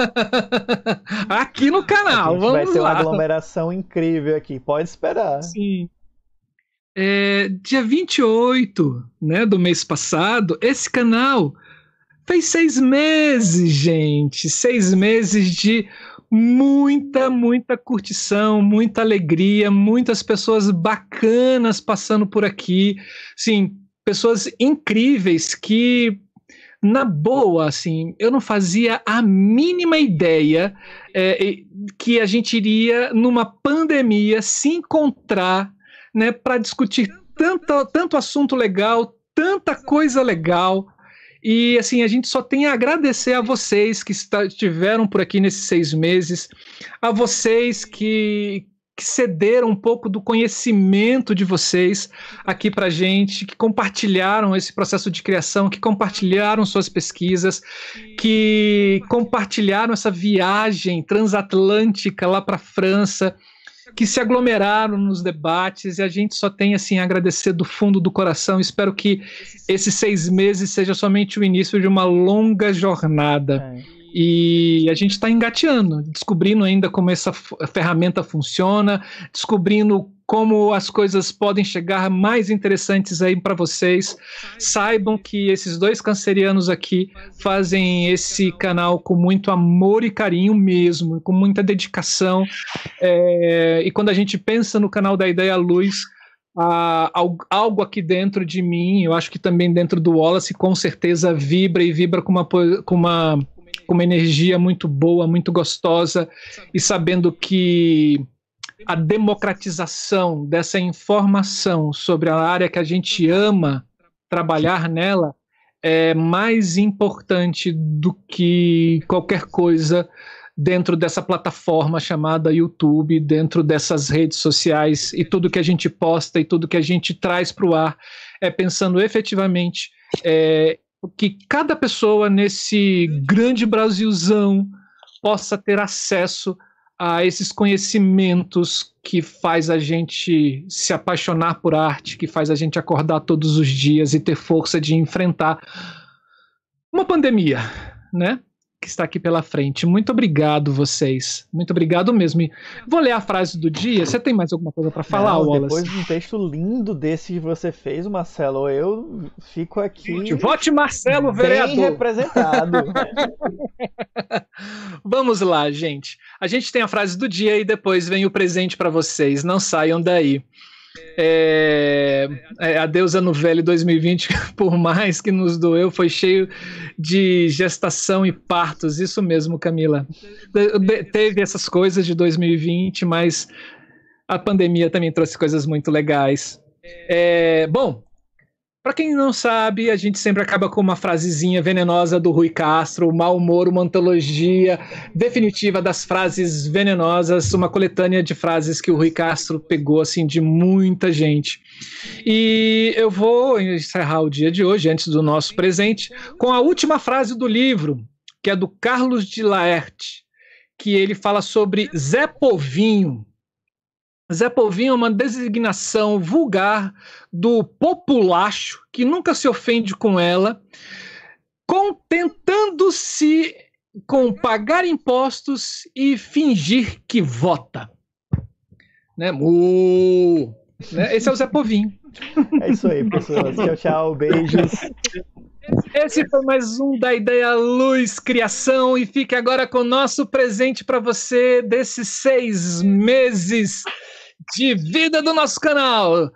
Aqui no canal, vamos lá. Vai ser uma aglomeração incrível aqui, pode esperar. Sim. Dia 28, né, do mês passado, esse canal fez 6 meses, gente. 6 meses de muita curtição, muita alegria, muitas pessoas bacanas passando por aqui. Sim, pessoas incríveis que, na boa, assim, eu não fazia a mínima ideia que a gente iria, numa pandemia, se encontrar, né, para discutir tanto assunto legal, tanta coisa legal. E, assim, a gente só tem a agradecer a vocês que estiveram por aqui nesses 6 meses, a vocês que cederam um pouco do conhecimento de vocês aqui pra gente, que compartilharam esse processo de criação, que compartilharam suas pesquisas, que compartilharam essa viagem transatlântica lá para a França, que se aglomeraram nos debates, e a gente só tem, assim, a agradecer do fundo do coração. Espero que esses 6 meses seja somente o início de uma longa jornada. E a gente está engateando, descobrindo ainda como essa ferramenta funciona, descobrindo como as coisas podem chegar mais interessantes aí para vocês. Saibam que esses 2 cancerianos aqui fazem esse canal com muito amor e carinho mesmo, com muita dedicação. E quando a gente pensa no canal da Ideia Luz, algo aqui dentro de mim, eu acho que também dentro do Wallace, com certeza vibra com uma energia muito boa, muito gostosa, e sabendo que a democratização dessa informação sobre a área que a gente ama trabalhar nela é mais importante do que qualquer coisa dentro dessa plataforma chamada YouTube, dentro dessas redes sociais, e tudo que a gente posta e tudo que a gente traz para o ar é pensando efetivamente que cada pessoa nesse grande Brasilzão possa ter acesso a esses conhecimentos que faz a gente se apaixonar por arte, que faz a gente acordar todos os dias e ter força de enfrentar uma pandemia, né, que está aqui pela frente. Muito obrigado, vocês. Muito obrigado mesmo. E vou ler a frase do dia. Você tem mais alguma coisa para falar, Wallace? Depois de um texto lindo desse que você fez, Marcelo, eu fico aqui... Vote Marcelo, vereador! Bem representado. Vamos lá, gente. A gente tem a frase do dia e depois vem o presente para vocês. Não saiam daí. Adeus Ano Velho 2020, por mais que nos doeu, foi cheio de gestação e partos. Isso mesmo, Camila. Teve essas coisas de 2020, mas a pandemia também trouxe coisas muito legais. Bom, para quem não sabe, a gente sempre acaba com uma frasezinha venenosa do Rui Castro, o Mau Humor, uma antologia definitiva das frases venenosas, uma coletânea de frases que o Rui Castro pegou, assim, de muita gente. E eu vou encerrar o dia de hoje, antes do nosso presente, com a última frase do livro, que é do Carlos de Laerte, que ele fala sobre Zé Povinho. Zé Povinho é uma designação vulgar do populacho que nunca se ofende com ela, contentando-se com pagar impostos e fingir que vota. Né? Esse é o Zé Povinho. É isso aí, pessoas. Tchau, tchau. Beijos. Esse foi mais um da Ideia Luz Criação, e fique agora com o nosso presente para você desses 6 meses de vida do nosso canal.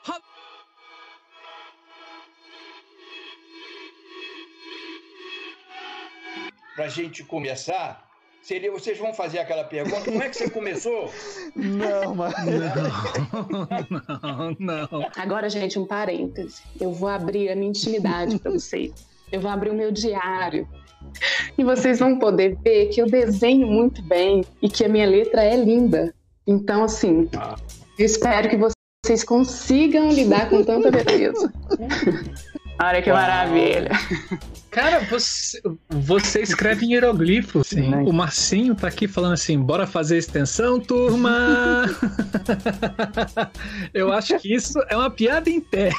Pra gente começar, vocês vão fazer aquela pergunta: como é que você começou? Não, mas... Não. Agora, gente, um parêntese. Eu vou abrir a minha intimidade para vocês. Eu vou abrir o meu diário. E vocês vão poder ver que eu desenho muito bem e que a minha letra é linda. Então, assim, eu espero que vocês consigam lidar com tanta beleza. Olha que maravilha. Cara, você escreve em hieroglifo. Sim. O Marcinho tá aqui falando assim: bora fazer extensão, turma! Eu acho que isso é uma piada interna.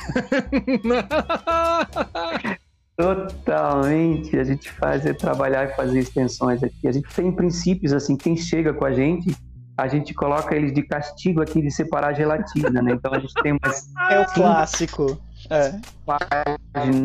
Totalmente. A gente trabalhar e fazer extensões aqui. A gente tem princípios assim, quem chega com a gente coloca eles de castigo aqui de separar a gelatina, né? Então a gente tem umas... É o clássico. Páginas.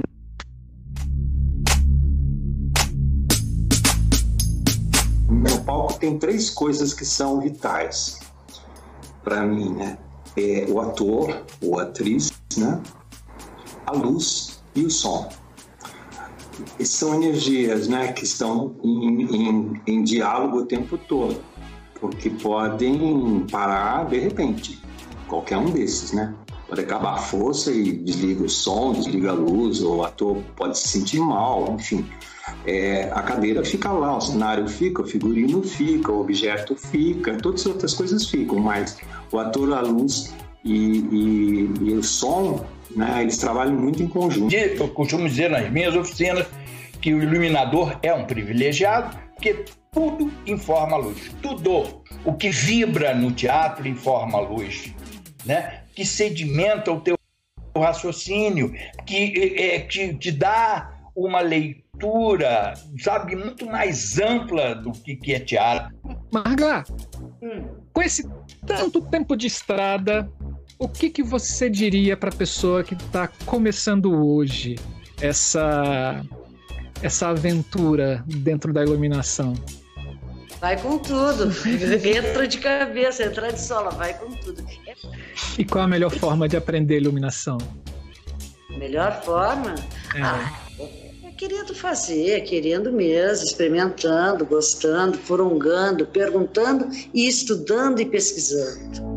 No palco tem 3 coisas que são vitais para mim, né? O ator ou atriz, né? a luz e o som. E são energias, né, que estão em diálogo o tempo todo, porque podem parar de repente, qualquer um desses, né? Pode acabar a força e desliga o som, desliga a luz, ou o ator pode se sentir mal, enfim. A cadeira fica lá, o cenário fica, o figurino fica, o objeto fica, todas as outras coisas ficam, mas o ator, a luz e o som, né, eles trabalham muito em conjunto. Eu costumo dizer nas minhas oficinas que o iluminador é um privilegiado, porque tudo informa a luz, tudo. O que vibra no teatro informa a luz, né? Que sedimenta o teu raciocínio, que te dá uma leitura, sabe, muito mais ampla do que é teatro. Marga, com esse tanto tempo de estrada, o que você diria para a pessoa que está começando hoje essa aventura dentro da iluminação? Vai com tudo, entra de cabeça, entra de sola, vai com tudo. E qual a melhor forma de aprender iluminação? Melhor forma? É querendo fazer, querendo mesmo, experimentando, gostando, furungando, perguntando e estudando e pesquisando.